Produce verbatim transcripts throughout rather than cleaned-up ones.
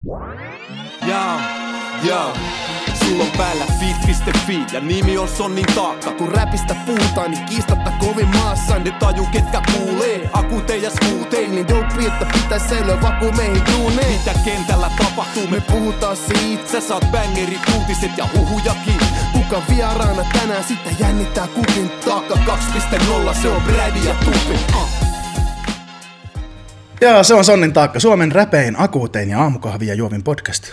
Jaa, jaa. Sulla on päällä fit piste fi ja nimi on Sonnin Taakka. Kun räpistä puhutaan, niin kiistatta kovin maassa. Ne taju ketkä kuulee, akute ja skuutee. Niin dope, että pitäis säilyä vaku meihin duuneen. Mitä kentällä tapahtuu, me puhutaan siitä. Sä saat bangerit, uutiset ja huhujakin. Kuka vieraana tänään, sitten jännittää kukin Taakka kaksi piste nolla, se on Brady ja Tupi. uh. Ja se on Sonnin Taakka, Suomen räpein, akuutein ja aamukahvia juovin podcast.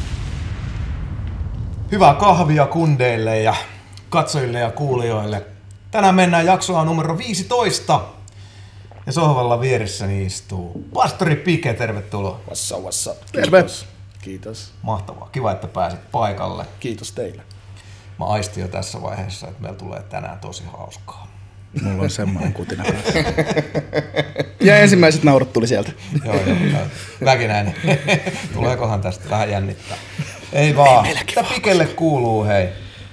Hyvää kahvia kundeille ja katsojille ja kuulijoille. Tänään mennään jaksoa numero viisitoista. Ja sohvalla vieressäni istuu pastori Pike, tervetuloa. Wassa, wassa. Terve. Kiitos. Kiitos. Mahtavaa, kiva että pääsit paikalle. Kiitos teille. Mä aistin jo tässä vaiheessa, että meillä tulee tänään tosi hauskaa. Mulla on semmoinen kutina. Ja ensimmäiset naurut tuli sieltä. Joo, joo. Väkinäinen. Tuleekohan tästä vähän jännittää? Ei vaan. Mitä Pikelle kuuluu, hei?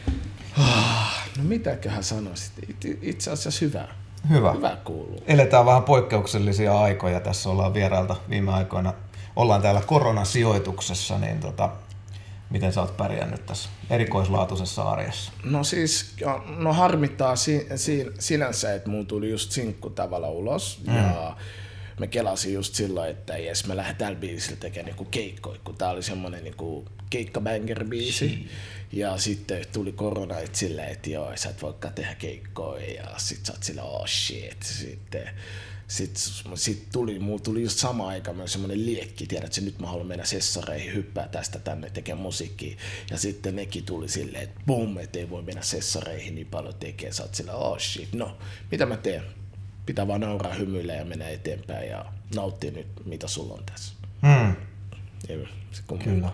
No mitäköhän sanoisit? Itse asiassa hyvä. Hyvä. Hyvä kuuluu. Eletään vähän poikkeuksellisia aikoja. Tässä ollaan vierailta viime aikoina. Ollaan täällä koronasijoituksessa, niin tota, miten sä oot pärjännyt tässä erikoislaatuisessa arjessa? No siis, no harmittaa si, si, sinänsä, että mun tuli just sinkku tavalla ulos. Mm. Ja me kelasin just silloin, että jes, me lähdetään tällä biisillä tekemään niinku keikkoja, kun tää oli semmonen niinku keikkabanger-biisi. Ja sitten tuli korona, että silleen, että joo, sä et voikaan tehdä keikkoja. Ja sit sä oot silleen, oh shit. Sitten Sitten sit tuli, mulla tuli just sama aika myös semmonen liekki, tiedätkö, nyt mä haluan mennä sessareihin, hyppää tästä tänne, tekee musiikkia. Ja sitten nekin tuli silleen, että bum, et ei voi mennä sessareihin niin paljon tekee. Sä oot silleen, oh shit, no, mitä mä teen? Pitää vaan nauraa, hymyillä ja mennä eteenpäin ja nauttia nyt, mitä sulla on tässä. Hmm. Ja, Kyllä.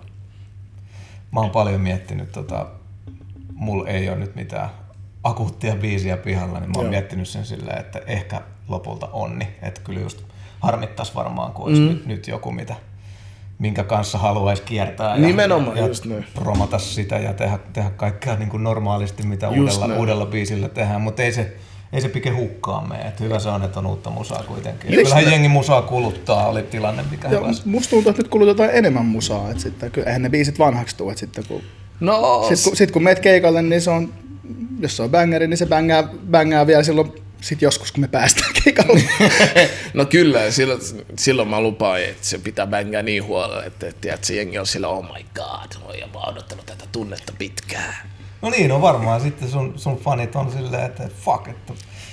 Mä oon paljon miettinyt, tota, mulla ei ole nyt mitään akuuttia biisiä pihalla, niin mä oon Joo. miettinyt sen silleen, että ehkä lopulta onni. Että kyllä just harmittais varmaan, kun olisi mm. nyt, nyt joku, mitä, minkä kanssa haluaisi kiertää Nimenomaan, ja, just ja näin. promota sitä ja tehdä, tehdä kaikkea niin kuin normaalisti, mitä uudella, uudella biisillä tehdään. Mutta ei se, ei se Pike hukkaan mene. Et hyvä se on, että on uutta musaa kuitenkin. Ja kyllähän jengi musaa kuluttaa, oli tilanne mikä ja hyvässä. Musta tuntuu, että nyt kulutetaan enemmän musaa. Et sitten, eihän ne biisit vanhaksi tuu. Sitten kun, no, sit, kun, sit kun meet keikalle, niin se on, jos se on bangeri, niin se bängää, bängää vielä silloin sit joskus, kun me päästään keikalle. No kyllä, silloin, silloin mä lupaan, että se pitää bängää niin huolella, että, että, että se jengi on sillä, oh my god, oi, ja mä oon odottanut tätä tunnetta pitkään. No niin, no varmaan sitten sun, sun fanit on silleen, että fuck, että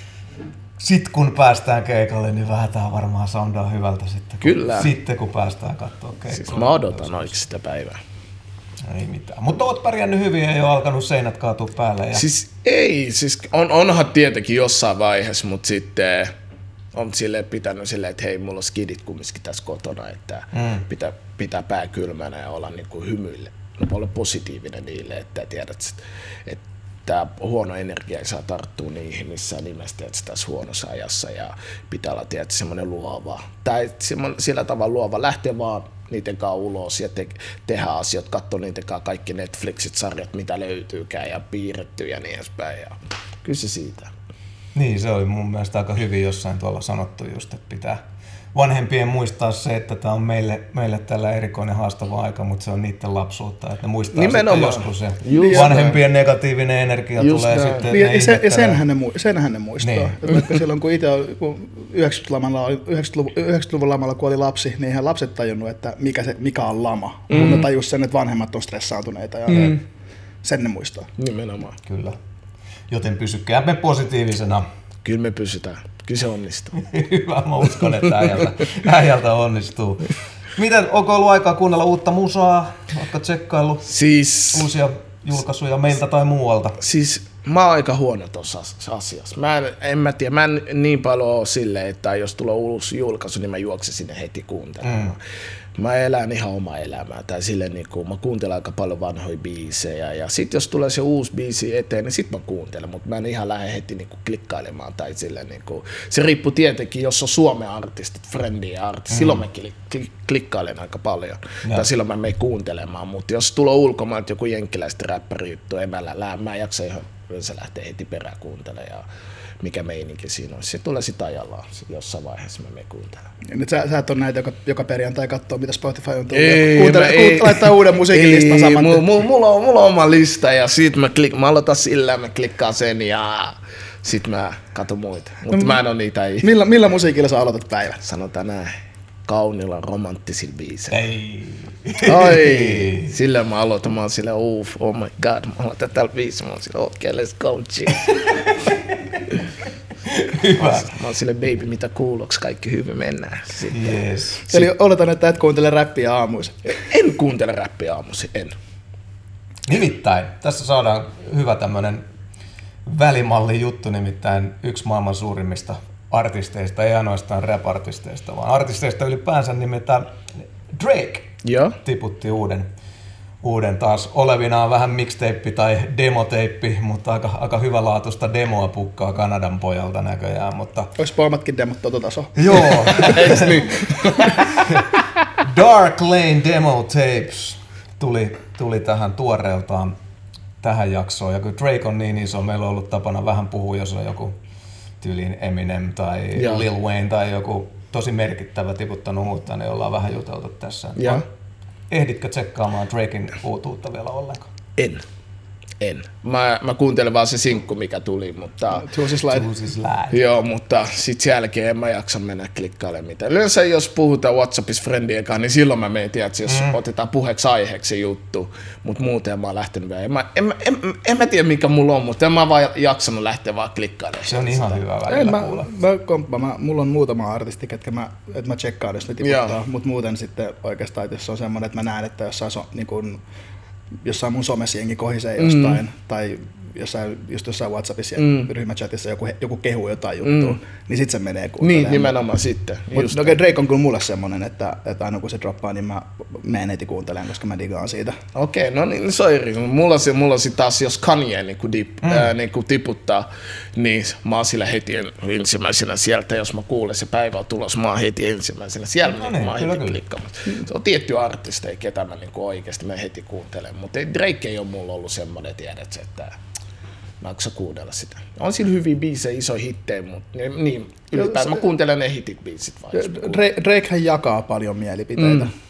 sit kun päästään keikalle, niin vähän tää varmaan soundaa hyvältä sitten, kun, Kyllä. sitten kun päästään kattoo keikkoa. Siis mä odotan oikein sitä päivää. Ei mitään. Mutta oot pärjännyt hyvin, ei ole alkanut seinät kaatua päälle. Ja... Siis ei, siis on, onhan tietenkin jossain vaiheessa, mutta sitten on silleen pitänyt silleen, että hei, mulla on skidit kumminkin tässä kotona, että mm. pitää, pitää pää kylmänä ja olla niin kuin hymyille. Olla positiivinen niille, että tiedät, että tämä huono energia ei saa tarttua niihin missään nimessä, että tässä huonossa ajassa ja pitää olla tietysti semmoinen luova. Tai sillä tavalla luova, lähteä vaan niiden kanssa ulos ja te- tehdä asioita, katsoa niiden kanssa kaikki Netflixit, sarjat, mitä löytyykään ja piirretty ja niin edespäin. Ja kyllä se siitä. Niin, se oli mun mielestä aika hyvin jossain tuolla sanottu just, että pitää vanhempien muistaa se, että tämä on meille, meille tällä erikoinen haastava aika, mutta se on niiden lapsuutta, että ne muistaa Nimenomaan. sitten joskus se Just vanhempien näin. Negatiivinen energia Just tulee näin. sitten. Ja, ja, sen, ja senhän, ne, senhän ne muistaa. Niin. Että silloin kun itse yhdeksänkymmentäluvun lamalla kun oli lapsi, niin eihän lapset tajunnut, että mikä, se, mikä on lama. Mm. Mutta tajus sen, että vanhemmat on stressaantuneita ja mm. sen ne muistaa. Nimenomaan. Kyllä. Joten pysykäämme positiivisena. Kyllä me pysytään. Kyllä se onnistuu. Hyvä, mä uskon, että äijältä, äijältä onnistuu. Miten, onko ollut aikaa kuunnella uutta musaa? Oletko tsekkaillut siis, uusia julkaisuja meiltä tai muualta? Siis mä oon aika huono tuossa asiassa. Mä en, en mä tiedä, mä en niin paljon ole silleen, että jos tulee uusi julkaisu, niin mä juoksen sinne heti kuuntelemaan. Mm. Mä elän ihan omaa elämää. Tai silleen, niin kuin, mä kuuntelen aika paljon vanhoja biisejä. Ja sit jos tulee se uusi biisi eteen, niin sit mä kuuntelen. Mutta mä en ihan lähde heti niin kuin klikkailemaan. Tai silleen, niin kuin, se riippuu tietenkin, jos on Suomen artistit, friendiä artistit. Mm. Silloin mä klik- klikkailen aika paljon. Ja. Tai silloin mä menen kuuntelemaan. Mutta jos tulee ulkomailta joku jenkkiläistä räppäri juttu, en mä, lä- mä en jaksa ihan yleensä lähteä heti perään kuuntelemaan. mikä meininki siinä on. Se tulee sitä ajallaan, jossain vaiheessa me kuuntelemaan. Nyt sä, sä et ole näitä, joka, joka perjantai katsoo, mitä Spotify on tullut. Ei, Kuuntele, mä, kuuntele, ei, laittaa uuden musiikin saman. Mulla, mulla, mulla, on, mulla on oma lista ja sit mä, klik, mä aloitan sillä, mä klikkaan sen ja sit mä katon muita. Mutta no, mä en oo niitä ei. Millä, millä musiikilla sä aloitat päivän? Sanotaan näin. Kaunilla romanttisilla biisillä. Ei. Oi, sillä mä aloitan, mä oon sillä, uff, oh my god, mä aloitan tällä biisillä, mä oon sillä, okei, okay, let's go, chill. Hyvä. Mä oon sillä, baby, mitä kuuloks, kaikki hyvin, mennään. Sitten. Yes. Eli oletan, että et kuuntele räppiä aamuisin. En kuuntele räppiä aamuisin, en. Nimittäin, tässä saadaan hyvä tämmönen välimalli juttu, nimittäin yksi maailman suurimmista artisteista, ei ainoastaan rap-artisteista, vaan artisteista ylipäänsä, nimittäin Drake Joo. tiputti uuden, uuden taas olevinaan vähän mixtape tai demoteippi, mutta aika, aika hyvälaatuista demoa pukkaa Kanadan pojalta näköjään, mutta... Ois pommatkin demot tota tasoa. Joo, niin? Dark Lane Demo Tapes tuli, tuli tähän tuoreeltaan tähän jaksoon, ja kun Drake on niin iso, meillä on ollut tapana vähän puhua, jos on joku tyyliin Eminem tai ja. Lil Wayne tai joku tosi merkittävä tiputtanut uutta, niin ollaan vähän juteltu tässä. Ja. Ehditkö tsekkaamaan Draken uutuutta vielä ollenkaan? En. En. Mä, mä kuuntelen vaan se sinkku, mikä tuli, mutta... Juicy Slide. Juicy Slide. Joo, mutta sit sen jälkeen en mä jaksa mennä klikkailemaan mitään. Yleensä jos puhutaan WhatsAppissa friendien kanssa, niin silloin mä menen, tiedätkö, jos mm. otetaan puheeksi aiheeksi juttu, mutta muuten mä oon lähtenyt vielä. En mä, en, en, en mä tiedä mikä mulla on, mutta en mä vaan jaksanut lähteä vaan klikkailemaan. Se on ihan sitä. Hyvä välillä mä, kuulla. Mä, komppa, mä, mulla on muutama artisti, ketkä mä, että mä tsekkaan, jos ne tiputtaa, mutta muuten sitten oikeastaan, että jos on semmoinen, että mä näen, että jossain, so, niin kun, jossain mun somessa jengi kohisee jostain, mm. tai jossain, just jossain WhatsAppissa mm. ryhmächatissa joku, joku kehuu jotain juttua, mm. niin sit se menee kuuntelemaan. Niin, nimenomaan sitten. Mutta no, okay, Drake on kyllä mulle semmonen, että, että aina kun se droppaa, niin mä menen heti kuuntelemaan, koska mä digaan siitä. Okei, okay, no niin, se on eri. Mulla on, mulla on sit taas, jos Kanye niin dip, mm. ää, niin tiputtaa, niin mä oon sillä heti ensimmäisenä sieltä, jos mä kuulen se päivä on tulos, mä oon heti ensimmäisenä siellä, no, niin, mä oon heti klikkaamassa. Mm. Se on tietty artisteja, ketä mä niin oikeasti mä heti kuuntelen, mutta Drake ei ole mulla ollut semmonen, tiedät että mä jaksa kuunnella sitä. On sillä hyviä biisejä, isoja hittejä, mutta niin, ylipäätään mä kuuntelen ne hitit biisit vaan. Drakehän jakaa paljon mielipiteitä. Mm.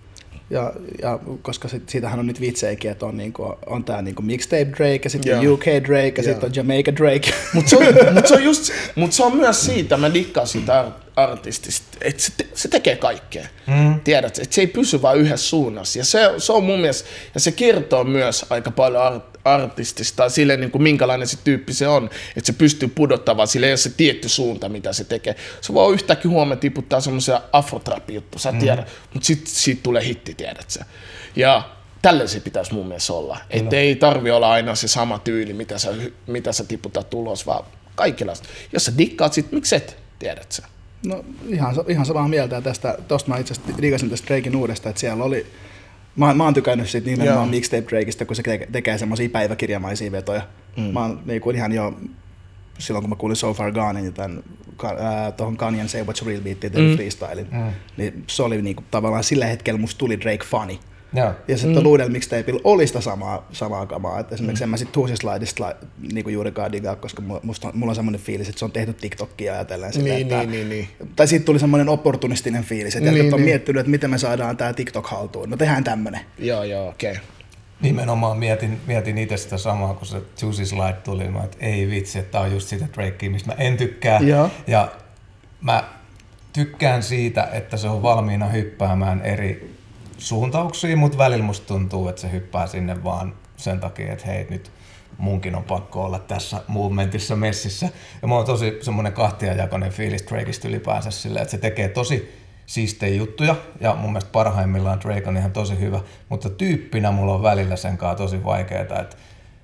Ja, ja koska sit, siitähän on nyt vitseikin, että on, niinku, on tää niinku mixtape Drake ja sitten yeah. U K Drake ja sitten on Jamaica Drake. Mutta se, mut se, mut se on myös siitä, mä dikkaan siitä artistista, että se, te, se tekee kaikkea. Mm. Tiedät, että se ei pysy vaan yhdessä suunnassa. Ja se, se on mun mielestä, ja se kertoo myös aika paljon art, artistista, sille niin kuin minkälainen se tyyppi se on, että se pystyy pudottamaan, sille ei ole se tietty suunta, mitä se tekee. Se voi yhtäkkiä huomenna tiputtaa semmoisia afrotrap-juttuja, sä tiedät, mm. mutta sitten siitä tulee hitti, tiedät sä. Ja tälle se pitäisi mun mielestä olla. Että ei tarvi olla aina se sama tyyli, mitä sä, mitä sä tiputat ulos, vaan kaikenlaista. Jos sä dikkaat sit, miksi et, tiedät sä? No ihan, ihan samaa mieltä tästä, tosta mä itse asiassa digasin tästä Draken uudesta, että siellä oli, mä, mä oon tykännyt siitä nimenomaan mixtape Drakeista, kun se tekee semmosia päiväkirjamaisia vetoja. Mm. Mä oon niin kuin ihan jo, silloin kun mä kuulin So Far Gone, niin tämän, äh, tohon Kanyen Say What's Real beattiin tein mm. freestylin, mm. niin se oli niin kuin, tavallaan sillä hetkellä musta tuli Drake funny. Ja, ja sitten mm. uudella mixtapeilla oli sitä samaa, samaa kamaa. Et esimerkiksi mm. en mä sit Juicy Slidesta niinku juurikaan digaa, koska musta, mulla on semmoinen fiilis, että se on tehty TikTokia ajatellen sitä. Niin, että, niin, niin, niin. Tai siitä tuli semmoinen opportunistinen fiilis, että niin, on niin. miettinyt, että miten me saadaan tää TikTok haltuun. No tehdään tämmönen. Joo, joo, okei. Okay. Nimenomaan mietin, mietin itse sitä samaa, kun se Juicy Slide tuli. Mä että ei vitsi, että tää on just sitä Drakea, mistä mä en tykkää. Ja, ja mä tykkään siitä, että se on valmiina hyppäämään eri suuntauksia, mutta välillä musta tuntuu, että se hyppää sinne vaan sen takia, että hei, nyt munkin on pakko olla tässä movementissa messissä. Ja mulla on tosi semmoinen kahtiajakoinen fiilis Drakeista ylipäänsä silleen, että se tekee tosi siistejä juttuja ja mun mielestä parhaimmillaan Drake on ihan tosi hyvä, mutta tyyppinä mulla on välillä sen kanssa tosi vaikeaa, että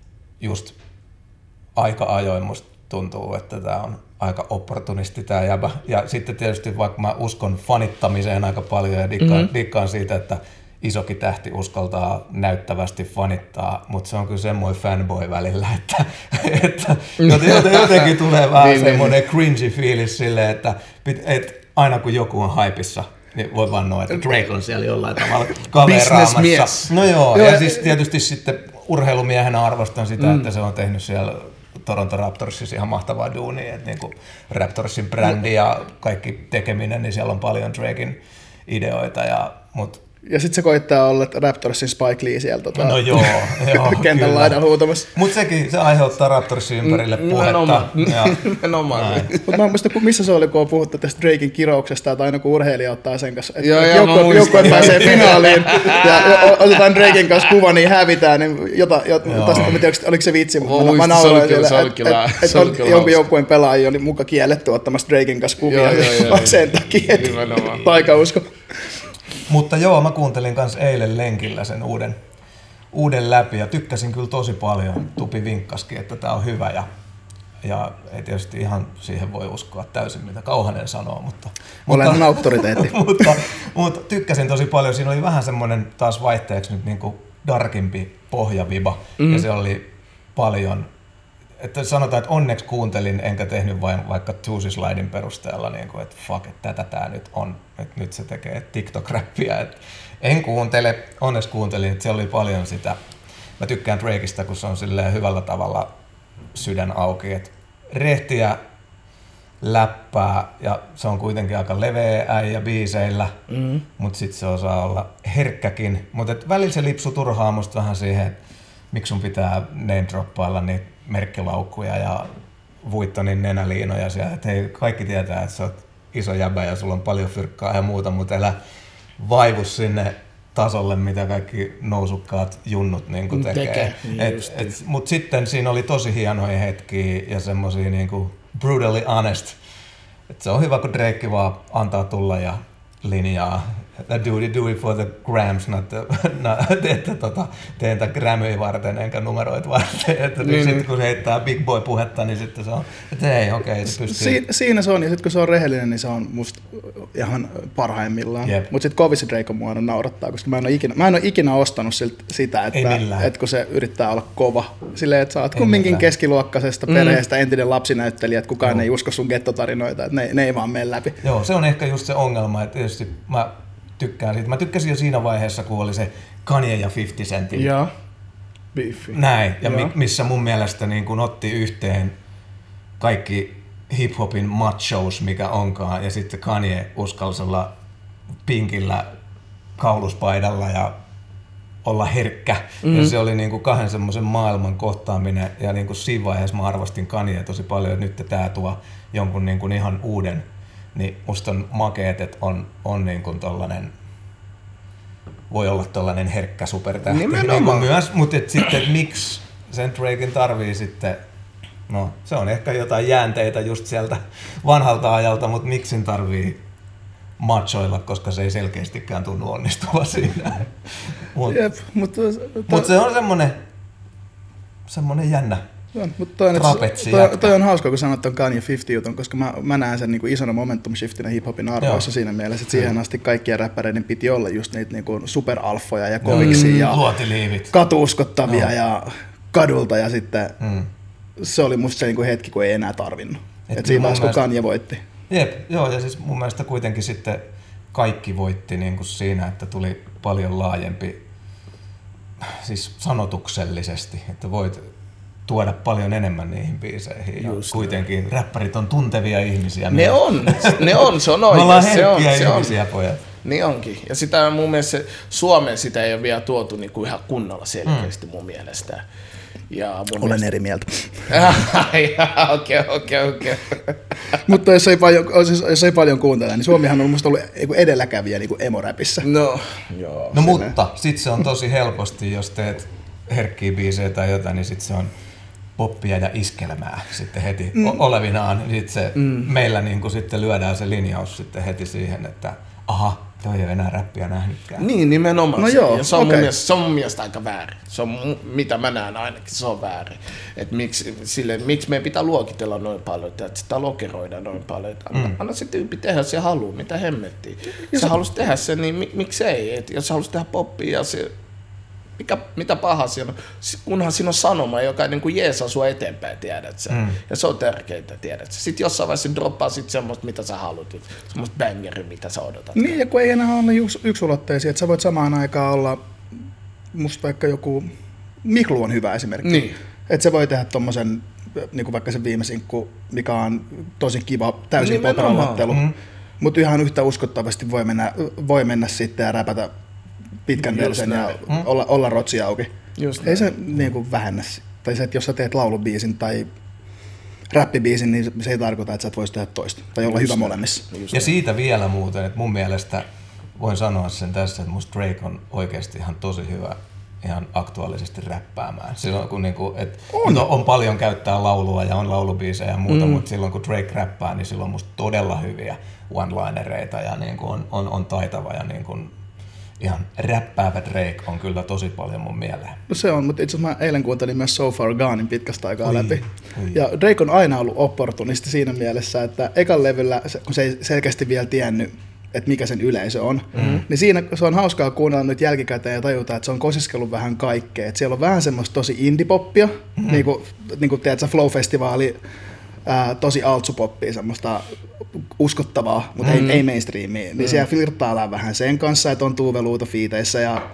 just aika ajoin musta tuntuu, että tää on aika opportunisti tää jäbä. Ja sitten tietysti vaikka mä uskon fanittamiseen aika paljon ja dikkaan, mm-hmm. dikkaan siitä, että isokin tähti uskaltaa näyttävästi fanittaa, mutta se on kyllä semmoinen fanboy välillä, että, että jotenkin tulee vähän niin, semmoinen cringy fiilis silleen, että, että aina kun joku on haipissa, niin voi vannoa, että Drake on siellä jollain tavalla kaveraamassa. No joo, joo, ja siis tietysti sitten urheilumiehenä arvostan sitä, mm. että se on tehnyt siellä Toronto Raptorsissa ihan mahtavaa duunia, että niinku Raptorsin brändi ja kaikki tekeminen, niin siellä on paljon Draken ideoita, ja, mut ja sitten se koittaa olla Raptorsin Spike Lee sieltä tota, no joo, joo, kentän laidalla huutamassa. Mutta sekin, se aiheuttaa Raptorsin ympärille puhetta. Nimenomaan. Mutta mä muistan, missä se oli, kun on puhuttu tästä Draken kirouksesta, että aina kun urheilija ottaa sen kanssa, että joukkue pääsee finaaliin ja otetaan Draken kanssa kuva, niin hävitään, niin jota, jota, jota en tiedä, oliko se vitsi, mutta mä nauroin siellä, että jonkun joukkueen pelaaja oli muka kielletty ottamassa Draken kanssa kuvia sen takia, että taikausko. Mutta joo, mä kuuntelin kanssa eilen lenkillä sen uuden, uuden läpi ja tykkäsin kyllä tosi paljon. Tupi vinkkaskin, että tää on hyvä ja, ja ei tietysti ihan siihen voi uskoa täysin, mitä Kauhanen sanoo, mutta, olen mutta, auktoriteetti. mutta, mutta tykkäsin tosi paljon. Siinä oli vähän semmoinen taas vaihteeksi nyt niin kuin darkimpi pohjaviba mm. ja se oli paljon. Että sanotaan, että onneksi kuuntelin, enkä tehnyt vain vaikka Juicy Slidein perusteella, niin kuin, että fuck, että tätä tää nyt on, että nyt se tekee TikTok-räppiä. Että en kuuntele, onneksi kuuntelin, että siellä oli paljon sitä. Mä tykkään Drakeista, kun se on silleen hyvällä tavalla sydän auki, että rehtiä, läppää ja se on kuitenkin aika leveä äijä biiseillä, mm. mutta sitten se osaa olla herkkäkin. Mutta välillä se lipsu turhaa musta vähän siihen, että miksi sun pitää name droppailla niitä merkkilaukkuja ja Vuittonin nenäliinoja siellä, että hei, kaikki tietää, että sä oot iso jäbä ja sulla on paljon fyrkkaa ja muuta, mutta älä vaivu sinne tasolle, mitä kaikki nousukkaat junnut niin kuin tekee. tekee. Et, et, mutta sitten siinä oli tosi hienoja hetkiä ja semmosia niin kuin brutally honest. Et se on hyvä, kun Drake vaan antaa tulla ja linjaa. Do it, do it for the grams, not the, not, että tota, teen tämän gramyä varten enkä numeroit varten. Että niin, sitten kun se heittää big boy puhetta, niin sitten se on, että hei, okei, okay, se pystyy. Si- siinä se on, ja sitten kun se on rehellinen, niin se on musta ihan parhaimmillaan. Yep. Mutta sitten kovissa Drake mua aina naurattaa, koska mä en ole ikinä, mä en ole ikinä ostanut siltä, sitä, että, että kun se yrittää olla kova. Silleen, että sä oot kumminkin keskiluokkaisesta mm. perheestä entinen lapsinäyttelijä, että kukaan no. ei usko sun gettotarinoita, että ne, ne ei vaan mene läpi. Joo, se on ehkä just se ongelma, että tietysti mä tykkään siitä. Mä tykkäsin jo siinä vaiheessa, kun oli se Kanye ja fifty Centin. Joo. Beefy. Näin, ja mi- missä mun mielestä niin kun otti yhteen kaikki hip-hopin machos, mikä onkaan, ja sitten Kanye uskalsi olla pinkillä kauluspaidalla ja olla herkkä. Mm-hmm. Ja se oli niin kuin kahden semmoisen maailman kohtaaminen, ja niin kuin siinä vaiheessa mä arvostin Kanye tosi paljon, että nyt tää tuo jonkun niin kuin ihan uuden. Niin musta on makeet, että on, on niin kuin tollanen, voi olla tollanen herkkä supertähti niin myös, mutta et sitten, et miksi sen Draken tarvii sitten, no se on ehkä jotain jäänteitä just sieltä vanhalta ajalta, mutta miksi sen tarvii machoilla, koska se ei selkeästikään tunnu onnistua siinä. Mutta mut, mut se on semmonen, semmonen jännä. On, mutta toi, toi, toi on hauska, kun sanot ton Kanye fifty jutun, koska mä, mä näen sen niinku isona momentum shiftinä hiphopin arvoissa Joo. siinä mielessä, että siihen asti kaikkien räppäreiden piti olla just niitä niinku superalfoja ja koviksi mm, ja katuuskottavia no. ja kadulta ja sitten mm. se oli musta se niinku hetki, kun ei enää tarvinnut. Et et siinä vaiheessa, kun Kanye voitti. Jep, joo, ja siis mun mielestä kuitenkin sitten kaikki voitti niinku siinä, että tuli paljon laajempi, siis sanotuksellisesti, että voit tuoda paljon enemmän niihin biiseihin. Just ja kuitenkin ne. Räppärit on tuntevia ihmisiä. Ne myös. on, ne on, se on oikein. Me ollaan herkkiä se on, ihmisiä, se pojat. Niin onkin. Ja sitä mun mielestä Suomeen sitä ei ole vielä tuotu niin kuin ihan kunnolla selkeästi mm. mun mielestä. Ja mun Olen mielestä... eri mieltä. Okei, okei, okei. Mutta jos ei, paljon, jos ei paljon kuuntele, niin Suomihan on musta ollut edelläkävijä niin kuin emo-räpissä. No, joo. No mutta sit se on tosi helposti, jos teet herkkiä biisejä tai jotain, niin sit se on poppia ja iskelmää sitten heti mm. olevinaan. Sitten se, mm. meillä niin kuin sitten lyödään se linjaus sitten heti siihen, että aha, toi ei ole enää räppiä nähnytkään. Niin, nimenomaan. No se, joo, ja se, on okay. mun mielestä, se on mun mielestä aika väärin. Se on, mitä mä näen ainakin, se on väärin. Että miksi, sille, miksi meidän pitää luokitella noin paljon, että sitä lokeroida noin paljon. Anna, mm. anna se tyyppi tehdä se haluu, mitä hemmettiin. Jos se halusi tehdä sen, niin mi, miksei? Et jos se halusi tehdä poppia ja se... Mikä, mitä paha siinä on, kunhan siinä on sanoma, joka niin kuin jeesaa sua eteenpäin, tiedät sä. Mm. Ja se on tärkeintä, tiedät sä. Sitten jossain vaiheessa droppaa sit semmoista, mitä sä haluat, semmoista bangeria, mitä sä odotat. Niin, ja kun ei enää ole yks, yksulotteisia, että sä voit samaan aikaan olla, musta vaikka joku, Miklu on hyvä esimerkki. Niin. Että se voi tehdä tommosen niin kuin vaikka se viime sinkku, mikä on tosi kiva, täysin pop-rauhoittelu. Mm. Mutta ihan yhtä uskottavasti voi mennä, voi mennä sitten ja räpätä pitkän versen ja mm. olla, olla rotsi auki. Just Ei näin. se niin kuin vähennä. Tai se, että jos sä teet laulubiisin tai räppibiisin, niin se ei tarkoita, että sä et voisi tehdä toista. Tai olla Just hyvä näin. molemmissa. Just ja näin. Siitä vielä muuten, että mun mielestä voin sanoa sen tässä, että musta Drake on oikeasti ihan tosi hyvä ihan aktuaalisesti räppäämään. Silloin kun niinku, et, on. on paljon käyttää laulua ja on laulubiisejä ja muuta, mm. mutta silloin kun Drake räppää, niin silloin on musta todella hyviä one-linereita ja niinku on, on, on taitava ja niinku ihan räppäävä Drake on kyllä tosi paljon mun mieleen. No se on, mutta itse asiassa mä eilen kuuntelin myös So Far Gonein pitkästä aikaa oi, läpi. Oi. Ja Drake on aina ollut opportunisti siinä mielessä, että ekan levyllä, kun se ei selkeästi vielä tiennyt, että mikä sen yleisö on, mm-hmm. niin siinä se on hauskaa kuunnella nyt jälkikäteen ja tajuta, että se on kosiskellut vähän kaikkea. Että siellä on vähän semmoista tosi indie-poppia, mm-hmm. niin kuin, niin kuin tiedätkö, Flow-festivaali, ää, tosi altsupoppia, semmoista uskottavaa, mutta mm-hmm. ei, ei mainstreamia. Niin mm-hmm. siellä flirttaillaan vähän sen kanssa, että on Tuve Luuto-fiiteissä ja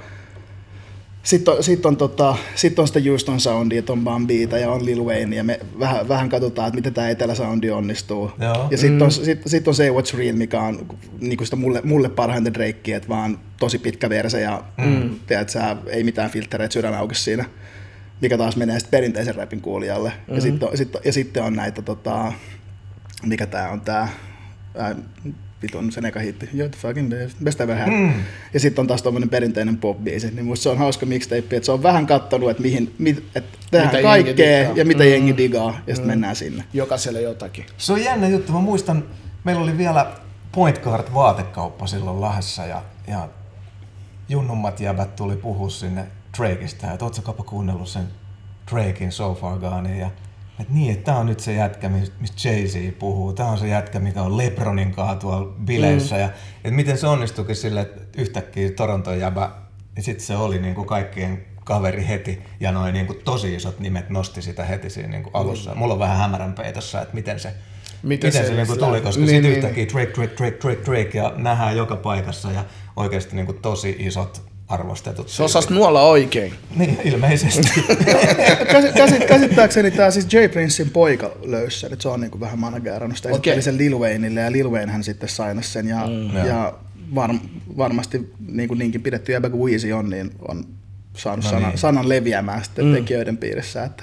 sitten on, sit on, tota, sit on sitä Houston Soundia, että on Bambiita ja on Lil Wayne ja me vähän, vähän katsotaan, että miten tämä Etelä-soundi onnistuu. Joo. Ja sitten mm. on, sit, sit on Say What's Real, mikä on niinku sitä mulle, mulle parhainta Drakea, että vaan tosi pitkä verse ja mm. tiedät, sä, ei mitään filttereitä sydän auki siinä, mikä taas menee sitten perinteisen rapin kuulijalle. Mm. Ja sitten on, sit, ja sitten on näitä, tota, mikä tää on tää, ää, vitun sen eka hitti, you're the fucking best, best ever had. Mm. Ja sitten on taas tommonen perinteinen pop-biisi, niin musta se on hauska mixtape, että se on vähän kattonut, että mihin, mit, että tehdään mitä kaikkea ja mitä mm. jengi digaa, ja sitten mm. mennään sinne. Jokaiselle jotakin. Se on jännä juttu, mä muistan, meillä oli vielä Point Guard vaatekauppa silloin Lahdessa, ja, ja junnummat jäbät tuli puhua sinne Drakeista, että oot sä kapa kuunnellut sen Drakein So Far Gonein, ja että niin, että tää on nyt se jätkä, mistä Jay-Z puhuu. Tää on se jätkä, mikä on LeBronin kanssa tuolla bileissä. Mm. Ja että miten se onnistuikin sille, että yhtäkkiä Toronton jäbä, niin sit se oli niinku kaikkien kaveri heti. Ja noin niinku tosi isot nimet nosti sitä heti siinä niinku alussa. Mm. Mulla on vähän hämärän peitossa, että miten se, miten miten se, se niinku tuli, koska niin, sit niin, yhtäkkiä Drake, Drake, Drake, Drake, Drake ja nähdään joka paikassa. Ja oikeasti niinku tosi isot arvostetut. Se osasi nuolla oikein. Niin, ilmeisesti. Käsit, käsittääkseni tämä siis Jay Princein poika löysi sen, että se on niin kuin vähän managerannut sitä. Okay. Esitteli sen Lil Wayneille ja Lil Wayne hän sitten sainasi sen. Ja, mm. ja var, varmasti niin kuin niinkin pidetty jäbä kuin Weezy on, niin on saanut no sanan, niin. sanan leviämään sitten mm. tekijöiden piirissä. Että.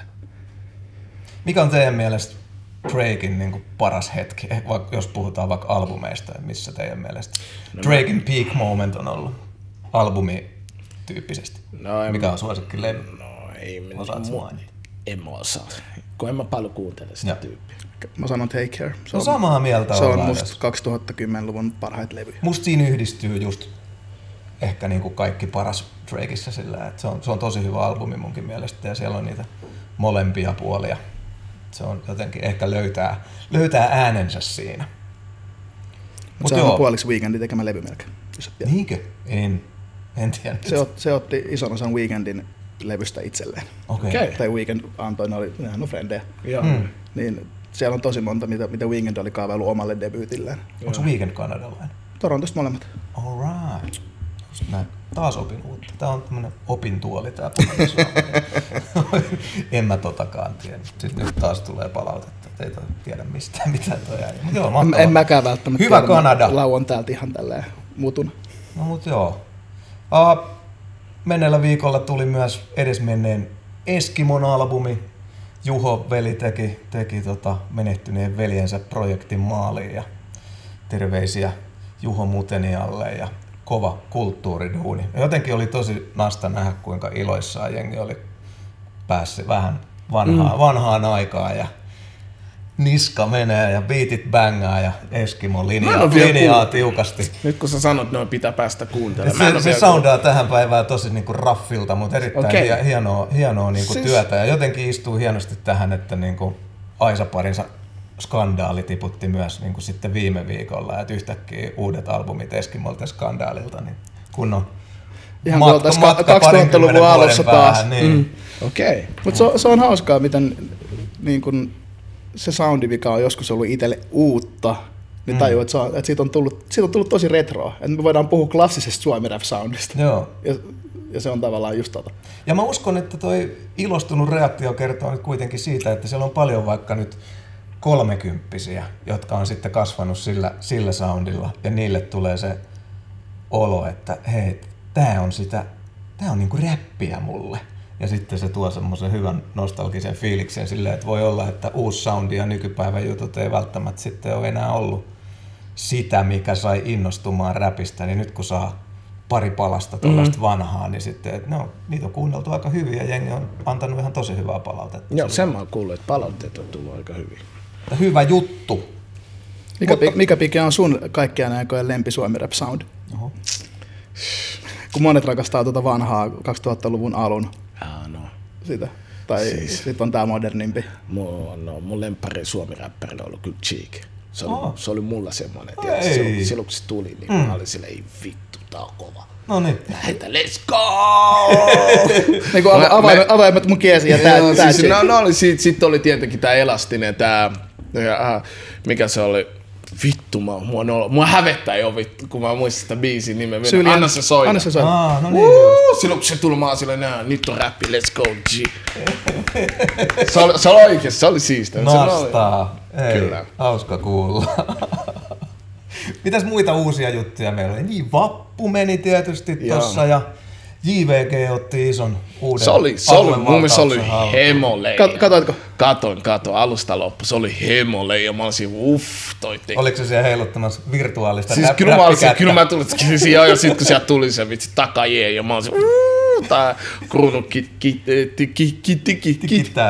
Mikä on teidän mielestä Drakein niin kuin paras hetki, jos puhutaan vaikka albumeista, missä teidän mielestä no, Drakein peak moment on ollut albumi tyyppisesti? No, en, mikä on suosikki levy? No ei minä. En mä osaa, kun en mä paljon kuuntele sitä ja. tyyppiä. Mä sanon Take Care. Se no on, samaa mieltä se on musta edes. kaksituhattakymmenluvun parhaita levyjä. Musta siinä yhdistyy just ehkä niinku kaikki paras Drakeissa sillä, että se on, se on tosi hyvä albumi munkin mielestä ja siellä on niitä molempia puolia. Se on jotenkin ehkä löytää, löytää äänensä siinä. Mut se on puoliksi Weekendin tekemä levy melkein. Niinkö? En. En tiedä. Se, ot, se otti ison osan Weekendin levystä itselleen. Okay. Okay. Tai Weekend antoi, ne oli nehän on frendejä. Hmm. Niin siellä on tosi monta, mitä, mitä Weekend oli kaavaillut omalle debyytilleen. Onko se Weekend kanadalainen? Torontosta molemmat. All right. Näin. Taas opin uutta. Tää on tämmönen opintuoli tää En mä totakaan tiedä. Sitten nyt taas tulee palautetta, että ei tiedä mistään mitään toi ääni. Joo, mahtavaa. En mäkään välttämättä hyvä tiedä. Kanada. Lauan täältä ihan tälleen mutuna. No mut joo. Uh, menneellä viikolla tuli myös edesmenneen Eskimon albumi. Juho veli teki, teki tota menehtyneen veljensä projektin maaliin ja terveisiä Juho Mutenialle ja kova kulttuuriduuni. Jotenkin oli tosi nasta nähdä, kuinka iloissaan jengi oli päässyt vähän vanhaan, mm. vanhaan aikaan ja niska menee ja beatit bängaa ja Eskimo linjaa, linjaa tiukasti. Nyt kun sä sanot, noin pitää päästä kuuntelemaan. Se, se soundaa tähän päivään tosi niinku raffilta, mutta erittäin okay. hienoa, hienoa niinku siis työtä. Ja jotenkin istuu hienosti tähän, että niinku Aisa-parinsa skandaali tiputti myös niinku sitten viime viikolla. Että yhtäkkiä uudet albumit Eskimolta skandaalilta, niin kun on ihan matka, matka kaksituhattaluvun alussa taas. Niin. Mm. Okei. Okay. Mutta se, se on hauskaa, miten niin kun se soundi, mikä on joskus ollut itselle uutta, niin tajuu, että, että siitä, on tullut, siitä on tullut tosi retroa. Että me voidaan puhua klassisesta suomi rap soundista. Joo. Ja, ja se on tavallaan just tota. Ja mä uskon, että toi ilostunut reaktio kertoo nyt kuitenkin siitä, että siellä on paljon vaikka nyt kolmekymppisiä, jotka on sitten kasvanut sillä, sillä soundilla ja niille tulee se olo, että hei, tää on sitä, tää on niinku räppiä mulle. Ja sitten se tuo semmoisen hyvän nostalgisen fiiliksen silleen, että voi olla, että uusi soundi ja nykypäivän jutut ei välttämättä sitten ole enää ollut sitä, mikä sai innostumaan räpistä, niin nyt kun saa pari palasta tuollaista mm. vanhaa, niin sitten, että no, niitä on kuunneltu aika hyvin ja jengi on antanut ihan tosi hyvää palautetta. Joo, sen mä oon kuullut, että palautteet on tullut aika hyvin. Hyvä juttu. Mikä, Mutta... mikä Pike on sun kaikkiaan aikojen lempi suomi rap sound? Oho. Kun monet rakastaa tuota vanhaa kaksituhattaluvun alun. Ah, no. Sitä. Tai siis. Sit on tää modernimpi. Mun, no, mun lemppari suomi-räppäri on ollut kyllä Cheek. Se oli, oh. se oli mulla semmonen, että silloin, silloin kun se tuli, niin mm. mä olin silleen, ei vittu, tää on kova. No niin. Lähetä, let's go! niin kuin ava- avaimet, avaimet mun kiesi ja tää, tää siis, no, no oli, sit, sit oli tietenkin tää elastinen, tää, ja, mikä se oli, vittu, mä, mua, no, mua hävettää jo vittu, kun mä muistan sitä biisin nimen. Anna se soida. Anna se soida. Ah, no niin, uh, silloin kun se tuli, mä oon silleen, nää, nyt on räppi, let's go, G. se, oli, se oli oikeesti, se oli siistiä. Nastaa. Ei, kyllä. Hauska kuulla. Mitäs muita uusia juttuja meillä oli? Niin, Vappu meni tietysti tossa ja J V G otti ison uuden se oli, se oli, mun mielestä se oli hemolei. Kat, katoitko? Katoin, katoin, alusta loppu. Se oli hemolei ja mä olisin uff, toi teki. Oliko se siellä heiluttamassa virtuaalista siis rap, kyllä mä olisin, kyllä mä tulin, siis joo, ja sit kun sieltä tuli se vitsi takajee ja mä olisin uuuu, tää kruunu kit, kit, kit, kit, kit, kit, kit, Kittää.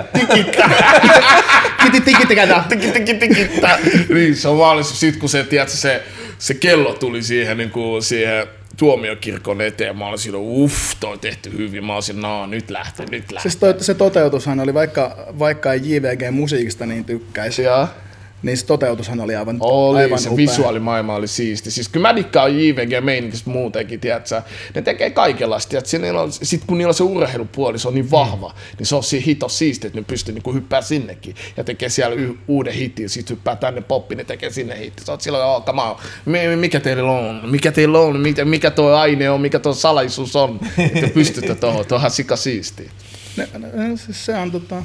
Kiti tiki tikätä. Tiki tiki tiki tää. Niin, se on vaan sit kun se, tiedätkö, se, se kello tuli siihen, niin kuin siihen tuomiokirkon eteen, mä olisin, uff, toi tehty hyvin, mä olisin, no nyt lähtee, nyt lähtee. Siis toi, se toteutushan oli, vaikka, vaikka ei J V G-musiikista niin tykkäisi, ja. niin se toteutushan oli aivan, oli, aivan se upea. Visuaalimaailma oli siisti. Siis kyllä mä dikkaan J V G-meinikistä muutenkin, tiiätsä. Ne tekee kaikenlaista, tiiätsä. Sitten kun niillä on se urheilupuoli, se on niin vahva, mm. niin se on siinä hitos siisti, että ne pystyy niinku hyppää sinnekin ja tekee siellä y- uuden hitin, sit hyppää tänne poppi, ne tekee sinne hitti. Sä oot silloin, oh, come on. mikä teillä on, mikä teillä on, mikä, mikä tuo aine on, mikä tuo salaisuus on, että pystytte tuohon, tuohan sika siistiä. Ne, ne, siis se on tota...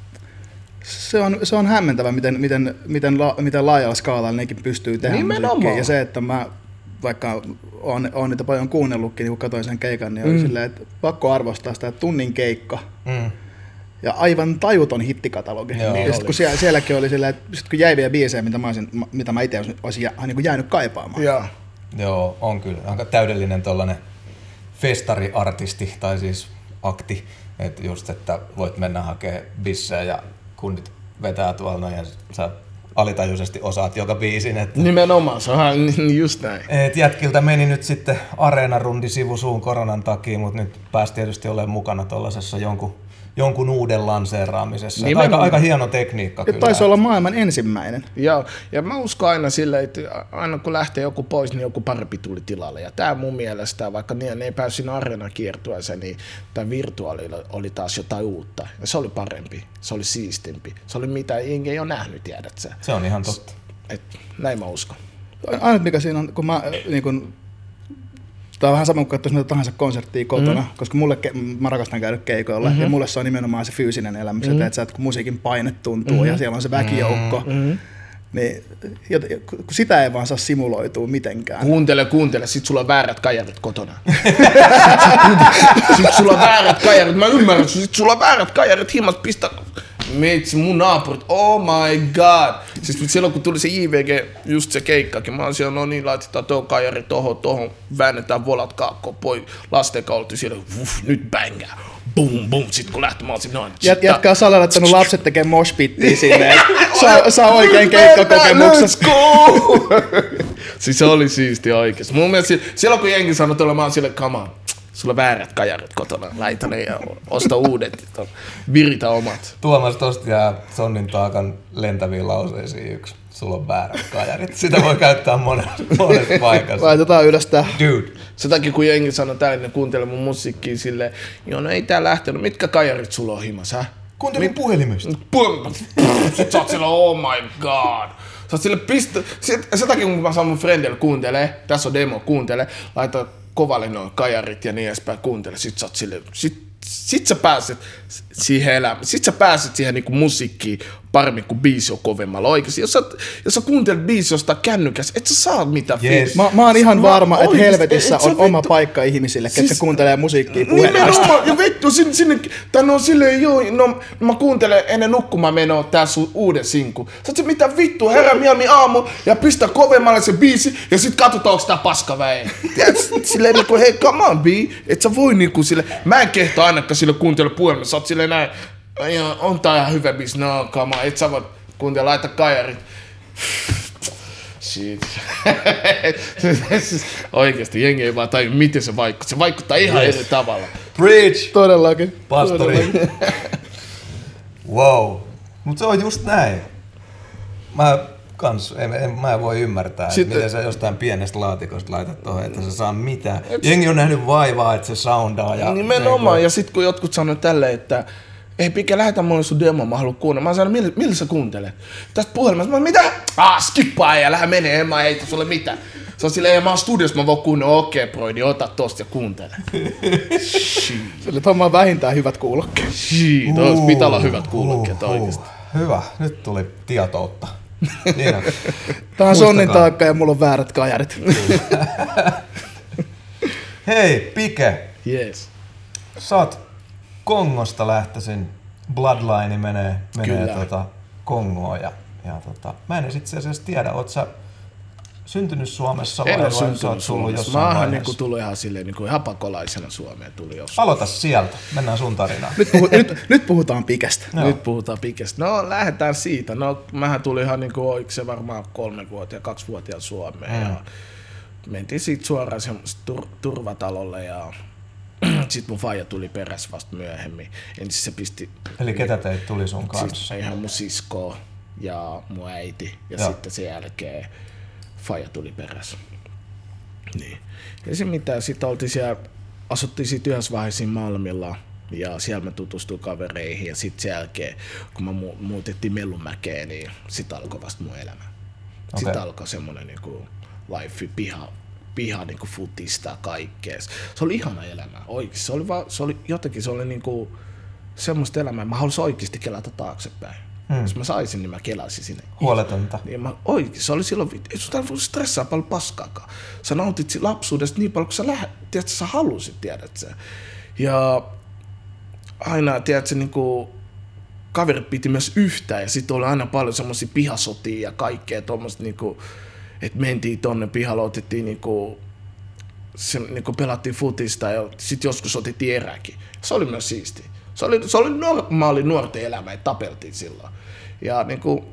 Se on, se on hämmentävä, miten, miten, miten, la, miten laajalla skaalalla nekin pystyy tehdä musiikkia. Ja se, että mä vaikka oon, oon niitä paljon kuunnellutkin, niin kun katsoin sen keikan, niin mm. oli silleen, että pakko arvostaa sitä tunnin keikka. Mm. Ja aivan tajuton hittikatalogi. Joo, ja sitten kun siellä, sielläkin oli silleen, että sit kun jäi vielä biisejä, mitä mä, olisin, mitä mä itse olisin, olisin jää, niin jäänyt kaipaamaan. Joo. Joo, on kyllä. Aika täydellinen tollanen festariartisti, tai siis akti. Että just, että voit mennä hakemaan bissejä ja kundit vetää tuolla ja sä alitajuisesti osaat joka biisin. Että nimenomaan, se on just näin. Et jätkiltä meni nyt sitten areenarundi sivusuun koronan takia, mutta nyt pääsi tietysti olemaan mukana tuollaisessa jonkun, jonkun uuden lanseeraamisessa. Aika, aika hieno tekniikka kyllä. Taisi olla maailman ensimmäinen. Joo, ja mä uskon aina silleen, että aina kun lähtee joku pois, niin joku parempi tuli tilalle. Ja tää mun mielestä, vaikka ne, ne ei päässyt siinä areenakiertueeseen, niin tämä virtuaali oli taas jotain uutta. Ja se oli parempi, se oli siistimpi. Se oli mitä jengi ei ole nähnyt, tiedät sä. Se on ihan totta. Et, näin mä uskon. Ainut mikä siinä on, kun mä niin kun, tämä on vähän sama kuin katsoisi mitä tahansa konserttia kotona, mm. koska mulle, mä rakastan käydä keikoilla, mm-hmm. ja mulle se on nimenomaan se fyysinen elämys, mm-hmm. että, että kun musiikin paine tuntuu mm-hmm. ja siellä on se väkijoukko, mm-hmm. niin kun sitä ei vaan saa simuloitua mitenkään. Kuuntele, kuuntele, sit sulla on väärät kajarit kotona. Sit sulla on väärät kajarit, mä ymmärrän, sit sulla on väärät kajarit, himas pistä. Meitsi, mun naapurit, oh my god. Siis silloin kun tuli se J V G, just se keikkakin, mä oon siellä, no niin, laitetaan tuo kajari tohon, tohon, väännetään volat kaakkoon, poi lasten kautta siellä, uff, nyt bängää. Bum, bum, sit kun lähti, mä oon siinä, noin. Jät, jätkä on saladattanut lapset tekee moshpittiä sinne, saa, saa oikein keikkakokemuksen. Siis se oli siisti oikeesti. Mun mielestä silloin kun jengi sanoi tuolla, mä oon sille, come on. Sulla on väärät kajarit kotona, laita ne ja osta uudet, viritä omat. Tuomas tosta jää Sonnin taakan lentäviin lauseisiin yksi. Sulla on väärät kajarit. Sitä voi käyttää monessa, monessa paikassa. Laitetaan ylös tää. Dude. Se takia kun jengi sanoo täällä, ne kuuntelee mun musiikkiin silleen, joo no ei tää lähtenyt, mitkä kajarit sulla on himas, hä? Kuuntelin Mit... puhelimesta. Sit sä oot sillä, oh my god. Sä oot sille pistä, se takia kun mä saan mun friendille kuuntelee, tässä on demo, kuuntele, laita kovalle noin kajarit ja niin edespäin kuuntele, sit sä oot silleen, sit, sit sä pääset siihen elämään, sit sä pääset siihen niinku musiikkiin paremmin kuin biisi on kovemmalla oikeasti. Jos sä, jos sä kuuntelet biisi jostain kännykäs, et sä saa mitä Yes. fiilistä. Mä, mä oon ihan Mä varma, että oikeesti, helvetissä et sä on oma vittu- paikka ihmisille, ketkä Siis- kuuntelee musiikkia puhelimesta. Nimenomaan, ja vittu, sinne, sinne tai no silleen, joo, no mä kuuntelen ennen nukkumaan menoa tää sun uuden sinkku. Sä oot se, mitä vittu, herää mieluummin aamu ja pistä kovemmalle se biisi ja sit katsotaan, onks tää paska vai ei. Tiedät, silleen niinku, hei, come on, B, et sä voi niinku sille, mä en kehtaa ainakaan sille kuuntele puhelimessa, sä oot silleen näin, ja on tää ihan hyvä biisi, no come on, et sä voi kuuntele, laita kajarit. Shit. Oikeesti jengi ei vaan tajua, miten se vaikuttaa. Se vaikuttaa ihan Yes. eri tavalla. Preach! Todellakin. Pastori. Wow. Mut se on just näin. Mä kans, en, en, mä en voi ymmärtää, että Sitten- miten sä jostain pienestä laatikosta laitat tohon, että sä saa mitään. Jengi on nähnyt vaivaa, että se soundaa. Ja Nimenomaan. Ja sit kun jotkut sanoo tälleen, että ei Pike, lähetä mulle sun demo, mä haluan kuunnella. Mä sanon, millä, millä sä kuuntelet? Tästä puhelimesta. Mä mitä? Ah, skippaa ja lähde menee, en mä heitä sulle mitään. Se on silleen, mä oon studiossa, mä voin kuunnella, okei okay, bro, niin ota tosta ja kuuntele. Sille homma vähintään hyvät kuulokkeet. Shit, uh, pitää olla hyvät kuulokkeet uh, oikeesti. Hyvä, nyt tuli tietoutta. Niin on. Tää on Sonnin Muistakaa. taakka ja mulla on väärät kajarit. Hei, Pike, Yes. sä oot Kongosta lähtöisin, Bloodline menee, menee Kyllä. tota, Kongoon ja, ja tota, mä en itse asiassa tiedä, oot sä syntynyt Suomessa vai, En vai ole sä oot syntynyt tullut Suomessa. jossain Mä oonhan vaiheessa? niinku tullut ihan silleen, niinku ihan pakolaisena Suomeen tuli jossain. Aloita sieltä, mennään sun tarinaan. Nyt, puhu, nyt, nyt puhutaan Pikestä. Joo. Nyt puhutaan Pikestä. No lähdetään siitä. No mähän tuli ihan niinku, oliko se varmaan kolmevuotiaan, kaksivuotiaan Suomeen. Mm. Ja mentiin siitä suoraan semmoista tur- turvatalolle ja sit mun faija tuli perässä vasta myöhemmin. Ensin se pisti Eli ketä teit tuli sun kanssa? siis ihan mun sisko ja mun äiti ja Joo. sitten sen jälkeen faija tuli perässä. Niin. Ja se mitä, sit oltiin siellä, asuttiin sit yhdessä vaiheessa Malmilla ja siellä me tutustuin kavereihin ja sit sen jälkeen, kun me mu- muutettiin Mellunmäkeen, niin sit alkoi vasta mun elämä. Sit Okei. alkoi semmonen niinku life, piha, piha niinku futista kaikkea. Se oli ihana elämä, oikeesti. Se oli, va, se oli jotenkin, se oli niinku semmoista elämää, mä halusin oikeesti kelata taaksepäin. Hmm. Jos mä saisin, niin mä kelasin sinne. Huoletonta. Niin mä oikein, se oli silloin, ei sun tarvitse stressaa paljon paskaakaan. Sä nautit sit lapsuudesta niin paljon, kun sä lähdet, tiedätkö, sä halusit, tiedät sä. Ja aina, tiedätkö, niinku, kaverit piti myös yhtään ja sit oli aina paljon semmosia pihasotia ja kaikkea tommoista niinku, että mentiin tonne pihalle, otettiin niinku, se, niinku pelattiin futista ja sit joskus otettiin eräkin. Se oli myös siisti. Se oli, se oli normaali nuorten elämä, että tapeltiin silloin. Ja niinku,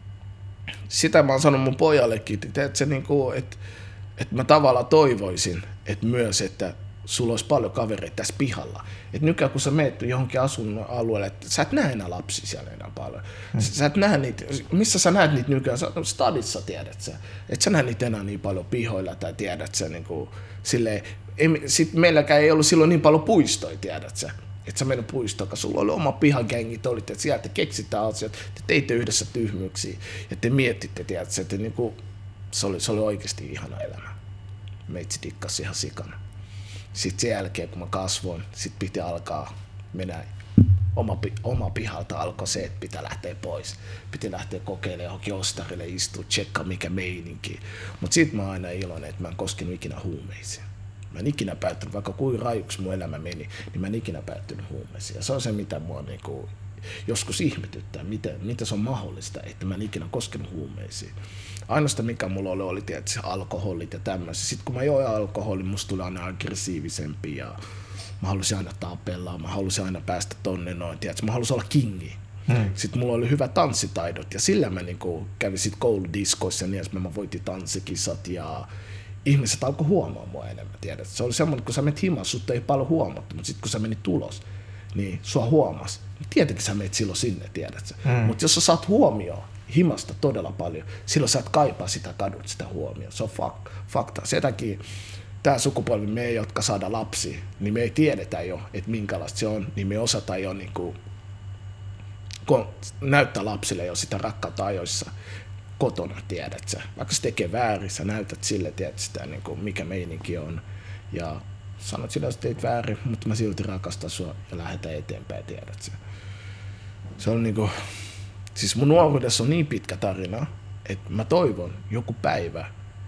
sitä mä oon sanonut mun pojallekin, että, se niinku, että, että mä tavallaan toivoisin, että myös, että sulla olisi paljon kavereita tässä pihalla. Että nykyään kun sä meet johonkin asunnon alueelle, että sä et näe enää lapsia siellä enää paljon. Hmm. Sä et näe niitä, missä sä näet niitä nykyään? Sä oot stadissa, tiedät sä. Et sä näe niitä enää niin paljon pihoilla tai tiedät sä niinku, silleen, ei, sit meilläkään ei ollut silloin niin paljon puistoja, tiedät sä. Että sä mennyt puistoon, sulla oli oma pihagängit, olitte, että sieltä keksitään asiat, te teitte yhdessä tyhmyyksiä ja te mietitte, tiedät sä, että niinku, se, oli, se oli oikeasti ihana elämä. Meitsi dikkasi ihan sikana. Sitten sen jälkeen, kun mä kasvoin, sit piti alkaa mennä oma, oma pihalta alkoi se, että pitää lähteä pois. Piti lähteä kokeilemaan johonkin ostarille, istua, tsekkaa mikä meininki. Mutta sit mä oon aina iloinen, että mä en koskenut ikinä huumeisiin. Mä en ikinä päättynyt, vaikka kuin rajuksi mun elämä meni, niin mä en ikinä päättynyt huumeisiin. Ja se on se, mitä mua niinku joskus ihmetyttää, miten, miten se on mahdollista, että mä en ikinä koskenut huumeisiin. Ainoastaan mikä mulla oli, oli tietysti alkoholit ja tämmöisiä. Sitten kun mä join alkoholin, musta tuli aina aggressiivisempi ja mä halusin aina tapella, mä halusin aina päästä tonne noin, tiedätkö? Mä halusin olla kingi. Hmm. Sitten mulla oli hyvät tanssitaidot ja sillä mä niinku kävin sit kouludiskoissa ja niin, että mä voitin tanssikisat ja ihmiset alkoi huomaa mua enemmän, tiedätkö? Se oli semmoinen, kun sä menit himaan, sut ei paljon huomattu, mutta sitten kun sä menit tulos, niin sua huomas. Tietenkin sä menet silloin sinne, tiedätkö? Hmm. Mutta jos sä saat huomioon himasta todella paljon, silloin sä et kaipaa sitä kadut, sitä huomioon. Se on fak- fakta. Sen takia tämä sukupolvi, me jotka saada lapsia, niin me ei tiedetä jo, että minkälaista se on, niin me osataan jo niin kuin, näyttää lapsille jo sitä rakkautta ajoissa kotona, tiedät sä. Vaikka se tekee väärin, sä näytät sille, tiedät sitä, niin kuin, mikä meininki on. Ja sanot sinä, että teit väärin, mutta mä silti rakastan sua ja lähdetään eteenpäin, tiedät sä. Se on niinku, siis mun nuoruudessa on niin pitkä tarina, että mä toivon joku päivä,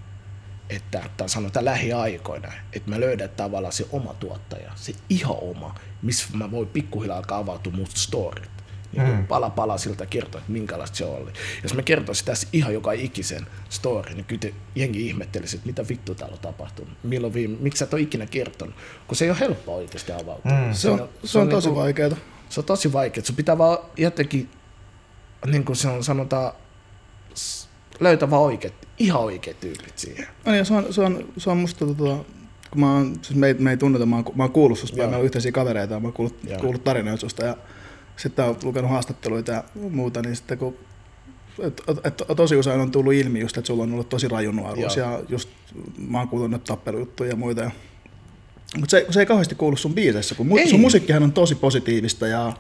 että, tai sanotaan lähiaikoina, että mä löydän tavallaan se oma tuottaja, se ihan oma, missä mä voin pikkuhiljaa alkaa avautua mun storit. Niin mm. pala pala siltä kertoa, että minkälaista se oli. Jos mä kertoisin tässä ihan joka ikisen story, niin kyllä jengi ihmettelisi, että mitä vittua täällä on tapahtunut. Milloin viime, miksi sä et ole ikinä kertonut? Kun se ei ole helppoa oikeasti avautua. Mm. Se on, se on, se on tosi niinku, vaikeaa. Se on tosi vaikeaa. Sun pitää vaan jotenkin, niin kuin se on, sanotaan, löytää vaan oikeat, ihan oikeat tyypit siihen. No niin, se on, se on, se on musta, tota, kun mä oon, siis me ei, me ei tunneta, mä oon, mä oon kuullut susta, meillä on yhteisiä kavereita, mä oon kuullut, kuullut tarinoita susta ja sitten olen lukenut haastatteluita ja muuta, niin sitten kun et, et, et, tosi usein on tullut ilmi just, että sulla on ollut tosi raju nuoruus ja just mä oon kuullut nyt tappelujuttuja ja muita. Mutta se, se ei kauheasti kuulu sun biiseissä, kun ei. Sun musiikkihan on tosi positiivista ja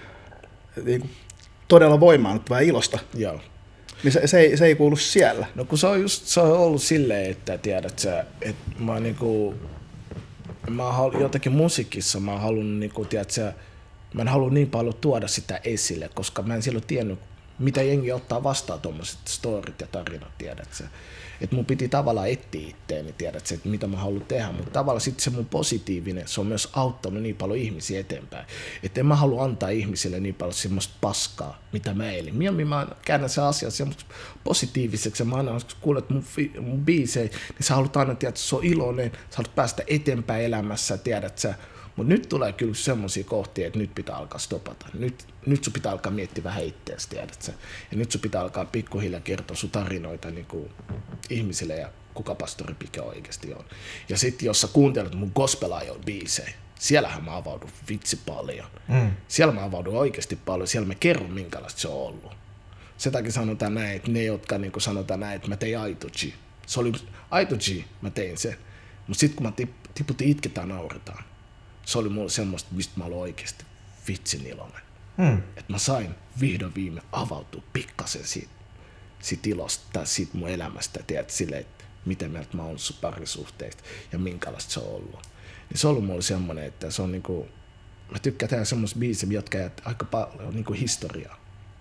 niin kuin, todella voimaannuttavaa ja ilosta. Joo. Niin se, se, ei, se ei kuulu siellä. No kun se on just se on ollut silleen, että tiedät sä, että mä niinku, mä oon jotenkin musiikissa, mä oon halunnut niinku, tiedät sä, mä en halua niin paljon tuoda sitä esille, koska mä en silloin tiennyt, mitä jengi ottaa vastaan tuommoiset storit ja tarinat, tiedät sä. Että mun piti tavallaan etsiä itteeni, tiedät sä, että mitä mä haluan tehdä, mutta tavallaan sitten se mun positiivinen, se on myös auttanut niin paljon ihmisiä eteenpäin. Että en mä halua antaa ihmisille niin paljon semmoista paskaa, mitä mä elin. Mieluummin mä käännän sen asian semmoista positiiviseksi, ja mä aina, kun kuulet mun, mun biisejä, niin sä haluat aina, tiedät, että se on iloinen, sä haluat päästä eteenpäin elämässä, tiedät sä. Mutta nyt tulee kyllä semmoisia kohtia, että nyt pitää alkaa stopata. Nyt, nyt sun pitää alkaa miettiä vähän itseäsi, tiedät sä. Ja nyt sun pitää alkaa pikkuhiljaa kertoa sun tarinoita niin kuin ihmisille ja kuka pastori Pike oikeasti on. Ja sitten jos sä kuuntelet mun gospel-ajon biisejä, siellähän mä avaudun vitsi paljon. Mm. Siellä mä avaudun oikeasti paljon, siellä mä kerron minkälaista se on ollut. Sen takia sanotaan näin, että ne, jotka niin sanotaan näin, että mä tein Aito G. Se oli Aito G, mä tein sen. Mutta sitten kun mä tip, tiputin itketään, nauretaan. Se oli mulle semmoista, mistä mä olin oikeasti vitsin iloinen. Hmm. Että mä sain vihdoin viime avautua pikkasen siitä, siitä ilosta tai siitä mun elämästä. Tiedät silleen, että miten mieltä mä oon sun parisuhteista ja minkälaista se on ollut. Niin se on ollut mulle semmoinen, että se on niinku, mä tykkään tehdä semmoista biisiä, jotka jää aika paljon niinku historiaa.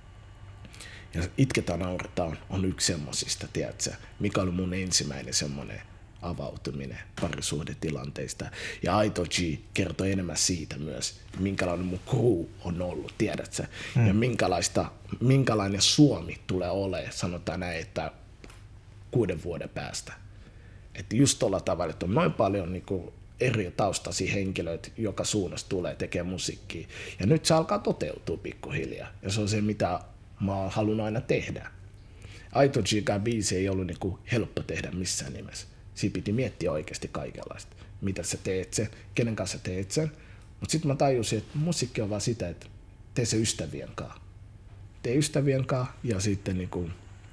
Ja itketään, nauretaan on yksi semmosista, tiedätkö, mikä oli mun ensimmäinen semmoinen avautuminen parisuhdetilanteista. Ja Aito G kertoi enemmän siitä myös, minkälainen mun crew on ollut, tiedätkö? Hmm. Ja minkälaista, minkälainen Suomi tulee olemaan, sanotaan näin, että kuuden vuoden päästä. Että just tuolla tavalla, että on noin paljon niin kuin eri taustaisia henkilöitä, joka suunnasta tulee tekemään musiikkia. Ja nyt se alkaa toteutua pikkuhiljaa. Ja se on se, mitä mä oon halunnut aina tehdä. Aito G-kaan biisi ei ollut niin kuin helppo tehdä missään nimessä. Siinä piti miettiä oikeasti kaikenlaista. Mitä sä teet sen, kenen kanssa teet sen. Mutta sitten mä tajusin, että musiikki on vaan sitä, että tee se ystävien kanssa. Tee ystävien kanssa ja sitten niinku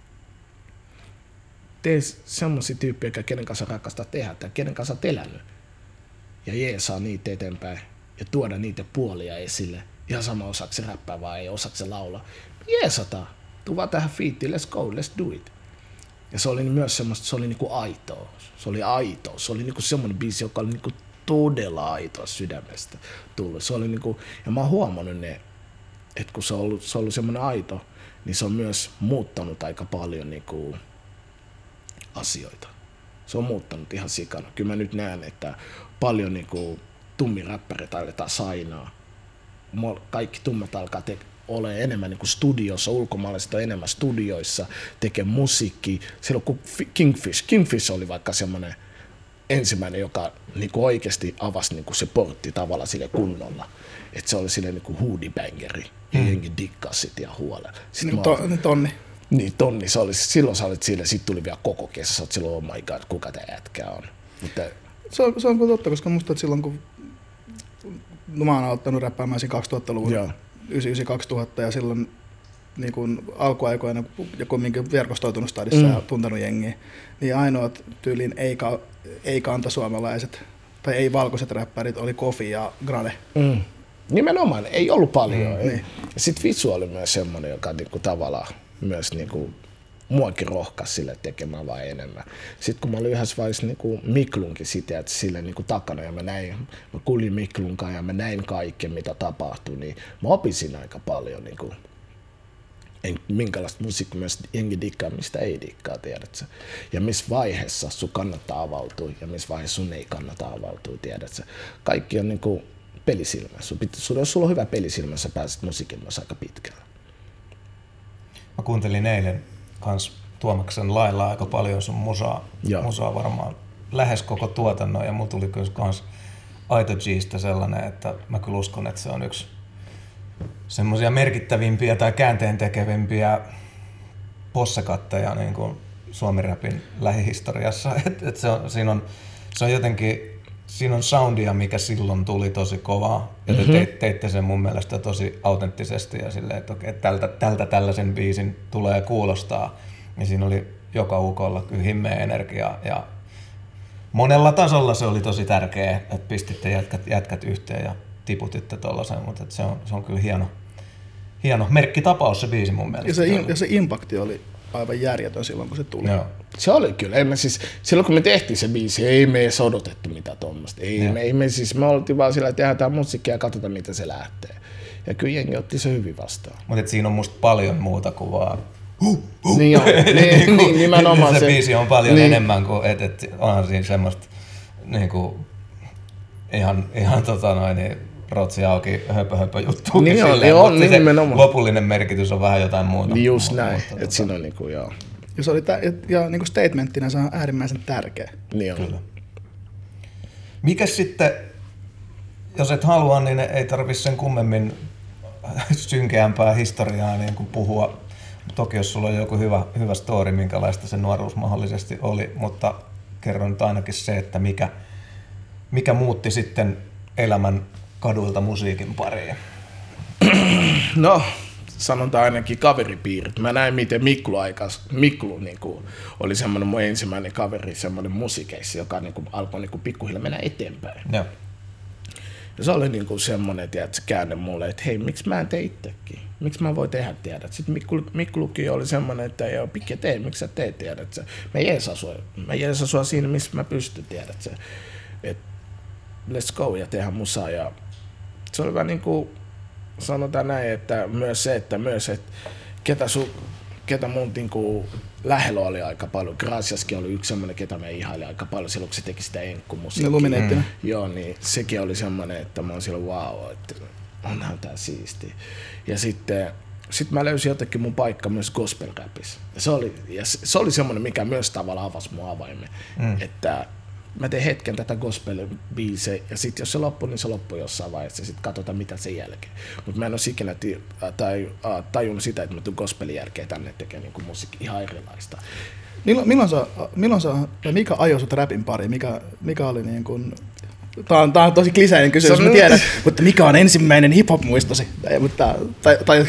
tee semmosia tyyppejä, kenen kanssa rakastaa tehdä tai kenen kanssa oot elänyt. Ja jeesaa niitä eteenpäin ja tuoda niitä puolia esille. Ihan sama osaako se räppää vai ei, osaako se laulaa. Jeesataan. Tuu vaan tähän fiittiin, let's go, let's do it. Ja se oli myös semmoista, se oli niinku aitoa. Se oli aitoa. Se oli niinku semmoinen biisi, joka oli niinku todella aitoa sydämestä tullut. Se oli niinku, ja mä oon huomannut ne, että kun se on ollut, se on ollut semmoinen aito, niin se on myös muuttanut aika paljon niinku asioita. Se on muuttanut ihan sikana. Kyllä mä nyt näen, että paljon niinku tummiräppäreitä aletaan sainaa. Kaikki tummat alkaa tekemään. Ole enemmän niin kuin studiossa, ulkomaalaiset on enemmän studioissa, tekee musiikkia. Silloin kun Kingfish, Kingfish oli vaikka semmoinen ensimmäinen, joka niin kuin oikeasti avasi niin kuin se portti tavallaan sille kunnolla. Että se oli silleen niin kuin hoodie-bangeri ja mm. jengi dikkasi sit ja huolella. Niin to, niin tonni. Niin tonni, se oli, silloin sä olit sille, sit tuli vielä koko kesä, sä oot silloin, oh my god, kuka tää jätkä on. Mutta se on, se on totta, koska musta silloin kun no, mä oon aloittanut räppäämään siinä kaksituhattaluvun. Joo. yhdeksänkymmentäyhdeksän kaksituhatta ja silloin niin kuin alkuaikoina ja kumminkin verkostoitunut stadissa mm. ja tuntenut jengiä, niin ainoat tyylin ei-ka- ei-kantasuomalaiset tai ei-valkoiset räppärit oli Kofi ja Grade. Mm. Nimenomaan, ei ollut paljon. Mm, niin. Ja sitten Vitsu oli myös semmoinen, joka niinku tavallaan myös niinku muakin rohkaisi sille tekemään vaan enemmän. Sitten kun mä olin yhdessä vaiheessa niin Miklunkin sitä, että sille niin takana ja mä näin, mä kuljin Miklunkaan ja mä näin kaiken mitä tapahtui, niin mä opisin aika paljon niin kuin, en, minkälaista musiikkia myös jengi dikkaa, mistä ei dikkaa, tiedätkö? Ja missä vaiheessa sun kannattaa avautua ja missä vaiheessa sun ei kannata avautua, tiedätkö? Kaikki on niin kuin pelisilmä. Sun pitä, jos sulla on hyvä pelisilmä, sä pääset musiikin myös aika pitkälle. Mä kuuntelin eilen kans Tuomaksen lailla aika paljon sun musaa, musaa varmaan lähes koko tuotannon ja mulla tuli kyllä kans Aito G:stä sellainen, että mä kyllä uskon, että se on yksi semmoisia merkittävimpiä tai käänteentekevimpiä possakatteja niin kuin Suomen rapin lähihistoriassa. Et, et se, on, siinä on, se on jotenkin, siinä on soundia, mikä silloin tuli tosi kovaa. Ja te mm-hmm. teitte sen mun mielestä tosi autenttisesti ja silleen, että okay, tältä, tältä tällaisen biisin tulee kuulostaa. Ja siinä oli joka ukolla kyllä himmeä energia ja monella tasolla se oli tosi tärkeä, että pistitte jätkät, jätkät yhteen ja tiputitte tollasen, mutta se on, se on kyllä hieno, hieno merkkitapaus se biisi mun mielestä. Ja se, ja se impakti oli aivan järjetön silloin, kun se tuli. Joo. Se oli kyllä. Ei me siis, silloin kun me tehtiin se biisi, ei me edes odotettu mitään tuommoista. Ei me, ei me, siis, me oltiin vaan sillä, että tehdään tämä musiikkia ja katsotaan, miten se lähtee. Ja kyllä jengi otti se hyvin vastaan. Mutta siinä on musta paljon muuta kuin vaan Huh, huh. Niin, joo, niin, niin, nimenomaan se, se biisi on paljon niin. enemmän kuin, että et, onhan siinä semmoista niin kuin, ihan, ihan tota noin, niin, rotsi auki höpö höpö juttu. Niin joo, silleen, joo, mutta niin, se nimenomaan. Lopullinen merkitys on vähän jotain muuta. Niin just näin, mutta, että tota, siinä on niinku joo. Ja, se oli tä- ja niin kuin statementtina se on äärimmäisen tärkeä. Niin on. Kyllä. Mikäs sitten, jos et halua, niin ei tarvitse sen kummemmin synkeämpää historiaa niin kuin puhua. Toki jos sulla on joku hyvä, hyvä story, minkälaista se nuoruus mahdollisesti oli, mutta kerron nyt ainakin se, että mikä, mikä muutti sitten elämän kaduilta musiikin pariin. No, sanotaan ainakin kaveripiirit. Mä näin, miten Miklu, aikas, Miklu niin kuin, oli semmoinen mun ensimmäinen kaveri, semmoinen musikeissi, joka niin kuin, alkoi niin kuin, pikkuhiljaa mennä eteenpäin. Joo. Ja se oli niin kuin semmoinen, tiedät, se käänne mulle, että hei, miksi mä en tee itsekin? Miksi mä voin tehdä, tiedät? Sitten Miklu, Miklukin oli semmoinen, että joo, Pikke tee, miksi sä teet, tiedät? Mä jeesan sua, mä jeesan sua siinä, missä mä pystyn, tiedät? Että let's go ja tehdään musaa. Ja se oli vähän niin kuin, sanotaan näin, että myös se, että myös, että ketä, su, ketä mun niin kuin, lähellä oli aika paljon. Graciaskin oli yksi semmoinen, ketä me ihaili aika paljon silloin, kun se teki sitä enkkumusiikkia. Lumineettina. Mm. Joo, niin sekin oli semmoinen, että mä oon silloin wow, että onhan tää siisti. Ja sitten sit mä löysin jotenkin mun paikka myös gospel rapissa. Ja se oli, ja se, se oli semmoinen, mikä myös tavallaan avasi mun avaimen, mm. että mä tein hetken tätä gospel-biisejä, ja sitten jos se loppui, niin se loppui jossain vaiheessa, ja sitten katsotaan mitä sen jälkeen. Mutta mä en ole ikinä tai, äh, tajunnut sitä, että mä tuun gospelin jälkeen tänne tekemään niin musiikki ihan erilaista. Milloin, milloin, sä, milloin sä, mikä ajoi sut rapin pariin? Mikä, mikä oli niin kuin... Tää on, tää on tosi kliseinen kysymys, mä tiedän, mutta mikä on ensimmäinen hip-hop-muistosi? Tai, mutta, tai, tai,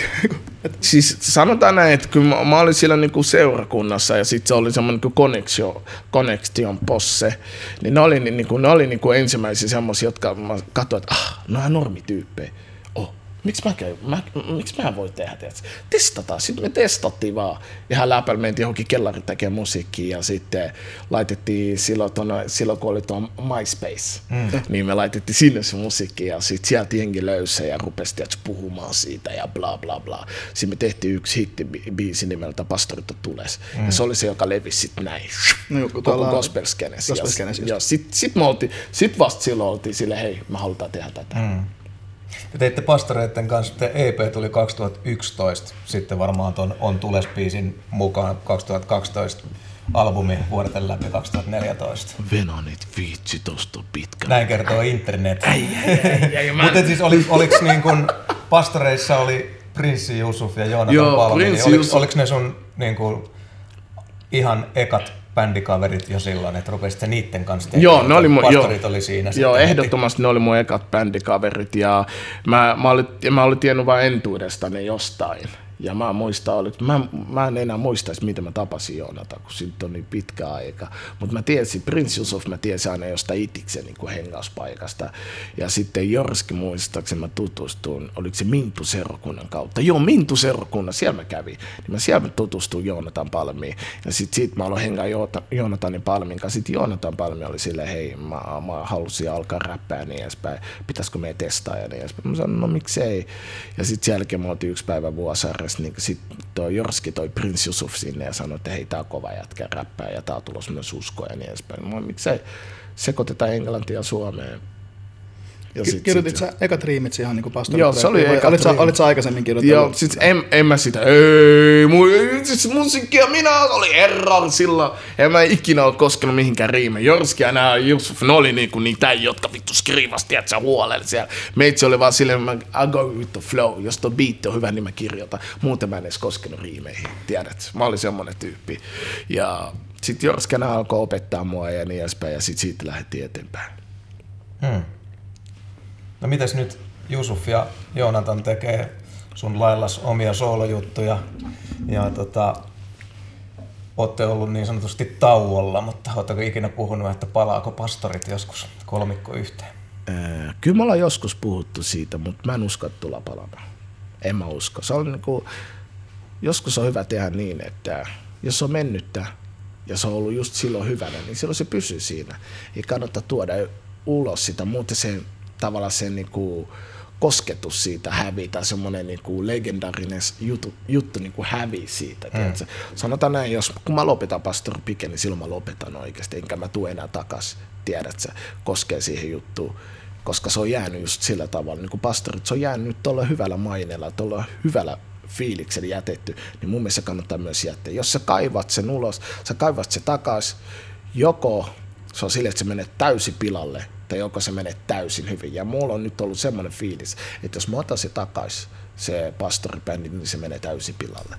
siis sanotaan näin, että kun mä, mä olin siellä niinku seurakunnassa ja sitten se oli semmoinen niinku connection, connection posse, niin ne oli, niinku, ne oli niinku ensimmäisiä semmoisia, jotka mä katsoin, että ah, no on normityyppejä. Oh, miksi mä, käyn, mä, miksi mä voi tehdä, tiedätkö? Testataan. Sitten me testattiin vaan. Ihan läpällä mentiin johonkin kellariin tekemään musiikkia ja sitten laitettiin silloin, tonne, silloin kun oli tuo MySpace, mm. niin me laitettiin sinne se musiikki ja sitten sieltä jengi löysi ja rupesi tiedätkö, puhumaan siitä ja bla bla bla. Sitten me tehtiin yksi hittibiisi nimeltä Pastorit tules. Mm. Ja se oli se, joka levisi sitten näin. No, koko gospel-skenessä. Ja sitten sit sit vasta silloin oltiin silleen, hei, me halutaan tehdä tätä. Mm. Te teitte Pastoreiden kanssa, te E P tuli kaksituhattayksitoista, sitten varmaan ton On Tules-biisin mukaan kaksituhattakaksitoista albumi vuorten läpi kaksituhattaneljätoista. Venonit viitsi tosta pitkä. Näin kertoo internet. Mutta siis oli, oliks niin kun Pastoreissa oli Prinssi Jusuf ja Joonatan Palmi, niin oliks, oliks ne sun niin kun ihan ekat bändikaverit jo silloin, että rupesit sä niitten kanssa tekemään? Joo, ne oli mun, Pastorit joo, oli siinä. Joo, ehdottomasti ne oli mun ekat bändikaverit ja mä, mä, olin, mä olin tiennyt vain entuudestani jostain. Ja mä muistan, että mä, mä en enää muistaisi, miten mä tapasin Joonatan, kun siitä on niin pitkä aika. Mutta mä tiesin, Prince Yusuf mä tiesin aina jostain itiksen niin hengauspaikasta. Ja sitten Jorski muistaakseni mä tutustuin, oliko se Mintu-seurakunnan kautta. Joo, Mintu-seurakunnan, siellä mä kävin. Niin mä siellä mä tutustuin Joonatan Palmiin. Ja sitten sit mä aloin hengaa Joonatanin Palmin kanssa. Sitten Joonatan Palmi oli silleen, hei, mä, mä halusin alkaa räppää ja niin edespäin. Pitäisikö meidän testaa ja niin edespäin. Mä sanoin, no miksei. Ja sitten sen jälkeen mä oltiin yksi päivä Vuosaaressa. Niin sitten toi Jorski toi Prince Yusuf sinne ja sanoi, että hei, tää on kova jätkä räppää ja tää on tulossa myös uskoa ja niin edespäin. Mä miksei sekoitetaan Englantia ja Suomeen. Ky- kirjoitit sä ekat riimit ihan niinku pastorit? Joo, se oli ekat olit sä, riimit. olit sä aikaisemmin kirjoittanut? Joo, siis en, en mä sitä, ei, mun, siis musiikkia minä oli herran silloin. En mä ikinä ole koskenut mihinkään riimeen. Jorski ja nää Yusuf, ne oli niinku niitä, jotka vittu skriivasi, tiedätkö, huolella siellä. Meitsi oli vaan silleen, mä, I go with the flow. Jos tuo beat on hyvä, niin mä kirjoitan. Muuten mä en edes koskenut riimeihin, tiedätkö. Mä olin semmonen tyyppi. Ja sit Jorski ja nää alkoi opettaa mua ja niin edespäin, ja sit siitä lähdettiin eteenpäin. Hmm. No mitäs nyt Yusuf ja Joonatan tekee sun laillas omia soolojuttuja ja tota, ootte ollut niin sanotusti tauolla, mutta ootteko ikinä puhunut, että palaako pastorit joskus kolmikko yhteen? Äh, kyllä me ollaan joskus puhuttu siitä, mutta mä en usko, että tulla palaamaan. En mä usko. Se on niinku, joskus on hyvä tehdä niin, että jos on mennyttä ja se on ollut just silloin hyvänä, niin silloin se pysyy siinä. Ei kannata tuoda ulos sitä, muuten se tavallaan se niinku kosketus siitä hävii tai semmoinen niinku legendaarinen juttu, juttu niinku hävii siitä. Mm. Sanotaan näin, jos kun mä lopetan Pastor Pike, niin silloin mä lopetan oikeasti, enkä mä tule enää takas, tiedätkö, koskee siihen juttuun. Koska se on jäänyt just sillä tavalla, niin kuin pastorit, se on jäänyt tuolla hyvällä maineella, tuolla hyvällä fiiliksellä jätetty, niin mun mielestä kannattaa myös jättää. Jos sä kaivat sen ulos, sä kaivat sen takas, joko se on sille, että se menee täysin pilalle, tai joko se menee täysin hyvin. Ja mulla on nyt ollut semmoinen fiilis, että jos mä otan se takaisin, se pastoribändi, niin se menee täysin pilalle.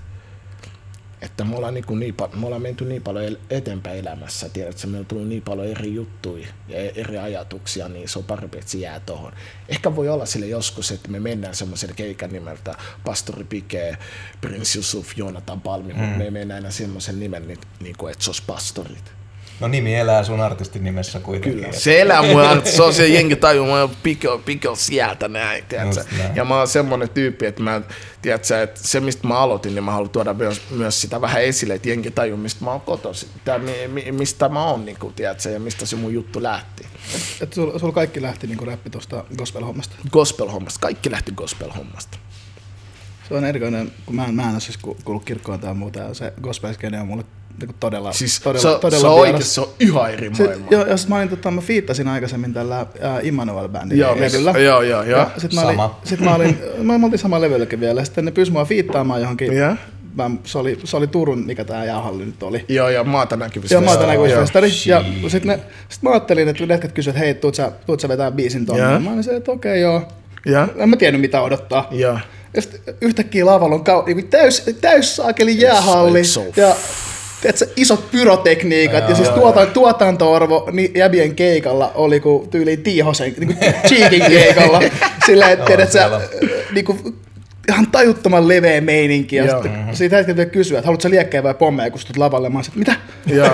Että me ollaan, niin niin, me ollaan menty niin paljon eteenpäin elämässä, tiedätkö, meillä on tullut niin paljon eri juttuja ja eri ajatuksia, niin se on parempi, että se jää tohon. Ehkä voi olla sille joskus, että me mennään semmoisen keikan nimeltä Pastori Pike, Prince Yusuf, Joonatan Palmi, mm. mutta me ei mennä enää semmoisen nimen, niin, niin kuin, että se olisi pastorit. No nimi elää sun artistin nimessä kuitenkin. Kyllä, se elää mua, se on se jengi taju, mä oon Pike, Pike on sieltä näin, tiedätkö? Ja mä oon semmonen tyyppi, että mä, tiedätkö, että se mistä mä aloitin, niin mä haluan tuoda myös, myös sitä vähän esille, että jengi taju, mistä mä oon kotoisin, mistä mä oon, niin kuin, tiedätkö, ja mistä se mun juttu lähti. Että sulla sul kaikki lähti niin räppi tuosta gospel-hommasta? Gospel-hommasta, kaikki lähti gospel-hommasta. Se on erikoinen, kun mä en, mä en ole siis kuullut kirkkoon tai muuta, ja se gospel-skene on mulle todella, siis todella, se, todella se on oikeasti, se on ihan eri maailma. Joo, jos mä olin, tota, mä fiittasin aikaisemmin tällä äh, Immanuel-bändin joo, levyllä. Joo, joo, joo. Sit mä olin, sit mä olin, mä olin sama levylläkin vielä, sitten ne pyysi mua fiittaamaan johonkin. Yeah. Mä, se, oli, se oli Turun, mikä tää jäähalli nyt oli. Joo, joo, maata näkyvissä. Joo, maata näkyvissä festari. Ja sit, ne, sit mä ajattelin, että jätkät kysyivät, että hei, tuut sä, tuut sä vetää biisin tonne. Yeah. Mä olin se, että okei, okay, joo. Yeah. En mä tiennyt mitä odottaa. Yeah. Ja sitten yhtäkkiä lavalla on kau- täys, täys saakeli jäähalli. So ja tiedätkö, isot pyrotekniikat ja, ja siis tuotan, tuotanto-arvo niin jäbien keikalla oli kuin tyyliin Tiihosen, niin kuin Cheekin keikalla. Sillä, että tiedätkö, niin kuin, ihan tajuttoman leveä meininki. Ja sitten, mm-hmm. siitä hetkellä kysyä, että haluatko sä liekkejä vai pommeja, kun sä tulet lavalle. Mä olisin, että mitä?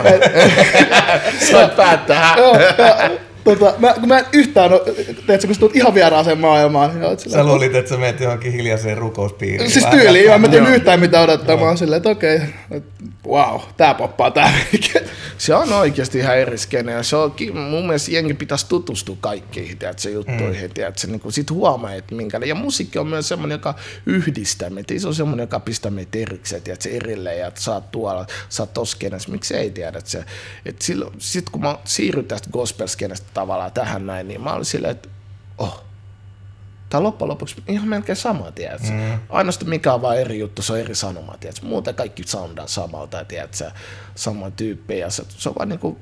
Saat päättää. Tota, mä, mä en yhtään ole, teetkö, kun sä tulet ihan vieraaseen maailmaan. Joo, sä sillä, luulit, että sä menet johonkin hiljaiseen rukouspiiriin. Siis tyyliin, joo, mä tiedän yhtään mitä odottaa. Mä oon silleen, että okei, okay, wow, tää poppaa tää meininki. Se on oikeasti ihan eri skene, ja se on, mun mielestä jengi pitäisi tutustua kaikkiin, tiedätkö, juttuihin, mm. tiedätkö, niin kun sit huomaa, että minkälainen. Ja musiikki on myös semmoinen, joka yhdistää meitä, se on semmoinen, joka pistää meitä erikseen, tiedätkö, erilleen, ja sä oot tuolla, sä oot tossa skenessä, miksi ei, tiedätkö, että silloin, sit kun mä siirryin tästä gospel-skenestä tavallaan tähän näin, niin mä olin silleen, että oh, tää on loppujen lopuksi ihan melkein sama, tiedätkö? Mm. Ainoastaan mikä on vaan eri juttu, se on eri sanoma, tiedätkö? Muuten kaikki soundaa samalta, tiedätkö? Samoin tyyppejä, se, se on vaan niinku,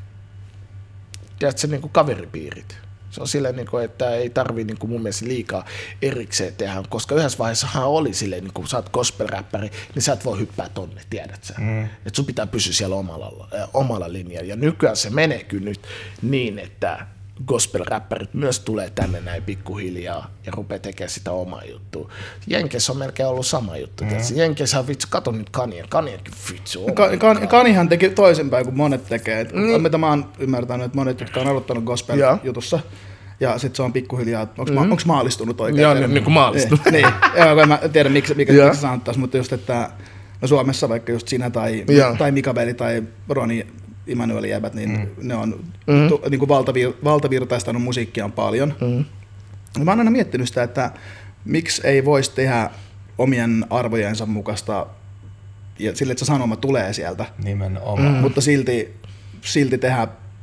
tiedätkö, niinku kaveripiirit. Se on silleen, niinku, että ei tarvii niinku mun mielestä liikaa erikseen tehdä, koska yhdessä vaiheessahan oli silleen, niin kun sä oot gospel-räppäri, niin sä et voi hyppää tonne, tiedätkö? Mm. Että sun pitää pysyä siellä omalla, äh, omalla linjalla. Ja nykyään se menee kyllä nyt niin, että gospel-räppärit myös tulee tänne näin pikkuhiljaa ja rupeaa tekemään sitä omaa juttua. Jenkeissä on melkein ollut sama juttu. Mm. Jenkeissä on vitsi, kato nyt Kanye, Kanyekin vitsi. Oh Ka- kan- Kanihan teki toisinpäin kuin monet tekee. Mm. Mitä mä oon ymmärtänyt, että monet, jotka on aloittanut gospel-jutussa, ja sitten se on pikkuhiljaa, onko mm. ma- maalistunut oikein? Joo, niin, niin kuin maalistunut. niin, joo, en mä tiedä, miksi, mikä se sanottaisi, mutta just, että no Suomessa vaikka just sinä tai, tai Mika Veli tai Roni Immanuel jäbät, niin mm. ne on mm. tu, niin kuin valtavir, valtavirtaistanut musiikkia paljon. Mm. Mä oon aina miettinyt sitä, että miksi ei voisi tehdä omien arvojensa mukaista ja sille, että se sanoma tulee sieltä, nimenomaan. Mm. mutta silti, silti tehdä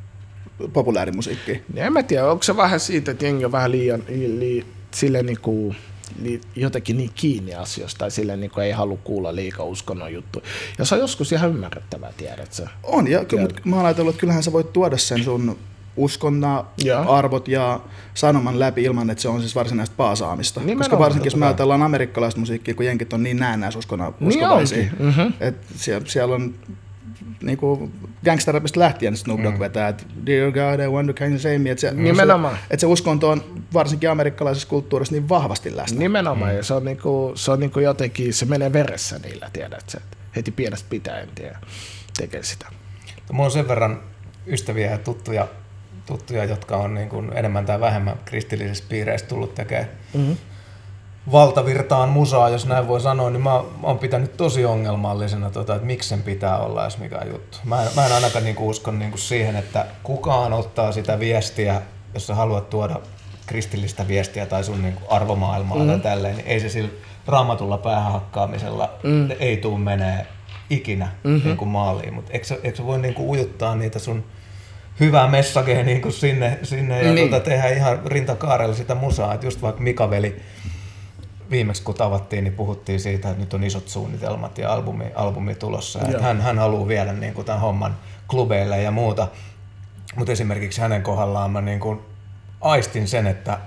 populaarimusiikkia. En mä tiedä, onko se vähän siitä, että jengi on vähän liian li, li, sille niinku, li, jotenkin niin kiinni asioista tai sille niinku ei halua kuulla liikaa uskonnon juttuja. Ja se on joskus ihan ymmärrettävää, tiedät sä? On, ja kyllä, mutta mä oon ajatellut, että kyllähän sä voit tuoda sen sun uskonna, ja. arvot ja sanoman läpi ilman, että se on siis varsinaista paasaamista. Nimenomaan, koska varsinkin jos me ajatellaan amerikkalaista musiikkia, kun jenkit on niin näennäisuskovaisia, niin mm-hmm. että siellä, siellä on niinku gangsterrapista lähtien Snoop Dogg mm. vetää, että dear God, I wonder can you save me, että se, että se uskonto on varsinkin amerikkalaisessa kulttuurissa niin vahvasti läsnä. Nimenomaan, mm. ja se on, niinku, se on niinku jotenkin, se menee veressä niillä, tiedät sä, että heti pienestä pitäen tiedä, tekee sitä. Mulla on sen verran ystäviä ja tuttuja, tuttuja jotka on niin kuin enemmän tai vähemmän kristillisissä piireissä tullut tekemään mm-hmm. valtavirtaan musaa, jos näin voi sanoa, niin mä, mä oon pitänyt tosi ongelmallisena, tota, että miksi sen pitää olla edes mikään juttu. Mä en, mä en ainakaan niinku usko niinku siihen, että kukaan ottaa sitä viestiä, jos sä haluat tuoda kristillistä viestiä tai sun niinku arvomaailmaa mm-hmm. tai tälleen, niin ei se sillä raamatulla päähakkaamisella mm. ei tuu menee ikinä mm-hmm. niinku maaliin. Mutta eikö, eikö sä voi niinku ujuttaa niitä sun hyvää messagea niinku sinne, sinne ja niin. tota, tehdä ihan rintakaarella sitä musaa, että just vaikka Mika Veli viimeksi kun tavattiin, niin puhuttiin siitä, että nyt on isot suunnitelmat ja albumi, albumi tulossa. Että hän, hän haluaa viedä niin kuin tämän homman klubeille ja muuta. Mutta esimerkiksi hänen kohdallaan mä niin kuin aistin sen, että,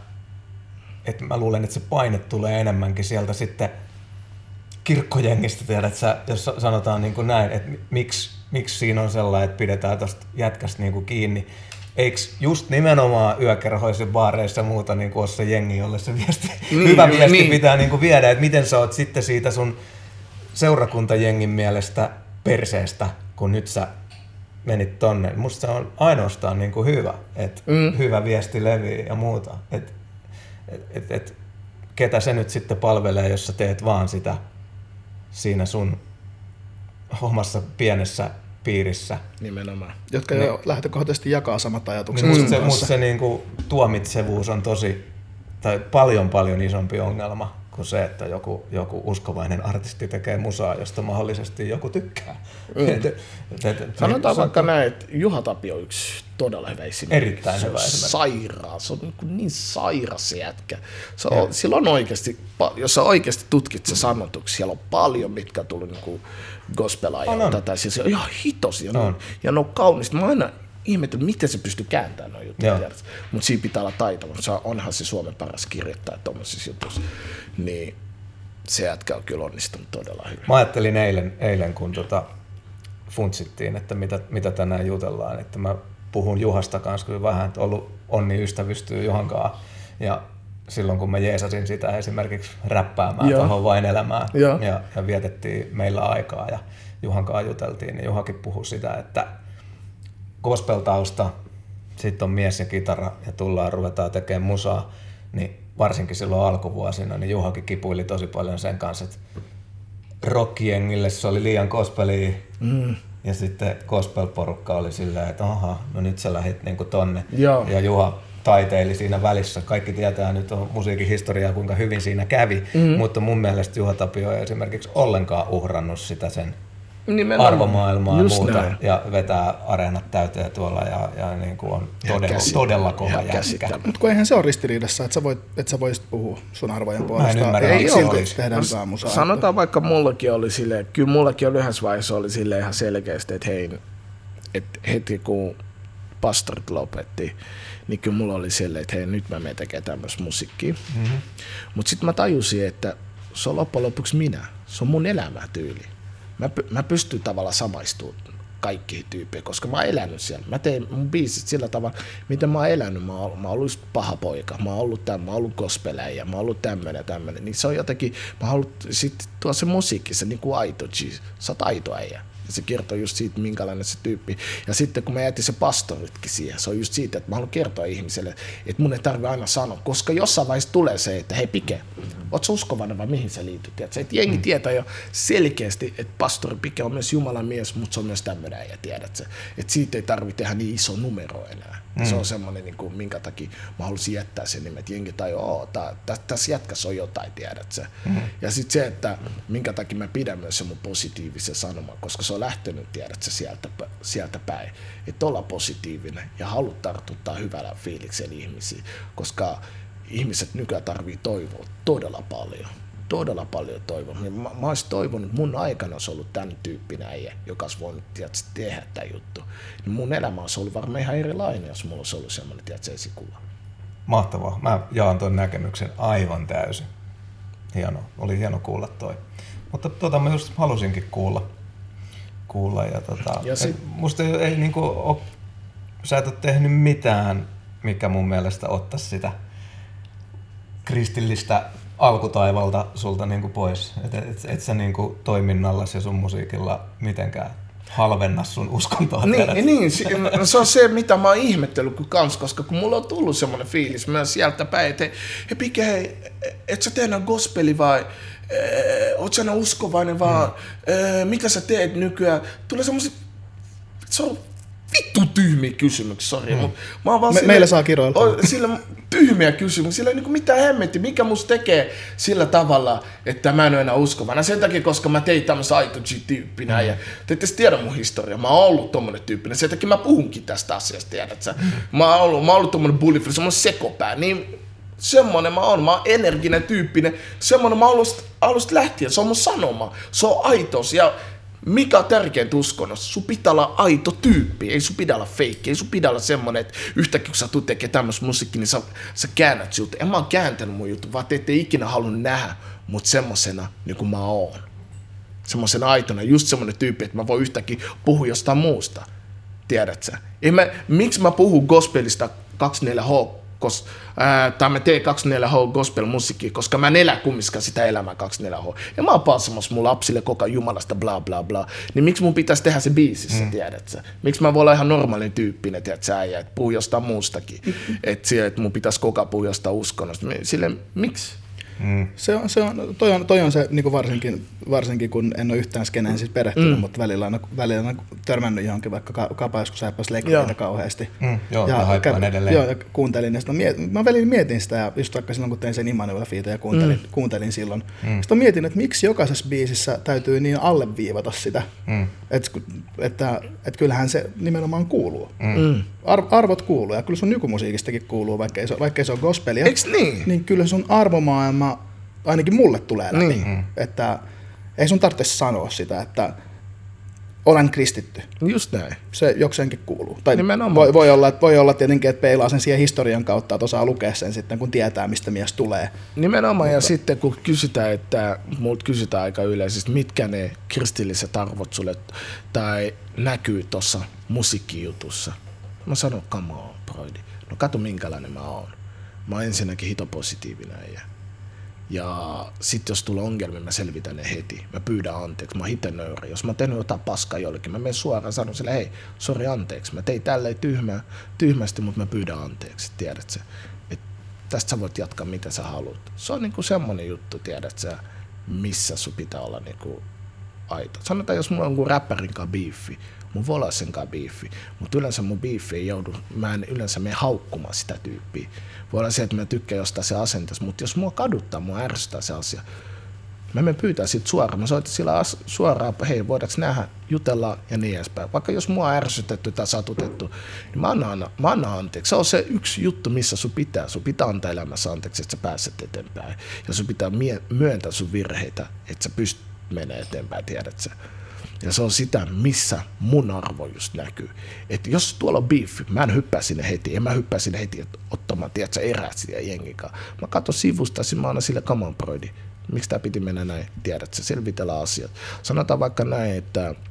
että mä luulen, että se paine tulee enemmänkin sieltä sitten kirkkojengistä, tiedät sä, jos sanotaan niin kuin näin, että miksi, miksi siinä on sellainen, että pidetään tuosta jätkästä niin kuin kiinni. Eikö just nimenomaan yökerhoissa, baareissa ja muuta niin ole se jengi, jolle se viesti, niin, hyvä viesti niin. pitää niin kuin viedä, että miten sä oot sitten siitä sun seurakuntajengin mielestä perseestä, kun nyt sä menit tonne. Musta se on ainoastaan niin kuin hyvä, että mm. hyvä viesti levii ja muuta. Että et, et, et, ketä se nyt sitten palvelee, jos sä teet vaan sitä siinä sun omassa pienessä piirissä. Nimenomaan. Jotka niin. jo lähtökohtaisesti jakaa samat ajatukset. Musta se, must se niinku tuomitsevuus on tosi, tai paljon paljon isompi ongelma kuin se, että joku, joku uskovainen artisti tekee musaa, josta mahdollisesti joku tykkää. Mm. et, et, et, et, Sanotaan niin, vaikka näin, että Juha Tapio on yksi todella hyvä esimerkki. Erittäin hyvä esimerkki. Sairaan, se on niin, niin sairas jätkä. Se on, sillä on oikeasti, jos sä oikeasti tutkit se sanotuksi, siellä on paljon, mitkä on tullut niin gospel-ajalta. Tai siis se on ihan hitosia. No. Ja ne on kaunista. Mä aina ihmetellyt, miten se pystyy kääntämään nuo juttuja. Mutta siinä pitää olla taitava. Onhan se Suomen paras kirjoittaja tuollaisissa jutuissa. Niin se jätkä on kyllä onnistunut todella hyvin. Mä ajattelin eilen, eilen kun tota funtsittiin, että mitä, mitä tänään jutellaan. Että mä puhun Juhasta kanssa kyllä vähän, että ollut onni ystävystyy Juhankaan. Ja silloin kun mä jeesasin sitä esimerkiksi räppäämään tuohon Vain elämään ja, ja vietettiin meillä aikaa ja Juhankaan juteltiin, niin Juhakin puhui sitä, että gospel-tausta, sitten on mies ja kitara ja tullaan ruvetaan tekemään musaa, niin varsinkin silloin alkuvuosina, niin Juhakin kipuili tosi paljon sen kanssa, että rockjengille se oli liian gospelia mm. ja sitten gospel-porukka oli silleen, että aha, no nyt sä lähit niinku tonne Joo. ja Juha taiteili siinä välissä. Kaikki tietää nyt on musiikin historiaa, kuinka hyvin siinä kävi, mm-hmm. mutta mun mielestä Juha Tapio ei esimerkiksi ollenkaan uhrannut sitä sen nimenomaan arvomaailmaa ja muuta näin. Ja vetää areenat täyteen tuolla ja, ja niin kuin on todella, todella kova jätkä. Mutta kun eihän se ole ristiriidassa, että sä, voit, että sä voisit puhua sun arvojen puolesta. Mä en ymmärrä, ei silti tehdä hyvää musaa. Sanotaan vaikka mullakin oli silleen, kyllä mullakin oli yhdessä vaiheessa oli silleen ihan selkeästi, että hei, että heti kun pastorit lopetti, niin kyllä mulla oli silleen, että hei, nyt mä menen tekemään tämmöistä musiikkia. Mm-hmm. Mutta sitten mä tajusin, että se on loppujen lopuksi minä. Se on mun elämätyyli. Mä, mä pystyn tavallaan samaistumaan kaikki tyyppejä, koska mä oon elänyt siellä. Mä tein mun biisit sillä tavalla, miten mä oon elänyt. Mä oon, mä oon ollut just paha poika, mä oon ollut tämän, mä oon ollut gospeläjä, mä oon ollut tämmönen tämmönen. Niin se on jotenkin, mä oon ollut sit tuo se musiikki, se niinku aito G, sä oot aito äijä. Ja se kertoo just siitä, minkälainen se tyyppi. Ja sitten kun mä jätin se pastoritkin siihen, se on just siitä, että mä haluan kertoa ihmiselle, että mun ei tarvitse aina sanoa, koska jossain vaiheessa tulee se, että hei Pike, oot sä uskovainen vai mihin sä liityt? Että jengi mm. tietää jo selkeästi, että pastori Pike on myös Jumalan mies, mutta se on myös tämmöinen äijä, tiedät sä. Että siitä ei tarvitse tehdä niin iso numero enää. Mm. Se on semmoinen, niin kuin, minkä takia mä haluaisin jättää sen nimen, että jengi tajuu, oo, tässä jätkässä on jotain, tiedät sä. Mm. Ja sitten se, että minkä takia mä pidän myös se mun positiivisen sanoman, koska se on lähtenyt, tiedät sä, sieltä, sieltä päin. Että olla positiivinen ja haluat tartuttaa hyvällä fiiliksellä ihmisiä, koska ihmiset nykyään tarvii toivoa todella paljon. Todella paljon toivoa. Mä, mä olisin toivonut, että mun aikana olisi ollut tämän tyyppinen äijä, joka olisi voinut tiedätkö, tehdä tämän juttu. Niin mun elämä olisi ollut varmaan ihan erilainen, jos mulla olisi ollut semmoinen tiedätkö, esikuva. Mahtavaa. Mä jaan tuon näkemyksen aivan täysin. Hieno. Oli hieno kuulla toi. Mutta tota mä just halusinkin kuulla. kuulla ja tota, ja sit... musta ei, ei niinku ole, sä et ole tehnyt mitään, mikä mun mielestä ottaisi sitä kristillistä alkutaivalta sulta niinku pois. Et, et, et sä niinku toiminnallasi ja sun musiikilla mitenkään halvenna sun uskontoa. Niin, niin, se on se, mitä mä oon ihmetellyt kans, koska kun mulla on tullut semmoinen fiilis myös sieltä päin, että hei Pike, hei, et sä tee enää gospeli vai oot sä enää uskovainen vaan, mm. mitä sä teet nykyään? Tulee semmoiset, se on vittu tyhmiä kysymyksiä, sori. Mm. Mä oon vaan Me, sille, meillä saa kiroilla. Sillä tyhmiä kysymyksiä, sillä ei niinku mitään hemmetti, mikä musta tekee sillä tavalla, että mä en ole enää uskovana. Sen takia, koska mä tein tämmöisen aito G-tyyppinä mm. ja te ette tiedä mun historiaa. Mä oon ollut tommonen tyyppinen, sen takia mä puhunkin tästä asiasta, tiedät sä. Mm. Mä oon ollut, mä oon ollut tommonen bullifree, semmonen sekopää, niin semmonen mä oon, mä oon energinen tyyppinen, semmonen mä oon alusta, alusta lähtien, se on mun sanoma, se on aitos ja mikä on tärkeintä uskonnossa, sun pitää olla aito tyyppi, ei sun pitää olla feikki, ei sun pitää olla semmonen, että yhtäkkiä kun sä tulet tekemään tämmöistä musiikkia, niin sä, sä käännät sinut. En mä oon kääntänyt mun juttu, vaan te ette ikinä halunnut nähdä mut semmosena niin kuin mä oon. Semmosena aitona, just semmonen tyyppi, että mä voin yhtäkkiä puhua jostain muusta, tiedät sä. Ei mä, miksi mä puhun gospelista kaksikymmentäneljä H, Kos, ää, tai mä teen kaksikymmentäneljä H gospel-musiikkia, koska mä en elä kumminkaan sitä elämää kaksikymmentäneljä H. Ja mä oon passamassa mun lapsille koko jumalasta bla bla bla. Niin miksi mun pitäisi tehdä se biisissä, mm. tiedät sä? Miksi mä voin olla ihan normaalinen tyyppinen, tiedät sä, äijä, että puhuu jostain muustakin. Että et mun pitäisi koko puhua jostain uskonnosta. Silleen, miksi? Mm. Se on, se on, toi, on, toi on se niin varsinkin, varsinkin, kun en ole yhtään skeneen siis perehtynyt, mm. mutta välillä on, välillä on törmännyt johonkin, vaikka kapa joskus häppäisi lekkoja kauheasti. Mm. Joo, ja haippaan edelleen. Joo, ja kuuntelin, ja mietin, mä välillä mietin sitä, ja just vaikka silloin, kun tein sen Immanuel-fiitä ja kuuntelin, mm. kuuntelin silloin. Mm. Sitten mietin, että miksi jokaisessa biisissä täytyy niin alleviivata sitä, mm. et, että, että kyllähän se nimenomaan kuuluu. Mm. Ar, arvot kuuluu, ja kyllä sun nykymusiikistakin kuuluu, vaikka ei se, vaikka ei se ole gospelia. Eiks niin? Niin kyllä sun arvomaailma ainakin mulle tulee läpi, niin. Että ei sun tarvitse sanoa sitä, että olen kristitty. Just näin. Se jokseenkin kuuluu. Tai voi, voi, olla, voi olla tietenkin, että peilaa sen siihen historian kautta, että osaa lukea sen sitten, kun tietää, mistä mies tulee. Nimenomaan, mutta ja sitten kun kysytään, että multa kysytään aika yleisesti, mitkä ne kristilliset arvot sulle tai näkyy tuossa musiikkijutussa. Mä sanon, come on, broidi. No kato minkälainen mä oon. Mä oon ensinnäkin hitopositiivinen ja Ja sit jos tulee ongelmia, mä selvitän ne heti. Mä pyydän anteeksi, mä oon hite nöyrä. Jos mä oon tehnyt jotain paskaa jollekin, mä menen suoraan sanon sille, hei, sori anteeksi. Mä tein tälleen tyhmää, tyhmästi, mutta mä pyydän anteeksi, tiedät sä. Et tästä sä voit jatkaa mitä sä haluat. Se on niinku semmonen juttu, tiedät sä, missä sun pitää olla niinku aito. Sanotaan, jos mulla on jonkun räppärin kanssa biiffi, mun voi olla sen kanssa biiffi, mutta yleensä mun biiffi ei joudu, mä en yleensä mene haukkumaan sitä tyyppiä. Voi olla se, että mä tykkään jostain se asenteessa, mutta jos mua kaduttaa, mua ärsyttää se asia, mä menen pyytää sit suoraan. Mä soitan sillä as- suoraan, hei, voidaanko nähdä, jutella ja niin edespäin. Vaikka jos mua on ärsytetty tai satutettu, niin mä annan, mä annan anteeksi. Se on se yksi juttu, missä sun pitää. Sun pitää antaa elämässä anteeksi, että sä pääset eteenpäin. Ja sun pitää mie- myöntää sun virheitä, että sä pystyt menemään eteenpäin, tiedät sä. Ja se on sitä, missä mun arvo just näkyy. Että jos tuolla on beefi, mä en hyppää sinne heti. En mä hyppää sinne heti ottamaan, tiedätkö, eräät sitä jengikaan. Mä katson sivusta, mä aina sille, come on, broidi. Miksi tää piti mennä näin, tiedätkö, selvitellä asiat. Sanotaan vaikka näin, että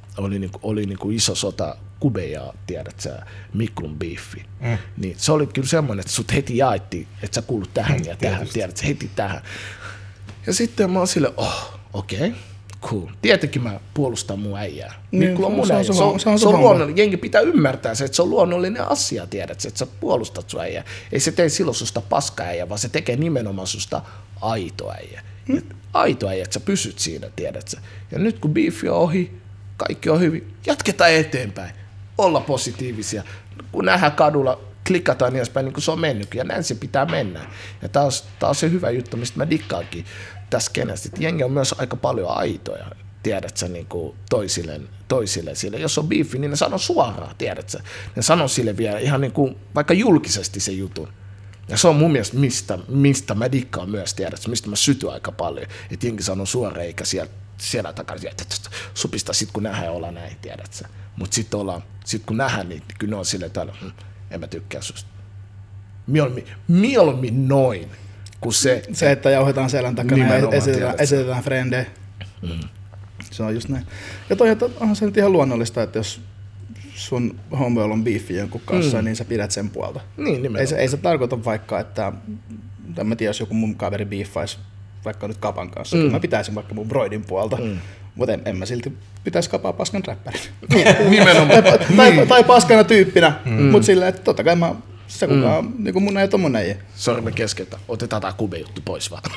oli, niinku, oli niinku iso sota Kube ja tiedät sä, Miklun biiffi. Mm. Niin se oli kyllä semmoinen, että sut heti jaettiin, että sä kuulut tähän ja tähän, tiedät sä, heti tähän. Ja sitten mä oon silleen, oh, okei. Okay. Cool. Tietenkin mä puolustan mun äijää. Niin, Miklu on mun äijä. Se on, se on, se on, se on luonnollinen. Jengi pitää ymmärtää se, että se on luonnollinen asia, tiedät että sä puolustat sun äijää. Ei se tee silloin susta paska-äijä, vaan se tekee nimenomaan susta aito äijä. Hmm. Aito äijä, että sä pysyt siinä, tiedät sä. Ja nyt kun beefi on ohi, kaikki on hyvin, jatketaan eteenpäin. Olla positiivisia. Kun nähdään kadulla, klikataan niin edespäin, niin kuin se on mennytkin. Ja näin se pitää mennä. Ja tää on, tää on se hyvä juttu, mistä mä dikkaankin tässä kenästä. Jengi on myös aika paljon aitoja, tiedät sä, niin kuin toisille, toisille sille. Jos on beefi, niin ne sanoo suoraan, tiedät sä. Ne sanoo sille vielä ihan niin kuin, vaikka julkisesti se jutun. Ja se on mun mielestä, mistä, mistä mä dikkaan myös, tiedät sä, mistä mä sytyn aika paljon. Että jengi sanoo suoraan, eikä siellä, siellä takana, että supista sit kun nähdään olla näin, tiedät sä. Mutta sitten sit kun nähdään, niin kyllä ne on silleen, että hm, en mä tykkää susta. Mieluummin, mieluummin noin. Se, se, että jauhetaan selän takana ja esitetään, esitetään frendejä. Mm. Se on just näin. Ja toi onhan se nyt ihan luonnollista, että jos sun homeboilla on beefi jonkun kanssa, mm. niin sä pidät sen puolta. Niin, ei, se, ei se tarkoita vaikka, että en mä tiedä, jos joku mun kaveri beefaisi vaikka nyt Kapan kanssa, mm. mä pitäisin vaikka mun broidin puolta, mm. mutta en, en mä silti pitäisi Kapaa paskan räppärin. Nimenomaan. tai, tai, tai paskana tyyppinä, mm. mutta silleen, että totta kai mä se kukaan, mm. niin kuin mun ei tommonen ei. Sori, me keskeytään. Otetaan tää Kube-juttu pois vaan.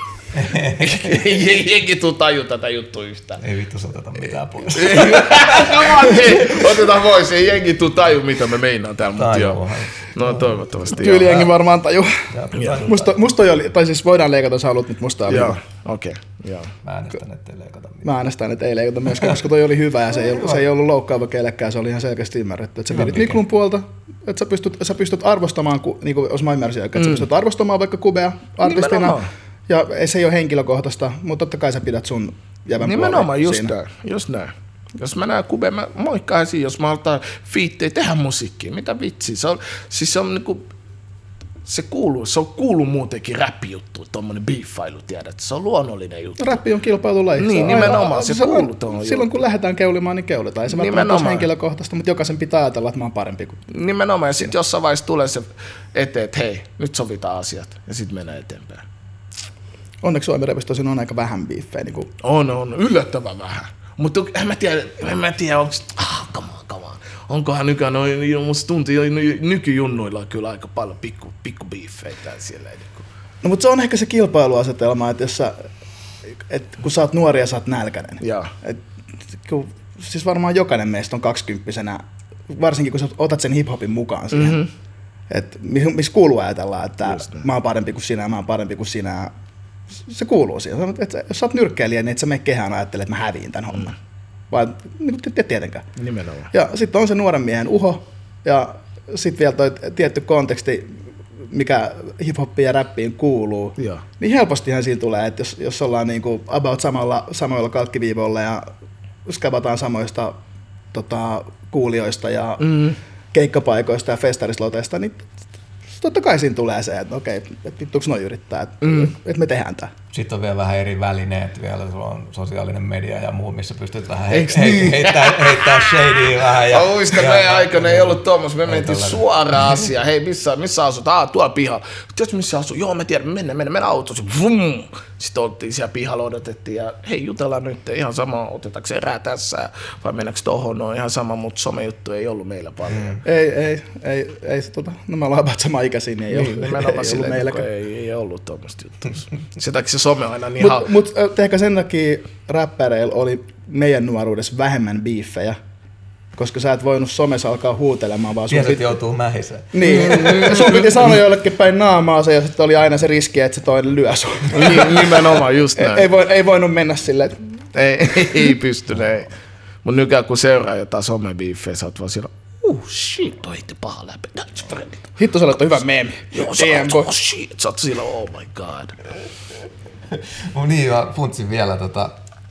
Jenki tuu taju tätä juttua yhtään. Ei vittu oteta mitään pois. Otetaan pois, ei jengi tuu taju mitä me meinaan täällä. Taju. No toivottavasti. Tyyli jengi varmaan taju. Musta, musta toi oli, tai siis voidaan leikata jos haluat, mutta musta oli hyvä. Okei. Mä äänestän, ettei leikata mitään. Mä äänestän, ettei leikata myöskään, koska toi oli hyvä ja se ei ollut, se ei ollut loukkaava kellekään, se oli ihan selkeästi ymmärretty. Että sä pidit Miklun puolta, että sä pystyt, sä pystyt arvostamaan, niin kuin jos mä ymmärsin oikein, että sä pystyt arvostamaan vaikka Kubea artistina. Ja se ei ole henkilökohtaista, mutta totta kai sä pidät sun jävän puolen nimenomaan, just näin, just näin. Jos mä näen Kubea, mä moikkaisin, jos mä halutaan fiittejä tehdä musiikkia. Mitä vitsi? Se on, siis se on niinku, se kuuluu, se on kuuluu muutenkin rap-juttu, tommonen beefailu, tiedät. Se on luonnollinen juttu. Rappi on kilpailulaji. Niin, nimenomaan, se, se kuuluu tuohon. Silloin kun lähdetään keulimaan, niin keulitaan. Ei se välttämättä ole henkilökohtaista, mutta jokaisen pitää ajatella, että mä oon parempi kuin... Nimenomaan, ja sitten jossain vaiheessa tulee se eteen, että hei, nyt sovitaan asiat, ja sitten mennään eteenpäin. Onneksi Suomen rapissa tosin on aika vähän beefejä. Niin kuin... On, on, yllättävän vähän. Mutta en mä tiedä, en mä tiedä, onko... Ah, come on, come on. Onkohan nykyään, no, musta tuntuu nykyjunnuilla kyllä aika paljon pikku, pikku beefeitä siellä. No mutta se on ehkä se kilpailuasetelma, että jos sä, et, kun sä oot nuori ja sä oot nälkäinen. Et, kun, siis varmaan jokainen meistä on kaksikymppisenä, varsinkin kun sä otat sen hiphopin mukaan siihen. Mm-hmm. Että missä kuuluu ajatella, että mä oon parempi kuin sinä, mä oon parempi kuin sinä. Se kuuluu siihen. Että jos sä oot nyrkkeilijä, niin et sä mene kehään ajattele, että mä häviin tämän homman. Vaan niin kuin tietenkään. Nimenomaan. Ja sitten on se nuoren miehen uho, ja sitten vielä toi tietty konteksti, mikä hiphoppiin ja räppiin kuuluu, ja. Niin helpostihan siinä tulee, että jos, jos ollaan niin kuin about samalla, samoilla kalkkiviivoilla ja skabataan samoista tota, kuulijoista ja mm. keikkapaikoista ja festarisloteista, niin totta kai siinä tulee se, että okei, että vittuuks noi yrittää, että mm. et me tehdään tää. Sitten on vielä vähän eri välineet, vielä sulla on sosiaalinen media ja muu, missä pystyt vähän heit, heit, heittää, heittää shadea vähän. Ja, muistan, meidän aikana ei ollut tuommoista, me mentiin suoraan asiaan, hei missä, missä asut, ah tuolla pihalla. Tiedätkö missä asut? Joo mä tiedän, mennään, mennään, mennään autossa, vum. Sitten oltiin siellä pihalla, odotettiin ja hei jutellaan nyt, ihan sama, otetaanko se erää tässä vai mennäänkö tohon, no ihan sama, mutta somejuttu ei ollut meillä paljon. Mm. Ei, ei, ei, ei se tota, no me ollaan about samaa ikäisiä, niin ei niin, ollut, ei, ei ollut meilläkään. Ei, ei ollut tuommoista juttua. Se takia se some on aina niin Mutta mut, ehkä sen takia räppäreillä oli meidän nuoruudessa vähemmän biiffejä, koska sä et voinut somessa alkaa huutelemaan, vaan sun piti... Pienet joutuu mähiseen. Niin, sun piti sanoa jollekin päin naamaa se, ja sitten oli aina se riski, että se toinen lyö sun. Nimenomaan, just näin. Ei, ei, ei voinut mennä silleen, että... Ei, ei pystynyt, ei. Mutta nykyään kun seuraa jotain somebiiffejä, sä oot vaan siellä, uh, shit, toi hitti paha läpi, that's friendly. Hitto, sä olet hyvä meemi. Joo, sä oot, oh shit, sä oot siellä, oh my god. Mun niin, mä funtsin vielä tota,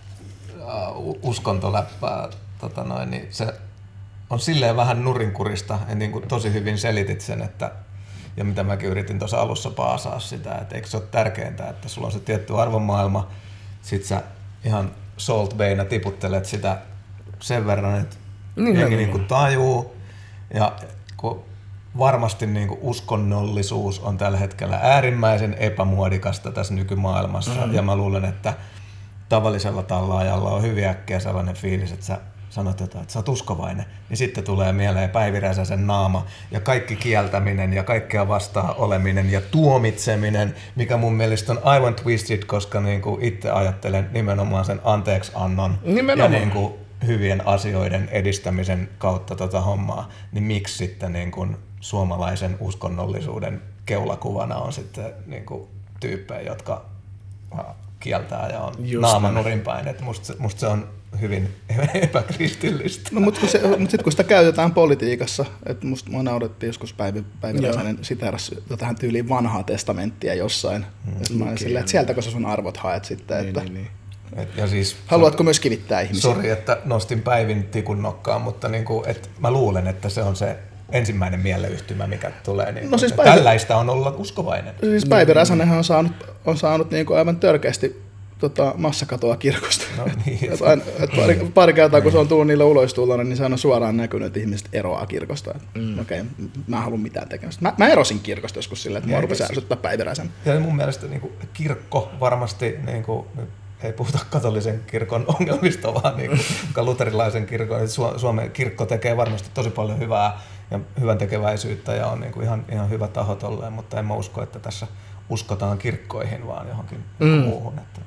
uh, uskontoläppää, tota noin, niin se on silleen vähän nurinkurista, että niin kuin tosi hyvin selitit sen, että, ja mitä mäkin yritin tuossa alussa paasaa sitä, että eikö se ole tärkeintä, että sulla on se tietty arvomaailma, sit sä ihan Salt Bayna tiputtelet sitä sen verran, että niin, jengi niin kuin tajuu. Ja kun varmasti niin kuin uskonnollisuus on tällä hetkellä äärimmäisen epämuodikasta tässä nykymaailmassa. Mm-hmm. Ja mä luulen, että tavallisella tallaajalla on hyvin äkkiä sellainen fiilis, että sä sanot jotain, että sä oot uskovainen, niin sitten tulee mieleen Päivi Räsäsen naama ja kaikki kieltäminen ja kaikkea vastaan oleminen ja tuomitseminen, mikä mun mielestä on aivan twisted, koska niin kuin itse ajattelen nimenomaan sen anteeksiannon nimenomaan. Ja niin kuin hyvien asioiden edistämisen kautta tota hommaa, niin miksi sitten niin kuin suomalaisen uskonnollisuuden keulakuvana on sitten niin kuin tyyppejä, jotka kieltää ja on naama nurinpäin, että musta, musta se on hyvin epäkristillistä. No, mutta se, mut sitten kun sitä käytetään politiikassa, että musta mua naurettiin joskus Päivi, Päivi Räsänen siteerasi jotain tyyliin vanhaa testamenttia jossain. Mm. Mä olin silleen, että sieltäkö sä sun arvot haet sitten, niin, että niin, niin. Et, ja siis, haluatko myös kivittää ihmisiä? Sori, että nostin Päivin tikun nokkaan, mutta niinku, et mä luulen, että se on se ensimmäinen mieleyhtymä, mikä tulee. Niin no siis Päivi... Tällaista on olla uskovainen. Siis Päivi Räsänenhän on saanut, on saanut niinku aivan törkeästi tota, massakatoa kirkosta. No niin. et aina, et pari, pari kertaa, kun se on tullut niille uloistuloille, niin se on suoraan näkynyt, että ihmiset eroaa kirkosta. Mm. Okei, okay, mä en halua mitään tekemistä. Mä, mä erosin kirkosta joskus silleen, että mä rupesin ärsyttää Päivi Räsänen. Ja mun mielestä niin kuin, kirkko varmasti, niin kuin, ei puhuta katolisen kirkon ongelmista, vaan niin kuin, luterilaisen kirkon. Suomen kirkko tekee varmasti tosi paljon hyvää ja hyvän tekeväisyyttä ja on niin kuin, ihan, ihan hyvä taho tolleen, mutta en mä usko, että tässä uskotaan kirkkoihin, vaan johonkin mm. muuhun. Että,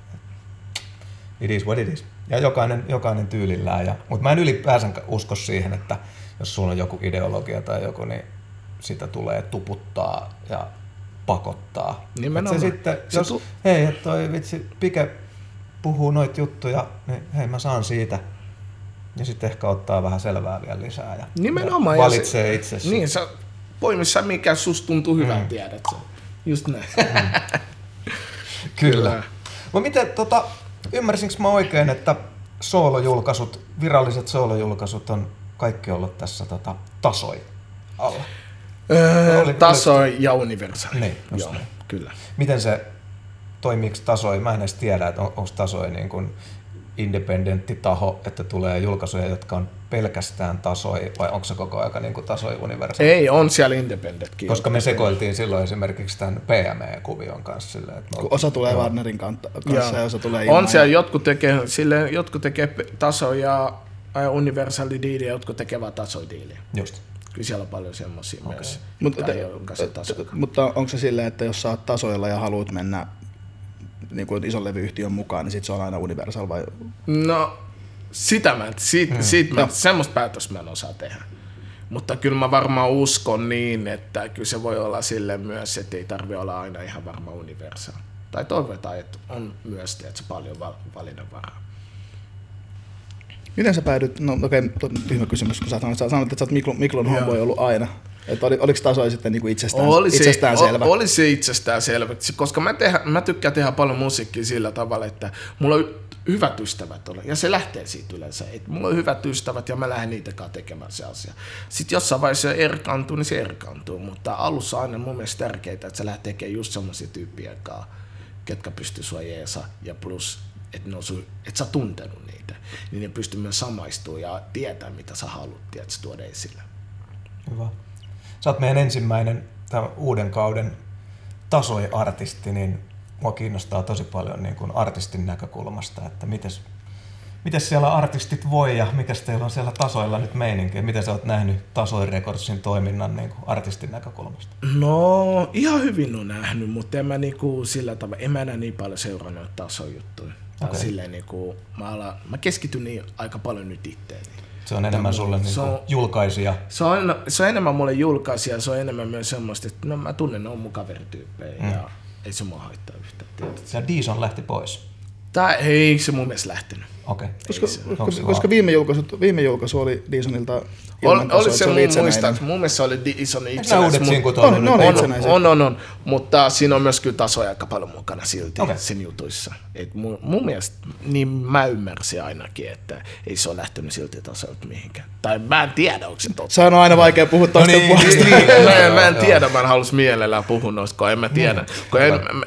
it is what it is. Ja jokainen, jokainen tyylillään. Ja, mutta mä en ylipäänsä usko siihen, että jos sulla on joku ideologia tai joku, niin sitä tulee tuputtaa ja pakottaa. Nimenomaan. Se sitten, jos, tu- hei, että toi vitsi, Pike puhuu noita juttuja, niin hei, mä saan siitä. Ja sitten ehkä ottaa vähän selvää vielä lisää ja, nimenomaan, ja valitsee ja se, itse. Niin, sä poimissa mikä susta tuntuu hyvän, mm. tiedät sä. Just näin. Mm. Kyllä. Kyllä. No miten, tota, ymmärsinkö mä oikein, että soolojulkaisut, viralliset soolojulkaisut on kaikki ollut tässä tota, tasoi alla? Öö, oli, tasoi oli... ja Universal. Niin, joo, niin. Kyllä. Miten se, toimiiko tasoi? Mä en edes tiedä, että on, onko tasoi niin kuin independentti taho, että tulee julkaisuja, jotka on pelkästään tasoi, vai onko se koko ajan niin kuin tasoi Universal? Ei, on siellä independentkin. Koska me sekoiltiin silloin esimerkiksi tämän P M E-kuvion kanssa. Silleen, että no, osa tulee Warnerin kanssa ja, ja osa tulee on siellä, jotkut tekee, silleen, jotkut tekee tasoi ja Universali diiliä, jotkut tekevät tasoi diiliä. Just. Kyllä siellä on paljon semmoisia okay. myös. Mutta, mutta onko se silleen, että jos sä oot tasoilla ja haluat mennä niin kuin ison levyyhtiön mukaan, niin sit se on aina Universal vai? No, sitä mä, sit, hmm. sit mä, no. semmoista päätöstä mä en osaa tehdä. Mutta kyllä mä varmaan uskon niin, että kyllä se voi olla sille myös, että ei tarvitse olla aina ihan varma Universal. Tai toivotaan, että on myös teet, paljon valinnanvaraa. Miten sä päädyt, no okei, okay, tyhmä kysymys, kun sä sanoit, että sä oot Miklon, Miklon homeboy ollut aina. Että oli, oliko tasoi sitten niinku itsestään, oli se, itsestään selvä? Oli se itsestään selvä, koska mä, tehdä, mä tykkään tehdä paljon musiikkia sillä tavalla, että mulla on hyvät ystävät ole, ja se lähtee siitä yleensä, että mulla on hyvät ystävät ja mä lähden niitäkaan tekemään se asia. Sitten jossain vaiheessa se erkaantuu, niin se erkaantuu, mutta alussa aina mun mielestä tärkeää, että sä lähdet tekemään just semmoisia tyyppiä, ketkä pystyy sua jeesa, ja plus, että, ne on su, että sä oot tuntenut niitä, niin ne pystyy myös samaistumaan ja tietää, mitä sä haluat, tiedätkö, tuoda esille. Hyvä. Sä oot meidän ensimmäinen tämän uuden kauden tasoi-artisti, niin mua kiinnostaa tosi paljon niin kuin artistin näkökulmasta, että mites, mites siellä artistit voi ja mikäs teillä on siellä tasoilla nyt meininki, ja miten sä oot nähnyt Tasoi Recordsin toiminnan niin kuin artistin näkökulmasta? No ihan hyvin on nähnyt, mutta en mä niin kuin sillä tavalla, en mä enää niin paljon seurannut tasojuttuja. Okay. Silleen, niin kuin, mä, ala, mä keskityn niin aika paljon nyt itteeni. Se on enemmän sulle niin kuin julkaisija. Se on, se on enemmän mulle julkaisija, se on enemmän myös semmoista, että no mä tunnen, ne on mun kaverityyppejä mm. ja ei se mua haittaa yhtään. Ja Dison lähti pois? Tää ei se mun mielestä lähtenyt. Okay. Koska, koska, koska viime, julkaisu, viime julkaisu oli Disonilta ilman tasoa, oli se, se oli itsenäinen. Mun mielestä se oli Dison itsenäinen. On, on, on, on, on, mutta siinä on myös kyllä tasoja aika paljon mukana silti okay. sen jutuissa. Et mun, mun mielestä, niin mä ymmärsin ainakin, että ei se ole lähtenyt silti tasoilta mihinkään. Tai mä en tiedä, onko se totta. Se on aina vaikea puhua toisten no niin, puolesta. Niin, mä, mä en tiedä, mä en halus mielellään puhua noista, kun en mä tiedä. Kun en,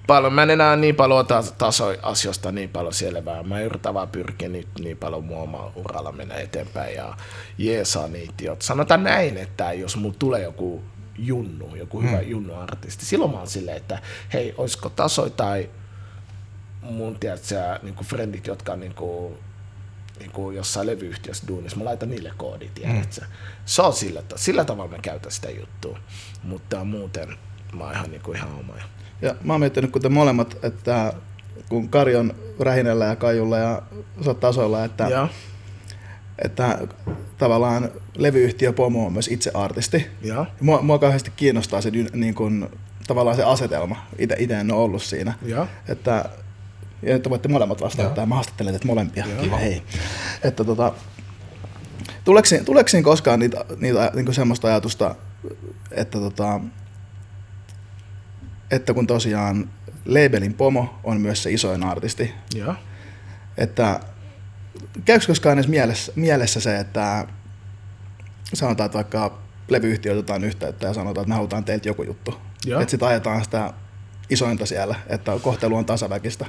paljon, mä en enää niin paljon ota tasoasioista niin paljon selvää. Mä yritän vaan pyrkiä nyt niin paljon mun omalla uralla mennä eteenpäin ja jeesaa niitä. Sanotaan näin, että jos mulla tulee joku junnu, joku hyvä hmm. junnu-artisti, silloin mä oon silleen, että hei, olisiko tasoi tai mun tiedätkö, niinku frendit, jotka on niinku, niinku jossain levyyhtiössä duunissa, mä laitan niille koodit, tiedätkö. Hmm. Se on sillä, sillä tavalla mä käytän sitä juttua, mutta muuten mä oon ihan, niinku, ihan oma. Ja mä oon miettinyt, kuten molemmat, että kun Kari on Rähinällä ja Kaijulla ja sä oot tasoilla, että, ja. että tavallaan levyyhtiö Pomo on myös itse artisti. Ja. Mua, mua kauheasti kiinnostaa se, niin kun, tavallaan se asetelma. Ite, ite en ole ollut siinä. Ja. Että, ja että voitte molemmat vastata tähän. Mä haastattelen teitä molempia. Kiva, hei. Että, tota, tuleeko, tuleeko siinä koskaan niitä, niitä, niin semmoista ajatusta, että tota, että kun tosiaan labelin Pomo on myös se isoin artisti, ja. Että käykö koskaan edes mielessä, mielessä se, että sanotaan, että vaikka levyyhtiö otetaan yhteyttä ja sanotaan, että me halutaan teiltä joku juttu, ja. Että sitten ajetaan sitä isointa siellä, että kohtelu on tasaväkistä?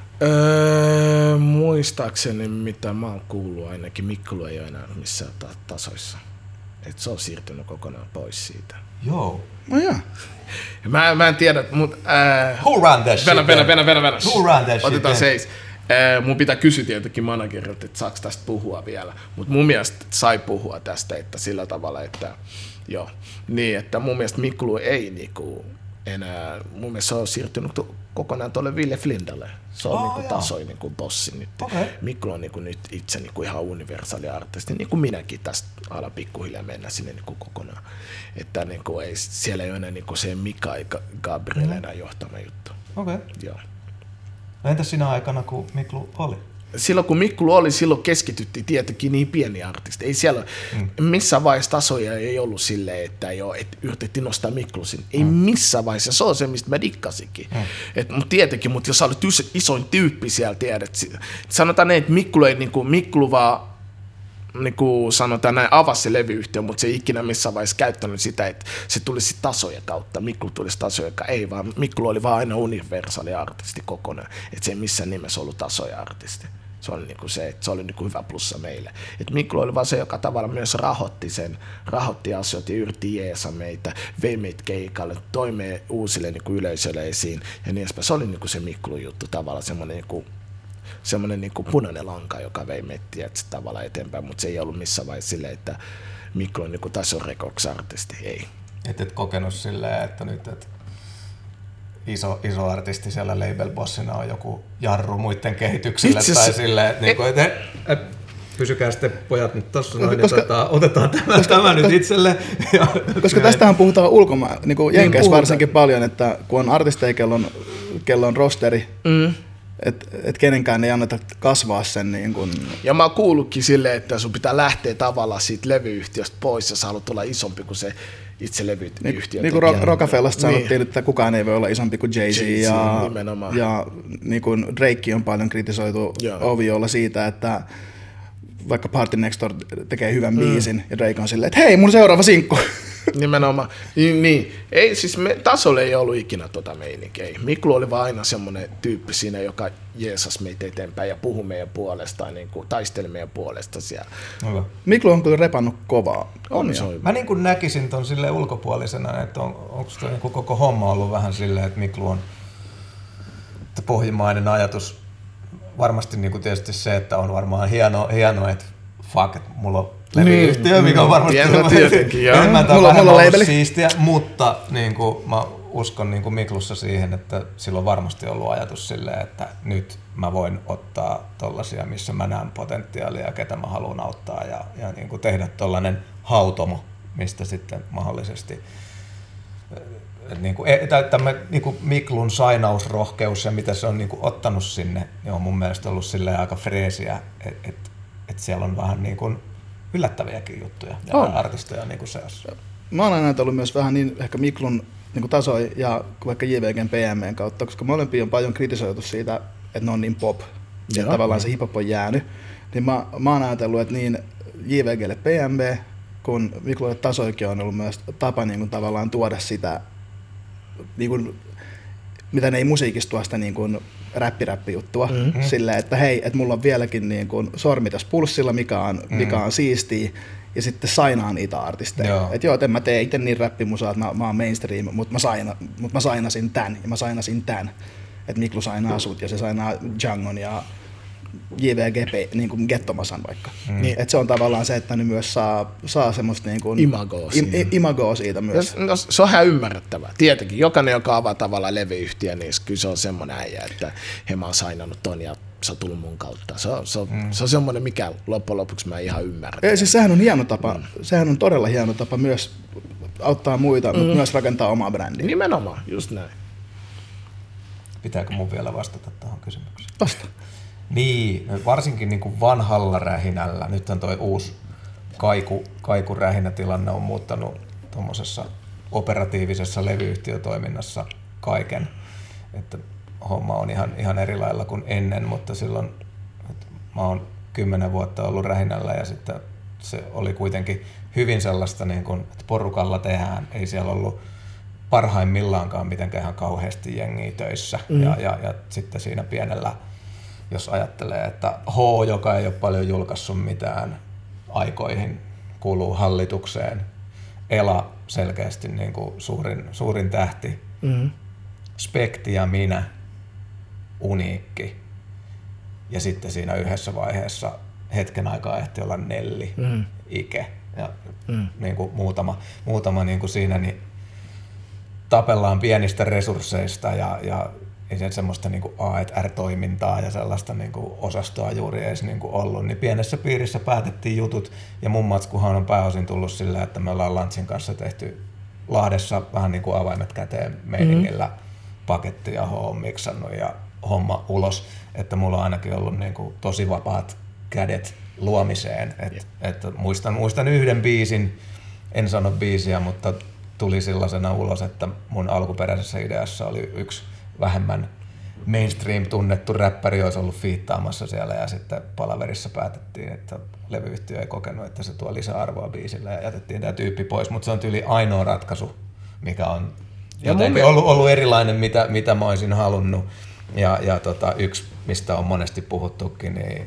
Öö, muistaakseni, mitä mä oon kuullut, ainakin Mikkelu ei ole enää missään ta- tasoissa. Että se on siirtynyt kokonaan pois siitä. Joo. No joo. Mä, mä en tiedä, mutta... Äh, Who ran that shit? Venä, venä, venä, venä, venä. Who ran that shit? Otetaan seis. Äh, mun pitää kysyä tietenkin managerilta, että saako tästä puhua vielä. Mutta mun mielestä sai puhua tästä, että sillä tavalla, että... Joo. Niin, että mun mielestä Mikkelu ei niinku... enää, mun mielestä se on siirtynyt kokonaan tuolle Ville Flindalle. Se on oh, niinku tasoi niinku bossi nyt. Okay. Mikkelu on niinku nyt itse niinku ihan universaali artisti, niin kuin minäkin tästä ala pikkuhiljaa mennä sinne niinku kokonaan. Että niinku ei, siellä ei ole enää niinku se Mika ja Gabriel mm. enää johtama juttu. Okei. Okay. Joo. No entäs sinä aikana, kun Mikkelu oli? Silloin kun Mikkelu oli, silloin keskityttiin tietenkin niin pieni artisti. Ei siellä mm. missään vaiheessa tasoja ei ollut silleen, että, ei ole, että yritettiin nostaa Mikkelu sinne. Ei mm. missään vaiheessa. Se on se, mistä mä dikkasikin. Mm. Mutta tietenkin, mutta jos sä olet isoin tyyppi siellä, tiedät. Sanotaan näin, että Mikkelu ei niinku, Mikkelu vaan niin kuin sanotaan näin, avasi se levyyhtiö, mutta se ei ikinä missään vaiheessa käyttänyt sitä, että se tulisi tasojen kautta. Mikkelu tulisi tasoja, joka ei vaan. Mikkelu oli vaan aina universaali artisti kokonaan. Että se ei missään nimessä ollut tasoja artisti. Se oli, niinku se, se oli niinku hyvä plussa meille. Et Mikkelu oli vaan se, joka tavallaan myös rahoitti sen, rahoitti asioita ja yritti jeesa meitä, vei meitä keikalle, toi me uusille niinku yleisölle esiin ja niin edespäin. Se oli niinku se Mikkelun juttu, tavallaan semmoinen niinku, semmoinen niinku punainen lanka, joka vei meitä tavallaan eteenpäin, mutta se ei ollut missään vaiheessa silleen, että Mikkelu on niinku tason rekoks-artisti, ei. Et et kokenut silleen, että nyt et iso, iso artisti siellä label-bossina on joku jarru muiden kehitykselle itse tai silleen, että niinku, et, et, et, pysykää sitten pojat nyt tossa noin, koska, ja tota, otetaan tämä, koska, tämä nyt itselle. Ja, koska tästähän puhutaan ulkomaan, niin kuin Jenkeissä niin varsinkin paljon, että kun on artisteja, kello on, kello on rosteri, mm. että et kenenkään ei anneta kasvaa sen niin kuin... Ja mä oon kuullutkin silleen, että sun pitää lähteä tavallaan siitä levyyhtiöstä pois, ja sä haluat olla isompi kuin se itse levyyhtiö. Niin, niin kuin Rockefellasta niin sanottiin, että kukaan ei voi olla isompi kuin Jay-Z, Jay-Z ja, ja niin kuin Drake on paljon kritisoitu O V O:lla siitä, että vaikka Party Next Door tekee hyvän mm. biisin ja Drake on silleen, että hei, mun seuraava sinkku. Nimenomaan. Niin, niin. Ei, siis me, tasolla ei ollut ikinä tota meininkiä. Mikkelu oli vaan aina semmoinen tyyppi siinä, joka jeesasi meitä eteenpäin ja puhui meidän puolestaan, niin kuin taisteli meidän puolesta siellä. Okay. Mikkelu on kyllä repannut kovaa. On, se on. Mä niin kuin näkisin ton silleen ulkopuolisena, että on, onko toi niin kuin koko homma ollut vähän silleen, että Mikkelu on pohjimmainen ajatus. Varmasti niin kuin tietysti se, että on varmaan hienoa, hieno, että fuck, että mulla on levyyhtiö, niin, mikä on varmasti enemmän tai vähemmän ollut siistiä, mutta niin kuin, mä uskon niin kuin Miklussa siihen, että sillä on varmasti ollut ajatus silleen, että nyt mä voin ottaa tollasia, missä mä näen potentiaalia ja ketä mä haluan auttaa ja, ja niin kuin tehdä tollainen hautomo, mistä sitten mahdollisesti niin kuin, tämä niin kuin Miklun sainausrohkeus ja mitä se on niin kuin ottanut sinne, niin on mun mielestä ollut silleen aika freesiä, että et, et siellä on vähän niin kuin yllättäviäkin juttuja ja on. Artisteja niin kuin seassa. Mä oon aina ajatellut myös vähän niin ehkä Miklun niin kuin tasoi ja vaikka J V G:n P M kautta, koska molempia on paljon kritisoitu siitä, että ne on niin pop ja Joo. tavallaan se hip-hop on jäänyt. Niin mä, mä oon ajatellut, että niin J V G:lle P M V, kun Miklulle tasoikin on ollut myös tapa niin kuin tavallaan tuoda sitä niin kuin mitä ne ei musiikista tuo sitä niin kuin räppi-räppi-juttua. Mm-hmm. Silleen, että hei, että mulla on vieläkin niin kuin sormi tässä pulssilla, mikä on, mm-hmm. mikä on siistiä, ja sitten sainaan niitä artisteja. Että joo, että en mä tee itse niin räppimusaa, että mä, mä oon mainstream, mutta mä, saina, mut mä sainasin tän, ja mä sainasin tän. Että Miklu sainaa sut, ja se sainaa Djangon ja J V G P, niin kuin Gettomasan vaikka. Mm. Niin, että se on tavallaan se, että ne myös saa, saa semmoista niin kuin imagoa siitä. Im, imagoa siitä myös. No, se on ihan ymmärrettävää. Tietenkin, jokainen, joka avaa tavallaan levyyhtiö, niin kyllä se on semmoinen äijä, että he mä oon sainannut ton ja sä tullut mun kautta. Se on, se on, mm. se on semmoinen, mikä loppujen lopuksi mä ihan ymmärrän. Ei, siis sehän on hieno tapa, mm. sehän on todella hieno tapa myös auttaa muita, mm. mutta myös rakentaa omaa brändiä. Nimenomaan, just näin. Pitääkö mun vielä vastata tähän kysymykseen? Vasta. Niin, varsinkin niin kuin vanhalla rähinällä. Nythän toi uusi kaiku, kaikurähinätilanne on muuttanut tuommoisessa operatiivisessa levyyhtiötoiminnassa kaiken. Että homma on ihan, ihan eri lailla kuin ennen, mutta silloin mä oon kymmenen vuotta ollut rähinällä ja sitten se oli kuitenkin hyvin sellaista, niin kuin, että porukalla tehdään. Ei siellä ollut parhaimmillaankaan mitenkään ihan kauheasti jengiä töissä. Mm. Ja, ja, ja sitten siinä pienellä, jos ajattelee, että H, joka ei ole paljon julkaissut mitään aikoihin, kuuluu hallitukseen. Ela selkeästi niin kuin suurin, suurin tähti. Mm. Spekti ja minä, Uniikki. Ja sitten siinä yhdessä vaiheessa hetken aikaa ehti olla Nelli, mm. Ike ja mm. niin kuin muutama, muutama niin kuin siinä. Niin tapellaan pienistä resursseista ja, ja ei se semmoista niin kuin A et R-toimintaa ja sellaista niin kuin osastoa juuri edes niin kuin ollut, niin pienessä piirissä päätettiin jutut ja mun matskuhan on pääosin tullut sillä, että me ollaan Lantsin kanssa tehty Lahdessa vähän niin kuin avaimet käteen meiningillä mm-hmm. paketti ja H on miksannut ja homma ulos, että mulla on ainakin ollut niin kuin tosi vapaat kädet luomiseen, et, yeah. että muistan, muistan yhden biisin, en sano biisiä, mutta tuli sellaisena ulos, että mun alkuperäisessä ideassa oli yksi vähemmän mainstream tunnettu räppäri olisi ollut fiittaamassa siellä ja sitten palaverissa päätettiin, että levyyhtiö ei kokenut, että se tuo lisäarvoa biisille ja jätettiin tämä tyyppi pois, mutta se on tyyli ainoa ratkaisu, mikä on jotenkin ollut, ollut erilainen, mitä, mitä mä olisin halunnut ja, ja tota, yksi, mistä on monesti puhuttukin, niin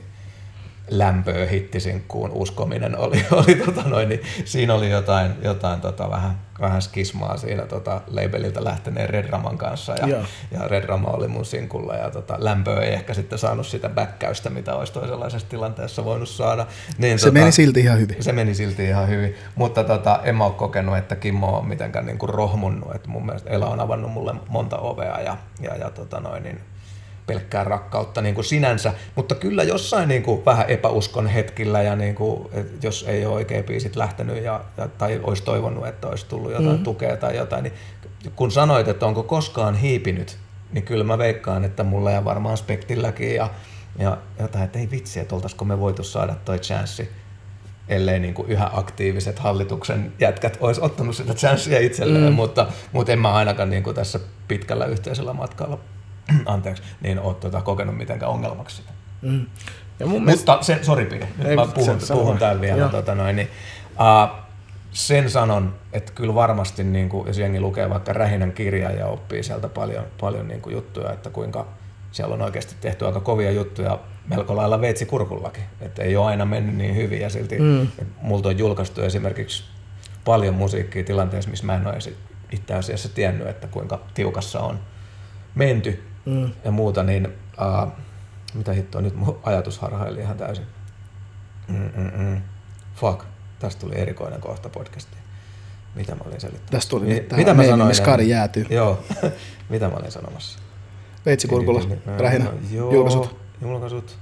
lämpöä hittisinkkuun uskominen oli, oli tota noin, niin siinä oli jotain, jotain tota vähän, vähän skismaa siinä tota labelilta lähteneen Red Raman kanssa ja, ja Red Rama oli mun sinkulla ja tota, lämpöä ei ehkä sitten saanut sitä bäkkäystä, mitä olisi toisenlaisessa tilanteessa voinut saada. Niin, se tota, meni silti ihan hyvin. Se meni silti ihan hyvin, mutta tota, en mä ole kokenut, että Kimmo on mitenkään niin kuin rohmunnut, että mun mielestä Ela on avannut mulle monta ovea ja, ja, ja tota noin, niin pelkkää rakkautta niin kuin sinänsä, mutta kyllä jossain niin kuin vähän epäuskon hetkillä ja niin kuin, jos ei ole oikein biisit lähtenyt ja, ja, tai olisi toivonut, että olisi tullut jotain mm. tukea tai jotain, niin kun sanoit, että onko koskaan hiipinyt, niin kyllä mä veikkaan, että mulla ja varmaan Spektilläkin ja, ja jotain, että ei vitsi, että oltaisiko me voitu saada toi chanssi, ellei niin kuin yhä aktiiviset hallituksen jätkät olisi ottanut sitä chanssia itselleen, mm. mutta, mutta en mä ainakaan niin kuin tässä pitkällä yhteisellä matkalla anteeksi, niin oot tuota kokenut mitenkään ongelmaksi sitä. Mm. Ja mun mielestä... Mutta sen, sori Pide, nyt ei, mä puhun, puhun tämän vielä. Tota noin, niin, uh, sen sanon, että kyllä varmasti, niin kuin, jos jengi lukee vaikka Rähinän kirjaa ja oppii sieltä paljon, paljon niin kuin juttuja, että kuinka siellä on oikeasti tehty aika kovia juttuja melko lailla veitsi kurkullakin. Että ei ole aina mennyt niin hyvin ja silti mm. multa on julkaistu esimerkiksi paljon musiikkia tilanteessa, missä mä en ole itse asiassa tiennyt, että kuinka tiukassa on menty. Mm. Ja muuta, niin uh, mitä hittoa, nyt mun ajatus harhaili ihan täysin. Mm-mm-mm. Fuck, tästä tuli erikoinen kohta podcastiin. Mitä mä olin selittänyt? Tästä tuli Mi- mitä mä sanoin? Skari jäätyy. Joo, mitä mä olin sanomassa? Veitsi Kurkulla, Rähinä, julkaisut. Julkaisut.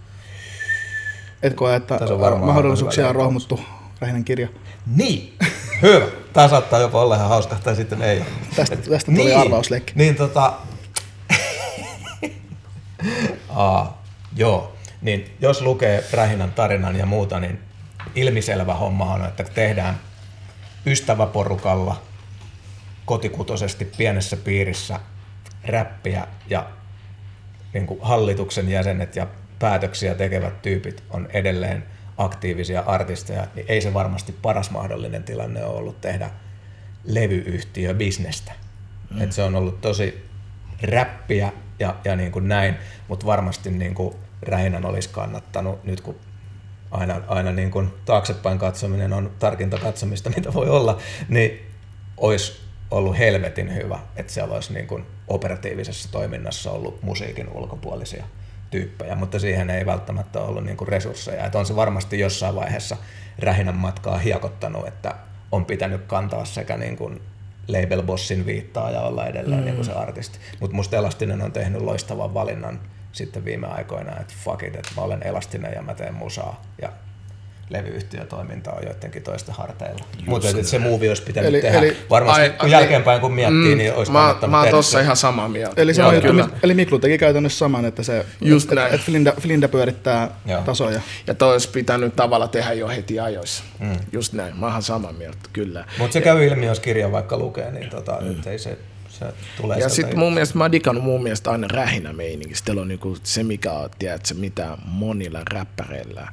Et koe, että mahdollisuuksia on rohmuttu Rähinän kirja? Niin, hyvä. Tää saattaa jopa olla ihan hauska, tai sitten ei. Tästä, tästä tuli niin, arvausleikki. Niin tota... Aa, joo, niin jos lukee Rähinän tarinan ja muuta, niin ilmiselvä homma on, että tehdään ystäväporukalla kotikutoisesti pienessä piirissä räppiä ja niin kuin hallituksen jäsenet ja päätöksiä tekevät tyypit on edelleen aktiivisia artisteja, niin ei se varmasti paras mahdollinen tilanne ole ollut tehdä levyyhtiöbisnestä. Mm. Et se on ollut tosi räppiä ja, ja niin kuin näin, mutta varmasti niin kuin Rähinän olisi kannattanut nyt kun aina, aina niin kuin taaksepäin katsominen on tarkinta katsomista, mitä voi olla, niin olisi ollut helvetin hyvä, että siellä olisi niin kuin operatiivisessa toiminnassa ollut musiikin ulkopuolisia tyyppejä, mutta siihen ei välttämättä ollut niin kuin resursseja. Että on se varmasti jossain vaiheessa Rähinän matkaa hiekottanut, että on pitänyt kantaa sekä niin kuin label bossin viittaa ja olla edelleen mm. niin kuin se artisti. Mutta musta Elastinen on tehnyt loistavan valinnan sitten viime aikoina, että fuck it, että mä olen Elastinen ja mä teen musaa ja levyyhtiötoiminta on joidenkin toisten harteilla. Mutta se movie olisi pitänyt eli, tehdä. Eli, varmasti ai, jälkeenpäin kun miettii, mm, niin olisi mä, kannattanut mä oon tehdä. tossa ihan samaa mieltä. Eli, sama juttu, eli Miklu teki käytännössä saman, että se just että, että Flinda, Flinda pyörittää Joo. tasoja. Ja toi olisi pitänyt tavalla tehdä jo heti ajoissa. Mm. Just näin, mä oon ihan samaa mieltä, kyllä. Mutta se ja, käy ilmi, jos kirja vaikka lukee, niin tota, mm. ei se... Ja sitten mun mielestä, mä oon digannut mun mielestä aina Rähinä meininkissä. Teillä on niinku se, mikä on, tiedätkö, mitä monilla räppäreillä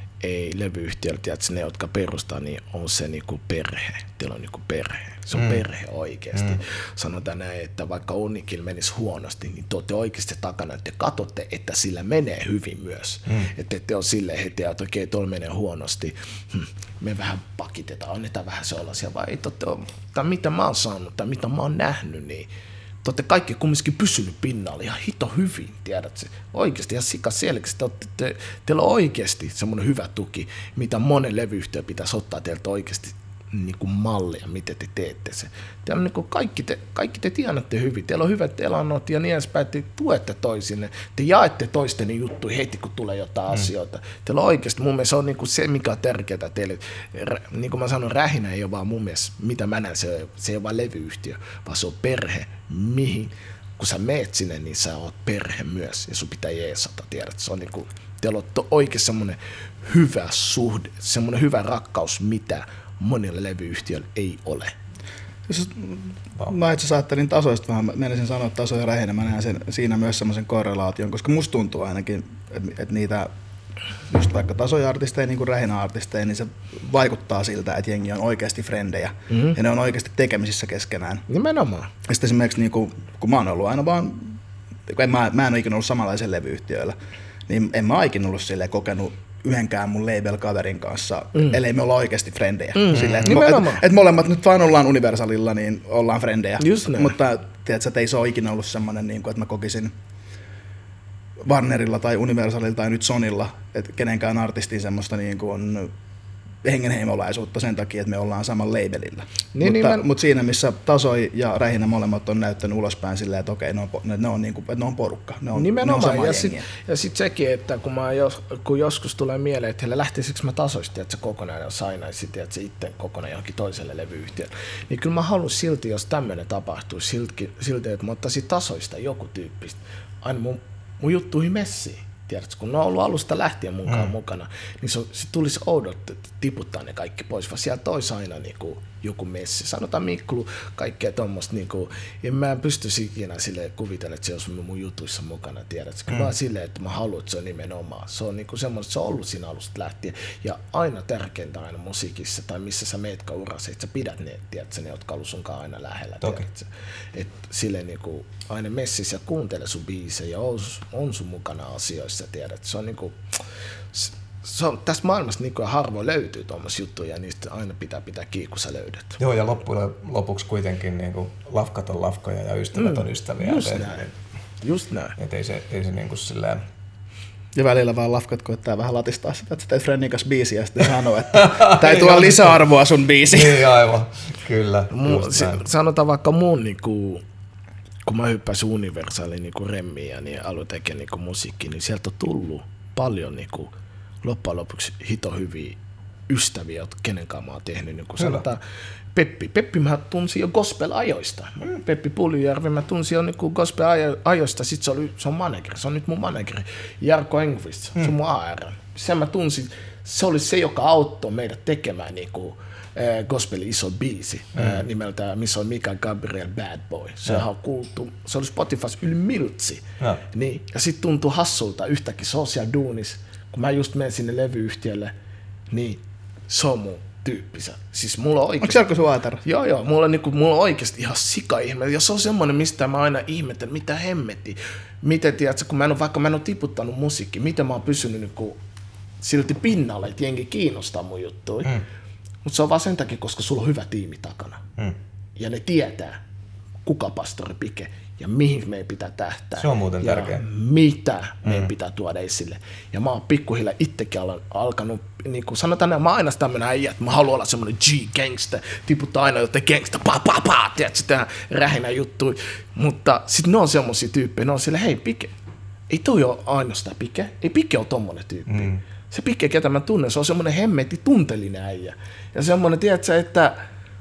ei levyyhtiöllä, tiedätkö, ne, jotka perustaa, niin on se niinku perhe. Teillä on niinku perhe. Se on mm. perhe oikeasti. Mm. Sanotaan näin, että vaikka Unikilla menisi huonosti, niin te olette oikeasti takana, että te katsotte, että sillä menee hyvin myös. Mm. Että ette ole silleen heti, että okei, tuolla menee huonosti. Hm, me vähän pakitetaan, annetaan vähän sellaisia, vai ei totte ole, tai mitä mä oon saanut, tai mitä mä oon nähnyt, niin te olette kaikki kumminkin pysynyt pinnalla ihan hito hyvin, tiedätkö? Oikeasti ihan sika selkeästi. Te olette, te, teillä on oikeasti semmoinen hyvä tuki, mitä monen levyyhtiö pitäisi ottaa teiltä oikeasti niin kuin mallia, miten te teette se. Teillä niin kuin kaikki, te, kaikki te tiedätte hyvin, teillä on hyvät elannot ja niin edespäin, te tuette toisinne, te jaette toistenne juttuja heti, kun tulee jotain mm. asioita. Teillä on oikeasti, mun mielestä se on niin kuin se, mikä on tärkeää teille. Niin kuin mä sanon, Rähinä ei ole vaan mun mielestä, mitä mä näen, se, se ei ole vaan levyyhtiö, vaan se on perhe, mihin, kun sä meet sinne, niin sä oot perhe myös, ja sun pitää jeesata, tiedät, se on niin kuin, teillä on oikein semmoinen hyvä suhde, semmoinen hyvä rakkaus, mitä monilla levyyhtiöillä ei ole. Jos, mä itse asiassa ajattelin tasoista vähän, menisin sanoa, että taso ja Rähinä, mä näen sen, siinä myös semmoisen korrelaation, koska musta tuntuu ainakin, että, että niitä just vaikka tasoja-artisteja, niin kuin Rähinä-artisteja, niin se vaikuttaa siltä, että jengi on oikeasti frendejä, mm-hmm. ja ne on oikeasti tekemisissä keskenään. Nimenomaan. Ja sitten esimerkiksi, niin kuin, kun mä oon ollut aina vaan, en, mä, mä en ole ikinä ollut samanlaisen levyyhtiöillä, niin en mä ikinä ollut silleen kokenut yhdenkään mun label-kaverin kanssa, mm. ellei me olla oikeasti frendejä. Mm. Silleen, että et, et molemmat nyt vaan ollaan Universalilla, niin ollaan frendejä. Mutta tiedätkö, että ei se ole ikinä ollut semmoinen, niin kuin, että mä kokisin Warnerilla tai Universalilla tai nyt Sonylla, että kenenkään artistin semmoista niin kuin hengenheimolaisuutta sen takia, että me ollaan saman labelillä. Niin, mutta, niin mä... mutta siinä, missä Tasoi ja Rähinä molemmat on näyttänyt ulospäin silleen, että okei, ne on, ne on, niin kuin, että ne on porukka, ne on, nimenomaan. Ne on sama ja sitten sit sekin, että kun, mä jos, kun joskus tulee mieleen, että heille lähtisikö mä Tasoista, että se kokonaan sainaisi että se itse kokonaan johonkin toiselle levyyhtiölle, niin kyllä mä haluan silti, jos tämmöinen tapahtuisi, silti, silti että mä ottaisin Tasoista joku tyyppistä aina mun, mun juttuihin messiin. Tiedätkö, kun ne on ollut alusta lähtien mukaan mm. mukana, niin se, se tulisi oudot, että tiputtaa ne kaikki pois, vaan siellä toisi aina niin kuin, joku messi. Sanotaan Miklu, kaikkea tuommoista, niin kuin, ja mä en pystyisi ikinä silleen kuvitella, että se olisi mun jutuissa mukana, tiedätkö, mm. vaan silleen, että mä haluan, että se on nimenomaan. Se on niin kuin semmoista, se on ollut siinä alusta lähtien, ja aina tärkeintä aina musiikissa, tai missä sä meetkään urassa, että sä pidät ne, tiedätkö, ne, jotka ollut sunkaan aina lähellä, tiedätkö, että silleen niin kuin, aina messissä ja kuuntele sun biisejä, on, on sun mukana asioissa, tiedät. Se on niinku, se on, tässä maailmassa niinku harvoin löytyy tuommoisia juttuja, ja niistä aina pitää pitää kiinni, kun sä löydät. Joo, ja loppujen lopuksi kuitenkin niinku lafkat on lafkoja ja ystävät mm, on ystäviä. Just näin. Et, just näin. Et ei se, ei se niinku silleen... Ja välillä vaan lafkat koittaa vähän latistaa sitä, että sä teet Friendin kanssa biisiä ja sitten sanoo, että tää ei tuo lisäarvoa sun biisiin. Niin aivan, kyllä. Mun, se, sanotaan vaikka mun niinku... kun mä hyppäsin Universaliin niin remmiin ja niin aloin tekemään niin musiikkia, niin sieltä on tullut paljon niin kuin, loppujen lopuksi hito hyviä ystäviä, kenenkaan mä oon tehnyt. Niin kuin sanotaan, Peppi. Peppi mä tunsin jo gospel-ajoista. Mm. Peppi Puljujärvi mä tunsin jo niin gospel-ajoista. Sitten se, oli, se on manageri, se on nyt mun manageri. Jarkko Engqvist, mm. se on mun A R. Sen mä tunsin, se oli se, joka auttoi meidät tekemään niin kuin, gospelin iso biisi mm. nimeltä, missä on Mika Gabriel Bad Boy. Se on kuultu, se oli Spotifys yli miltsi. Ja, niin, ja sitten tuntui hassulta yhtäkkiä social duunis, kun mä just menen sinne levyyhtiölle, niin se on mun tyyppisä. Siis mulla on oikeesti... Onko Jarkko sun aatara? Joo, joo. Mulla on, niinku, mulla on oikeesti ihan sika-ihme. Ja se on semmonen, mistä mä aina ihmettelen, mitä hemmetti. Miten, tiedätkö, kun mä en ole, vaikka mä en ole tiputtanut musiikkia, miten mä oon pysynyt niinku silti pinnalle, että jengi kiinnostaa mun juttuja. Mm. Mutta se on vaan sen takia, koska sulla on hyvä tiimi takana. Mm. Ja ne tietää, kuka pastori Pike ja mihin meidän pitää tähtää. Se on muuten ja tärkeä. mitä mm. meidän pitää tuoda esille. Ja mä oon pikkuhiljaa itsekin alkanut, niin kuin sanotaan näin, mä oon aina tämmönen äijä, että mä haluan olla semmonen G-gangsta, tiputtaa aina jotain gangsta, pa pa pa, tiedätkö, tehdään rähinä juttuja. Mutta sit ne on semmosia tyyppejä, ne on silleen, hei Pike, ei toi ole ainoastaan Pike, ei Pike ole tommonen tyyppi. Mm. Se Pike, ketä mä tunnen, se on semmonen hemmetti tunteellinen äijä. Ja semmonen, tiedätkö, että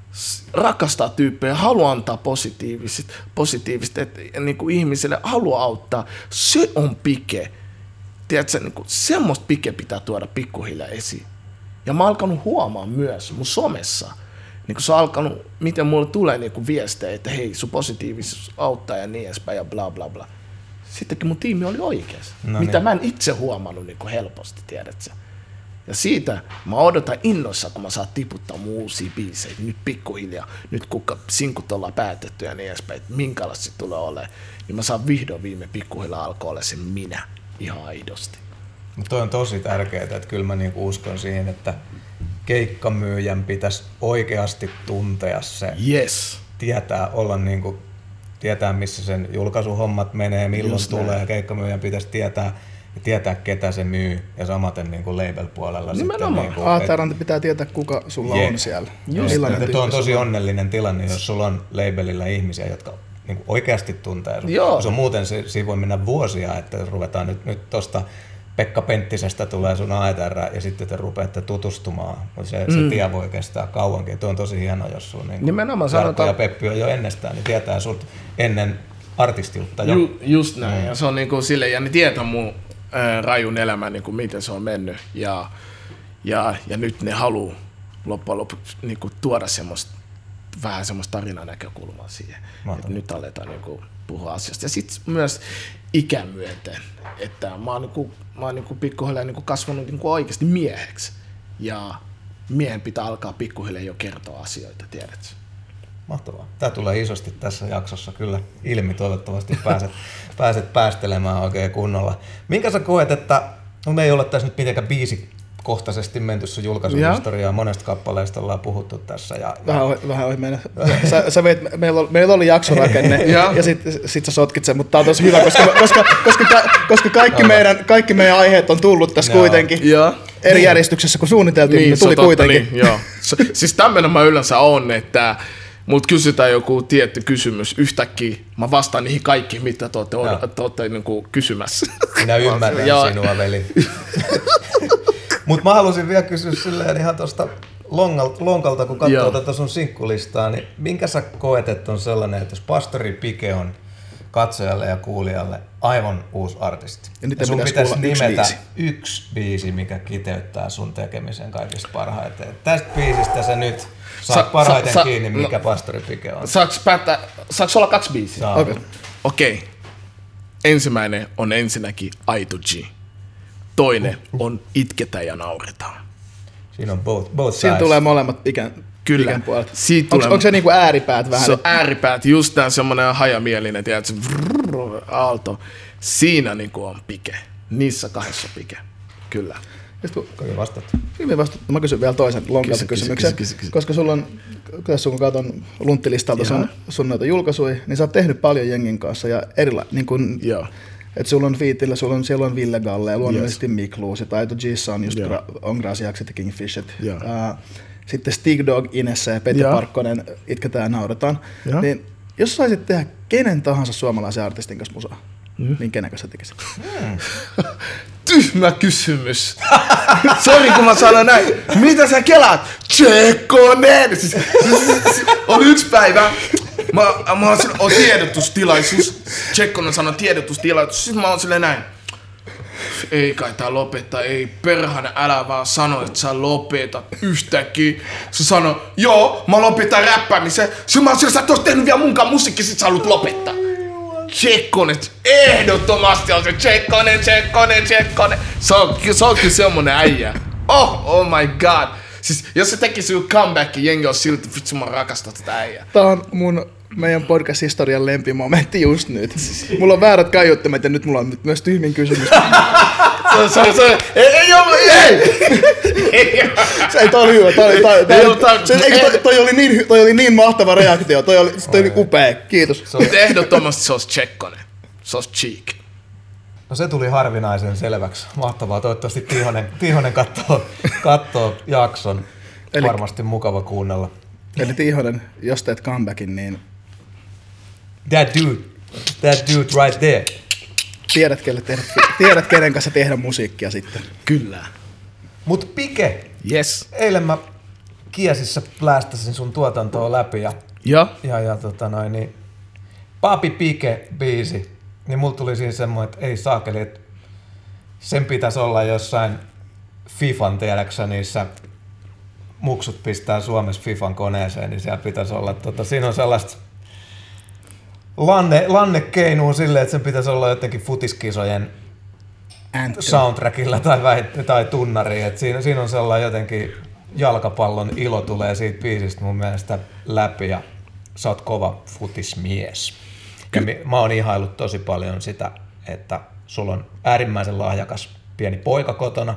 rakastaa tyyppejä, haluaa antaa positiivista, positiivista että niin kuin ihmiselle haluaa auttaa. Se on Pike. Tiedätkö, niin kuin, semmoista Pike pitää tuoda pikkuhiljaa esiin. Ja mä oon alkanut huomaa myös mun somessa, niin kuin se on alkanut, miten mulle tulee niin kuin viestejä, että hei, sun positiivisuus auttaa ja niin edespäin ja bla bla bla. Sittenkin mun tiimi oli oikeassa, no mitä niin. Mä en itse huomannut niin kuin helposti, tiedätkö. Ja siitä mä odotan innoissa, kun mä saan tiputtaa mun uusia biisejä, nyt pikkuhiljaa, nyt kun sinkut ollaan päätetty ja niin edespäin, että minkälaista se tulee olemaan, niin mä saan vihdoin viime pikkuhiljaa alkoi olla se minä ihan aidosti. Mutta toi on tosi tärkeää, että kyllä mä niinku uskon siihen, että keikkamyyjän pitäisi oikeasti tuntea se, yes. tietää olla niinku, tietää missä sen julkaisuhommat menee, milloin just tulee, näin. Keikkamyyjän pitäisi tietää, ja tietää, ketä se myy, ja samaten niin kuin label-puolella. Nimenomaan. Niin A T R pitää tietää, kuka sulla yeah. on siellä. Tuo on tosi onnellinen tilanne, jos sulla on labelilla ihmisiä, jotka niin kuin oikeasti tuntee. Se on muuten, se, siinä voi mennä vuosia, että jos ruvetaan nyt, nyt tuosta Pekka Penttisestä tulee sun A T R, ja sitten te rupeatte tutustumaan. Se, mm. se tie voi kestää kauankin. Tuo on tosi hienoa, jos sun niin Jarkko sanotaan... ja Peppi on jo ennestään, niin tietää sut ennen artistiutta jo. Ju, just näin, mm. ja se on niin kuin silleen, ja ne tietää mun rajun elämän, niin kuin miten se on mennyt. Ja, ja, ja nyt ne haluaa loppujen lopuksi niin kuin tuoda semmoista, vähän semmoista tarinanäkökulmaa siihen. Että nyt aletaan niin kuin puhua asiasta. Ja sitten myös ikän myöten. Että mä oon, niin kuin, mä oon niin kuin pikkuhiljaa niin kuin kasvanut niin kuin oikeasti mieheksi. Ja miehen pitää alkaa pikkuhiljaa jo kertoa asioita, tiedätkö? Mahtavaa. Tämä tulee isosti tässä jaksossa kyllä ilmi. Toivottavasti pääset, pääset päästelemään oikein kunnolla. Minkä sä koet, että no me ei olla tässä nyt mitenkään biisikohtaisesti menty sun julkaisuhistoriaan. Monesta kappaleesta ollaan puhuttu tässä. Ja, vähän ohi, vähän ohi mennä. Sä, sä veit, meillä, oli, meillä oli jaksorakenne ja, ja sit, sit sä sotkit sen, mutta tää on tosi hyvä, koska, koska, koska, koska kaikki, meidän, kaikki meidän aiheet on tullut tässä Joo. kuitenkin. Ja. Eri niin. järjestyksessä kun suunniteltiin, niin, ne tuli totta, kuitenkin. Niin, joo. Siis tämmöinen mä yleensä on, että mut kysytään joku tietty kysymys yhtäkkiä, mä vastaan niihin kaikkiin, mitä te olette, te olette niin kuin kysymässä. Minä ymmärrän sinua, veli. Mutta mä halusin vielä kysyä silleen ihan tuosta lonkalta, kun katsoo Joo. tätä sun sinkkulistaa, niin minkä sä koet, että on sellainen, että jos pastori Pike on katsojalle ja kuulijalle aivan uusi artisti, ja, ja sun pitäisi nimetä yksi biisi. yksi biisi, mikä kiteyttää sun tekemisen kaikista parhaiten. tästä biisistä sä nyt saat sa, parhaiten sa, kiinni, mikä no, pastori Pike on. Saaks päättää, saaks olla kaksi biisiä? Okei. Okay. Okay. Ensimmäinen on ensinnäkin Aito G. Toinen uh, uh. on Itketään ja nauretaan. Siinä on both, both sides. Siinä tulee molemmat ikään, Kyllä. ikään puolet. Onko, onko se niinku ääripäät vähän? Se on ääripäät, just tää semmonen hajamielinen, tiedätkö, vrrr, aalto. Siinä niinku on Pike. Niissä kahdessa on Pike. Kyllä. Kaiken vastaat. Hyvin vastattu. Mä kysyn vielä toisen lonkalta kysymyksen, kysy, kysy, kysy. Koska sulla on, kun katson lunttilistalta sun, sun noita julkaisuja, niin sä oot tehnyt paljon jengin kanssa ja erila, niin kun, että sulla on Fiitillä, sulla on, siellä on Ville Galle ja luonnollisesti yes. Mikluus, että Aito Gissa on just yeah. on Grasiakset ja Kingfishet. Yeah. Uh, sitten Stig Dog, Inessa ja Pete yeah. Parkkonen, Itketään ja nauretaan. Yeah. Niin jos saisit tehdä kenen tahansa suomalaisen artistin kanssa musaa, mm. niin kenen kanssa sä tekisit? Mm. Tyhmä kysymys. Sori kun mä sanon näin. Mitä sä kelaat? Tsekkonen! Siis, siis, oli yksi päivä. Mä, mä oon sille, on tiedotustilaisuus. Tsekkonen sanoi tiedotustilaisuus. Sitten mä oon silleen näin. Ei kai tää lopettaa. Ei perhana, älä vaan sano, että sä lopetat yhtäkkiä. Se sanoi, joo, mä lopetan räppäämisen. Sitten mä oon sille, sä et ois tehnyt vielä munkaan musiikki, sit sä haluat lopettaa. Tsekkonen, ehdottomasti on se Tsekkonen, Tsekkonen, Tsekkonen. Se on, se on kyllä semmonen äijä. Oh, oh my god. Siis jos se tekisi joku comeback, jengi olisi silti, vitsi mä rakastan tätä äijää. Tää on mun meidän podcast-historian lempimomentti just nyt. Mulla on väärät kaiuttimet ja nyt mulla on nyt myös tyhmin kysymys. Se, se, se, ei, ei ollut, ei! Se ei, toi oli hyvä. Toi, toi, toi, toi, se, ei, toi, toi, oli niin, toi oli niin mahtava reaktio. Toi oli, toi oli upea. Kiitos. Mutta ehdottomasti se olisi Tsekkonen. Se olisi cheek. No se tuli harvinaisen selväksi. Mahtavaa. Toivottavasti Tihonen, Tihonen katsoo, katsoo jakson. Eli, varmasti mukava kuunnella. Eli Tihonen, jos teet comebackin, niin... That dude. That dude right there. Tiedät, kelle tehdä, tiedät kenen kanssa tehdä musiikkia sitten. Kyllä. Mut Pike. Yes. Eilen mä Kiesissä plästäsin sun tuotantoa läpi ja... Ja? Ja, ja tota noin, niin... Papi Pike biisi. Niin mulla tuli siinä semmoinen, että ei saakeli, että sen pitäisi olla jossain Fifan, tiedäksä, niissä muksut pistää Suomessa Fifan koneeseen, niin siellä pitäisi olla, tota, siinä on sellaista lanne, lannekeinua silleen, että sen pitäisi olla jotenkin futiskisojen Anthem. soundtrackilla tai, väit, tai tunnariin, että siinä, siinä on sellainen jotenkin jalkapallon ilo tulee siitä biisistä mun mielestä läpi ja sä oot kova futismies. Ja mä oon ihaillut tosi paljon sitä, että sulla on äärimmäisen lahjakas pieni poika kotona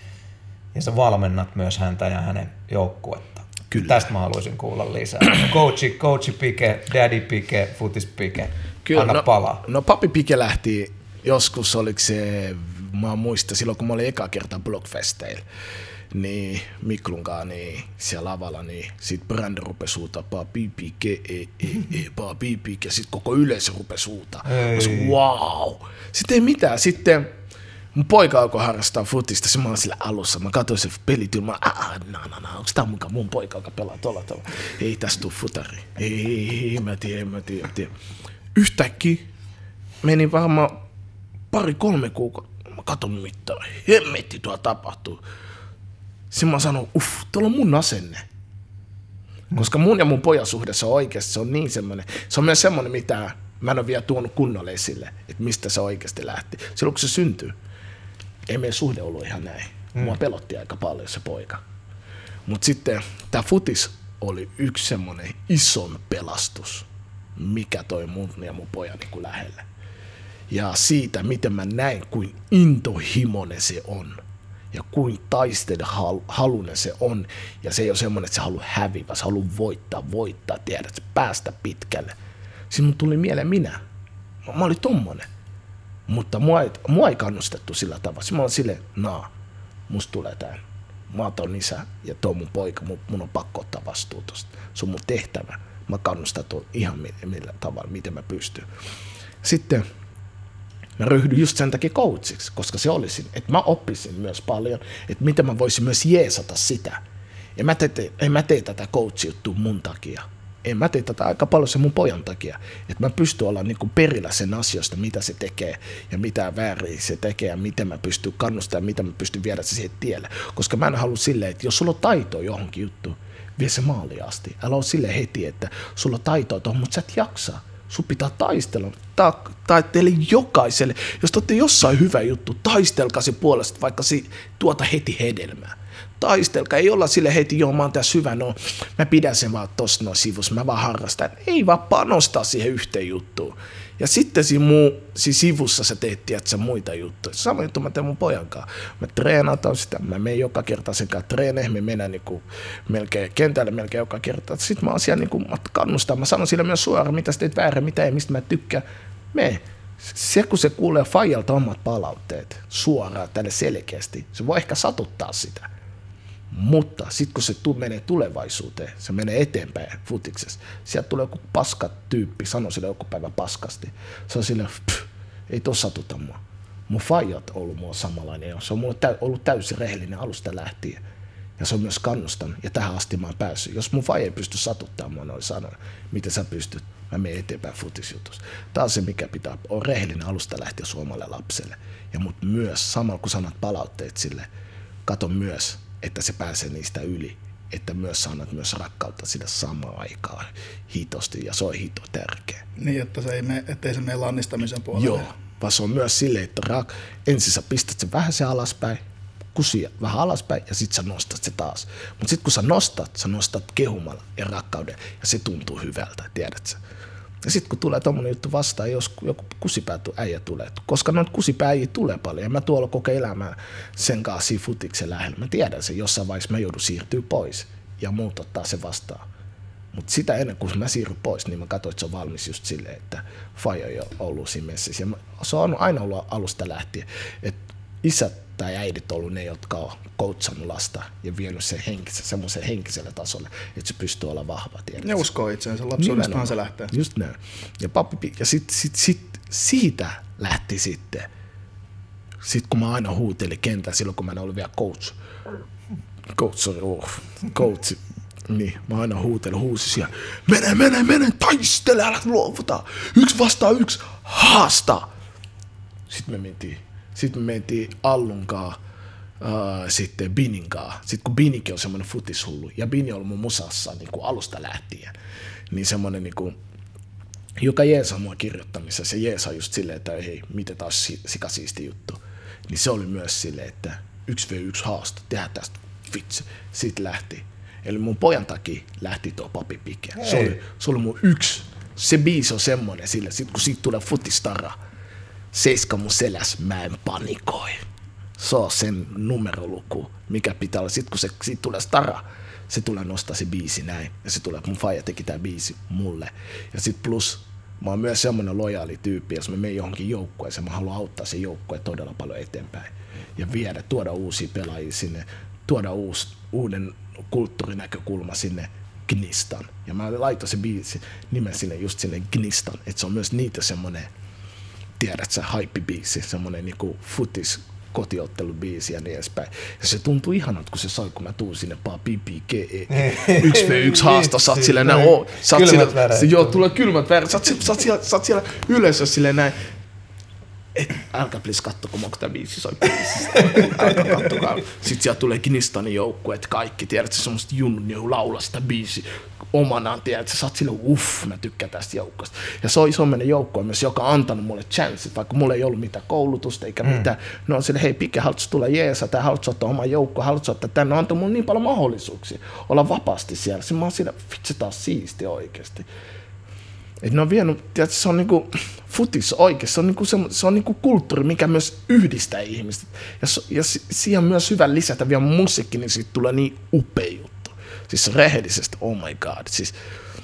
ja sä valmennat myös häntä ja hänen joukkuetta. Kyllä. Tästä mä haluaisin kuulla lisää. Coachi, coachi Pike, daddy Pike, futis Pike, Kyllä, anna no, palaa. No papi Pike lähti joskus, oliko se, mä muistan, silloin kun mä olin eka kertaa Blockfesteillä, niin Miklunkaan niin siellä lavalla, niin sit brändi rupesi huutaa papi Pike, e, e, e, papi Pike, sit koko yleisö rupesi huutaa. Wow! Sitten ei mitään, sitten mun poika alkoi harrastaa futista, se mä olin sillä alussa, mä katsoin se pelityllä, mä aah, na na na, onks tää mukaan mun poika, joka pelaa tolla tavalla? Ei tästä tuu futari, ei, ei, ei, mä tiedän, mä tiedän, mä tiedän. Yhtäkkiä meni varmaan pari kolme kuukautta, mä katson mittaan, hemmetti tuo tapahtuu. Sitten mä sanon, uff, tuolla on mun asenne. Koska mun ja mun pojan suhde se on oikeasti, se on niin semmoinen, se on myös semmoinen, mitä mä en ole vielä tuonut kunnolle esille, että mistä se oikeasti lähti. Silloin kun se syntyy, ei meidän suhde ollut ihan näin. Mua pelotti aika paljon se poika. Mutta sitten tää futis oli yksi semmoinen ison pelastus, mikä toi mun ja mun pojan niin kuin lähelle. Ja siitä, miten mä näin, kuin intohimoinen se on. Ja kuin taistelu halunen se on. Ja se ei ole semmoinen, että se haluaa häviä, vaan se haluaa voittaa, voittaa, tiedät, päästä pitkälle. Sitten mun tuli mieleen minä. Mä, mä olin tommonen. Mutta mua ei, mua ei kannustettu sillä tavalla. Sitten mä olin silleen, naa, musta tulee tää. Mä oon ton isä ja tuo mun poika, mun, mun on pakko ottaa vastuu tosta. Se on mun tehtävä. Mä kannustan tuon ihan millä tavalla, miten mä pystyn. Sitten mä ryhdyin just sen takia coachiksi, koska se olisi, että mä oppisin myös paljon, että miten mä voisin myös jeesata sitä. En mä tee, en mä tee tätä coach-juttua mun takia. En mä tee tätä aika paljon sen mun pojan takia. Että mä pystyn olla niin kuin perillä sen asioista, mitä se tekee ja mitä väärin se tekee ja miten mä pystyn kannustamaan ja miten mä pystyn viedä se siihen tielle. Koska mä en halua silleen, että jos sulla on taitoa johonkin juttuun, vie se maaliin asti. Älä ole silleen heti, että sulla on taitoa tuohon, mutta sä et jaksa. Sun pitää taistella. Ta- ta- teille jokaiselle, jos te olette jossain hyvä juttu, taistelkaa se puolesta, vaikka se tuota heti hedelmää. Taistelkaa, ei olla sille heti, joo mä oon tässä hyvä, no mä pidän sen vaan tosta noin sivussa, mä vaan harrastan. Ei vaan panostaa siihen yhteen juttuun. Ja sitten siinä, muu, siinä sivussa sä teet, tiedätkö, muita juttuja. Sama juttu mä teen mun pojan kanssa. Mä treenataan sitä, mä menen joka kerta sen kanssa treeneihin, me mennään niinku melkein kentälle melkein joka kerta. Sitten mä oon siellä niinku, mä kannustan, mä sanon sille myös suoraan, mitä sä teet väärin, mitä ei, mistä mä tykkään. Me, se kun se kuulee Fajalta omat palautteet suoraan tälle selkeästi, se voi ehkä satuttaa sitä. Mutta sitten kun se tu- menee tulevaisuuteen, se menee eteenpäin futiksessa, sieltä tulee joku paska tyyppi, sano sille joku päivä paskasti. Se on silleen, ei tuossa satuta mua. Mun faijat on ollut mua samanlainen, se on mulla täy- ollut täysin rehellinen alusta lähtien. Ja se on myös kannustanut, ja tähän asti mä oon päässyt. Jos mun faija ei pysty satuttamaan mua noin sanoa, miten sä pystyt, mä menen eteenpäin futisjutussa. Tää on se, mikä pitää olla rehellinen alusta lähtien suomalle lapselle. Ja mut myös, samalla kun sanat palautteet sille, kato myös, että se pääsee niistä yli, että myös sanat myös rakkautta sille samaan aikaan hitosti, ja se on hito tärkeä. Niin, että se ei mene, ettei se mene lannistamisen puolelle. Joo, vaan se on myös silleen, että rak- ensin sä pistät sen vähän se alaspäin, kusia vähän alaspäin ja sit sä nostat se taas. Mut sit kun sä nostat, sä nostat kehumalla ja rakkauden ja se tuntuu hyvältä, tiedät sä. Ja sit kun tulee tommonen juttu vastaan, jos joku kusipäätu äijä tulee, koska noita kusipääjiä tulee paljon ja mä tuolla koko elämää sen kanssa siinä futiksen lähellä. Mä tiedän sen, jossain vaiheessa mä joudun siirtyä pois ja muut ottaa se vastaan. Mutta sitä ennen kuin mä siirryn pois, niin mä katsoin, että se on valmis just silleen, että faija on jo ollut siinä messissä. Ja mä, se on aina ollut alusta lähtien, että isät tai äidit on ollut ne, jotka on coachannut lasta ja vienyt sen henkisen, semmoisen henkiselle tasolle, että se pystyy olla vahva. Tiedät? Ne uskoo itseensä, lapsuudestahan se lähtee. Just näin. Ja, pappi, ja sit, sit, sit, siitä lähti sitten, sit kun mä aina huutelin kentän silloin, kun mä en ollut vielä coach, coach, oh, coach, niin, mä aina huutelin, huusin siellä, mene, mene, mene, taistele, älä luovuta, yksi vastaan yksi, haasta. Sitten me mentiin, sitten me mentiin Allunkaan, äh, sitten Bininkaan. Sitten kun Binikin on semmoinen futishullu, ja Bini on ollut mun musassa niin kuin alusta lähtien, niin semmoinen, niin kuin, joka jeesaa mua kirjoittamisessa, ja jeesaa just silleen, että hei, miten taas sikasiisti juttu. Niin se oli myös silleen, että yksi v yksi haasto, tehdään tästä, vitsi, siitä lähti. Eli mun pojan takia lähti tuo Papi Pike. Se oli, se oli mun yksi. Se biisi on semmoinen sillä, sit kun siitä tulee futistara, seiska mun seläs, mä en panikoi. Se on sen numeroluku, mikä pitää olla. Sitten kun se, siitä tulee stara, se tulee nostaa se biisi näin. Ja se tulee, mun faija teki tää biisi mulle. Ja sit plus, mä oon myös semmoinen lojaali tyyppi, jos mä menen johonkin joukkueeseen, mä haluan auttaa sen joukkueen todella paljon eteenpäin. Ja viedä, tuoda uusia pelaajia sinne, tuoda uusi, uuden kulttuurinäkökulma sinne Gnistan. Ja mä laitoin se biisi nimen sinne just sinne Gnistan, että se on myös niitä semmonen, tiedät sä, hype-biisi, semmonen niinku futis kotiottelubiisi ja niin edespäin. Ja se tuntui ihanalta, kun se soi, kun mä tuun sinne paa pipi, ke, yksi v yksi haasta, sä oot silleen näin, oo, sä oot silleen, joo, tulee kylmät väreet, sä oot siellä, sä oot siellä yleisössä silleen näin, et, älkää please kattoko, kun tää biisi soi biisistä, älkää kattokaa. Sitten sieltä tulee Gnistanin joukkue, että kaikki, tiedät sä, semmoset junnut, joku laulaa sitä biisi omanaan, tiedät sä, sä oot silleen, uff, mä tykkään tästä joukkoista. Ja se on isommainen joukkue myös, joka on antanut mulle chanssit, vaikka mulla ei ollut mitään koulutusta eikä mm. mitään. No on silleen, hei Pike, haluatko tulla jeesa, tai haluatko ottaa oman joukkoon, haluatko ottaa tänne, no antoi mulle niin paljon mahdollisuuksia olla vapaasti siellä. Sitten mä oon silleen, vitsi, tää on siisti oikeesti. Et ne on vienyt, tiedätkö, se on niinku futis oikeesti, se on niinku, se, se on niinku kulttuuri, mikä myös yhdistää ihmistä. Ja, ja siihen on myös hyvä lisätä vielä musiikki, niin siitä tulee niin upea juttu. Siis rehellisesti, oh my god. Siis,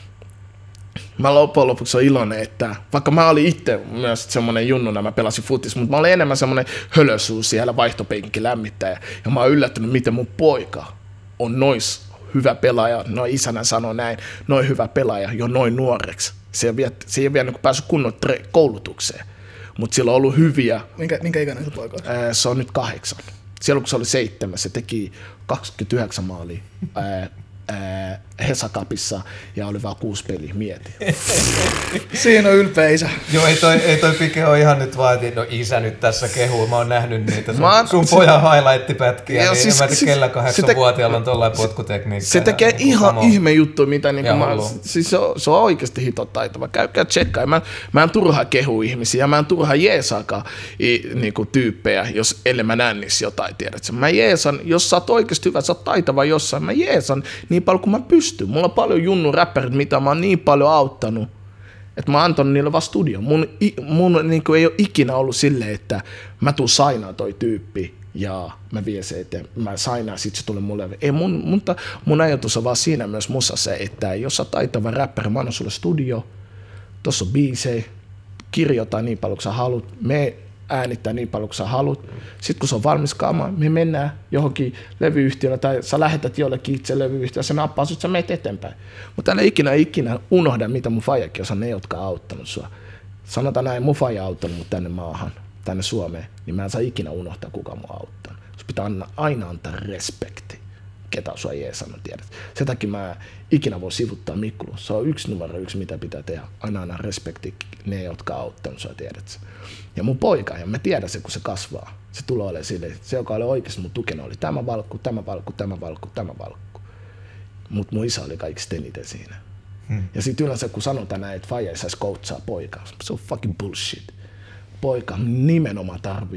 mä loppujen lopuksi on iloinen, että vaikka mä olin itse myös semmoinen junnuna, mä pelasin futis, mutta mä olin enemmän semmoinen hölösuus siellä vaihtopenkin lämmittäjä. Ja mä oon yllättynyt, miten mun poika on nois hyvä pelaaja, noin isänä sanoi näin, noin hyvä pelaaja jo noin nuoreksi. Se ei, vielä, se ei ole vielä niin päässyt kunnon tre- koulutukseen, mutta sillä on ollut hyviä. Minkä, minkä ikäinen se poika on? Se on nyt kahdeksan. Silloin kun se oli seitsemän, se teki kaksikymmentäyhdeksän maalia ää, ää, Hesakapissa ja oli vaan kuusi peliä, mieti. Siinä on ylpeä isä. Joo, ei toi, ei toi Pike ole ihan nyt vaan, että no isä nyt tässä kehuu. Mä oon nähnyt niitä sun, oon, sun pojan highlight-pätkiä, niin siis, en mä tiedä, siis, kellä kahdeksanvuotiaalla on tollain potkutekniikkaa. Se tekee niin ihan kamo. ihme juttu, mitä niin mä, siis se, on, se on oikeasti hitotaitava. Käykää tsekkaa. Mä, mä en turhaa kehu ihmisiä, mä en turhaa jeesaakaan niin kuin tyyppejä, jos ellei mä nännis jotain, tiedätkö. Mä jeesan, jos sä oot oikeasti hyvä, sä oot taitava jossain, mä jeesan niin paljon kuin mä pystyn. Mulla on paljon junnu räppärit, mitä mä oon niin paljon auttanut, että mä oon antanut niille vaan studion. Mun, mun niin kuin ei ole ikinä ollut silleen, että mä tuun sainaan toi tyyppi ja mä vien se eteen. Mä sainaan, sit se tulee mulle. Ei mun, mun, mun ajatus on vaan siinä myös mussa se, että jos sä oot taitava räppäri, mä annan sulle studio, tossa on biisejä, kirjoita niin paljon kuin sä haluat, me äänittää niin paljon kuin sä haluat. Sitten kun se on valmis kaama, me mennään johonkin levyyhtiölle tai sä lähetät jollekin itse levyyhtiölle, se nappaa sut, sä meet eteenpäin. Mutta älä ikinä ikinä unohda, mitä mun faijakin on, ne, jotka on auttanut sua. Sanotaan näin, mun faija on auttanut mut tänne maahan, tänne Suomeen, niin mä en saa ikinä unohtaa, kuka mua auttaa. Sun pitää aina antaa respekti, ketä sua jeesannut, tiedät. Sen takia mä ikinä voi sivuttaa Miklu. Se on yksi numero yksi, mitä pitää tehdä. Aina aina respekti ne, jotka on auttanut sua, tiedät. Ja mun poika, ja mä tiedän se, kun se kasvaa. Se tulee olemaan silleen, se, joka oli oikeasti mun tukena, oli tämä valkku, tämä valkku, tämä valkku, tämä valkku. Mutta mun isä oli kaikista eniten siinä. Hmm. Ja sit yleensä, kun sanotaan näin, että faija ei saisi coachaa poikaa, se on fucking bullshit. Poika nimenomaan tarvii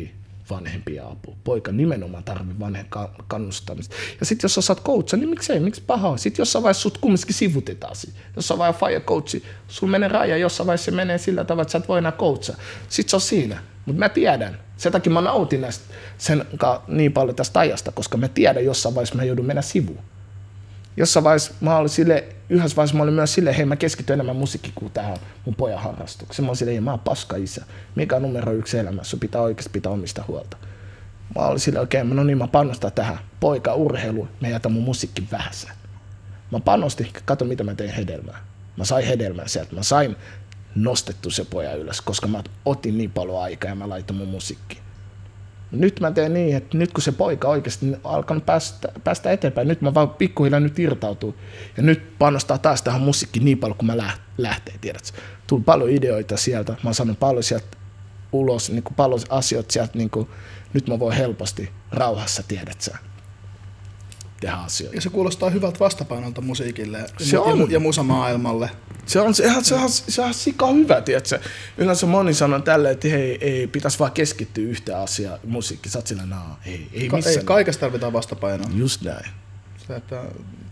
vanhempia apua. Poika nimenomaan tarvii vanhen kannustamista. Ja sitten jos sä saat coacha, niin miksei, miksi paha? Sitten jossain vaiheessa sut kumminkin sivutetaan. Jossain vaiheessa fire coachi, sun menee raja, jossain vaiheessa se menee sillä tavalla, että sä et voi enää coacha. Sitten se on siinä. Mutta mä tiedän. Sen takia mä nautin näistä, sen niin paljon tästä ajasta, koska mä tiedän jossain vaiheessa mä joudun mennä sivuun. Jossain vaiheessa mä olin sille, yhdessä vaiheessa mä olin myös silleen, hei mä keskityn enemmän musiikkiin kuin tähän mun pojan harrastukseen. Mä olin silleen, hei mä oon paska isä. Mikä on numero yksi elämässä? Sun pitää oikeasti pitää omista huolta. Mä olin silleen, okei, okay, no niin mä panostan tähän. Poika, urheilu, mä jätän mun musiikki vähäsen. Mä panostin, kato mitä mä tein hedelmää. Mä sain hedelmää sieltä. Mä sain nostettu se poja ylös, koska mä otin niin paljon aikaa ja mä laitoin mun musiikkiin. Nyt mä teen niin, että nyt kun se poika oikeasti on alkanut päästä, päästä eteenpäin, nyt mä vaan pikkuhiljaa nyt irtautuu. Ja nyt panostaa taas tähän musiikkiin niin paljon, kun mä lähtee, tiedätkö. Tuli paljon ideoita sieltä, mä oon saanut paljon sieltä ulos, niin kuin paljon asioita sieltä, niin kuin, nyt mä voin helposti rauhassa, tiedätkö, tehdä asioita. Ja se kuulostaa hyvältä vastapainolta musiikille se ja, on. ja musamaailmalle. Se on, se, se, on, se on sika hyvä, tiedätkö. Yleensä moni sanoo tälleen, että hei, ei, pitäisi vaan keskittyä yhteen asiaan, musiikki. Sä oot sillä, naa, ei, ei Ka- missään. Ei, kaikessa tarvitaan vastapainoa. Just näin. Se, että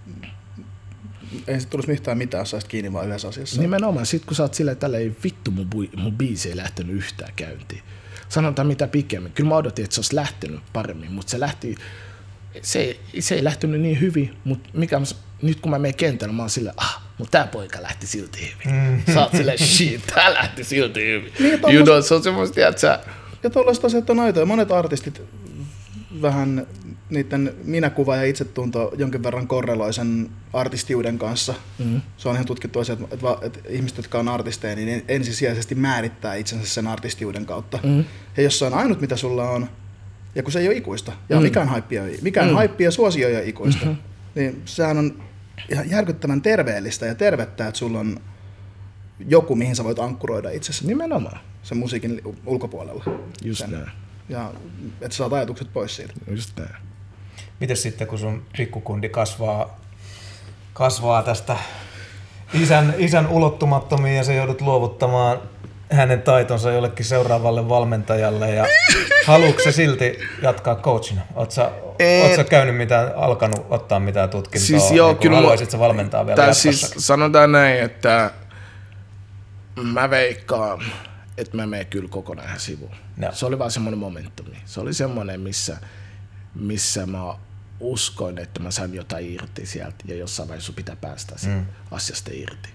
ei se tulisi mitään mitään, jos sä kiinni vaan yhdessä asiassa. Nimenomaan, sit kun sä oot silleen, tällä ei vittu mun, bui, mun biisi ei lähtenyt yhtään käyntiin. Sanotaan mitä pikemmin. Kyllä mä odotin, että se olisi lähtenyt paremmin, mutta se lähti, se ei, se ei lähtenyt niin hyvin, mutta mikä, nyt kun mä menen kentällä, mä oon silleen, ah, mutta tää poika lähti silti hyvin. Mm. Sä oot silleen, shit, tää lähti silti hyvin. Niin, you know, se on semmoista, tiedät sä. Ja tollaiset asiat on aitoja. Monet artistit vähän niiden minäkuva ja itsetunto jonkin verran korreloi sen artistiuden kanssa. Mm-hmm. Se on ihan tutkittu asia, että, että, että ihmiset, jotka on artisteja, niin ensisijaisesti määrittää itsensä sen artistiuden kautta. Mm-hmm. Ja jos se on ainut, mitä sulla on, ja kun se ei ole ikuista, ja mm-hmm. mikään haippia, mikään mm-hmm. haippia ja suosio ei ole ikuista, mm-hmm. niin sehän on ihan järkyttävän terveellistä ja tervettä, että sulla on joku, mihin sä voit ankkuroida itsesi. Nimenomaan. Sen musiikin ulkopuolella. Just sen. näin. Ja että saat ajatukset pois siitä. Just näin. Mites sitten, kun sun pikkukundi kasvaa, kasvaa tästä isän, isän ulottumattomiin ja sä joudut luovuttamaan hänen taitonsa jollekin seuraavalle valmentajalle ja haluatko sä silti jatkaa coachina? Oot sä, oot sä käynyt mitään, alkanut ottaa mitään tutkintoa? Siis joo, niin haluaisit sä valmentaa vielä jatkossa? Siis sanotaan näin, että mä veikkaan, että mä menen kyllä kokonaan ihan sivuun. No. Se oli vaan semmoinen momentumi. Se oli semmoinen, missä, missä mä uskoin, että mä sain jotain irti sieltä ja jossain vaiheessa pitää päästä mm. asiasta irti.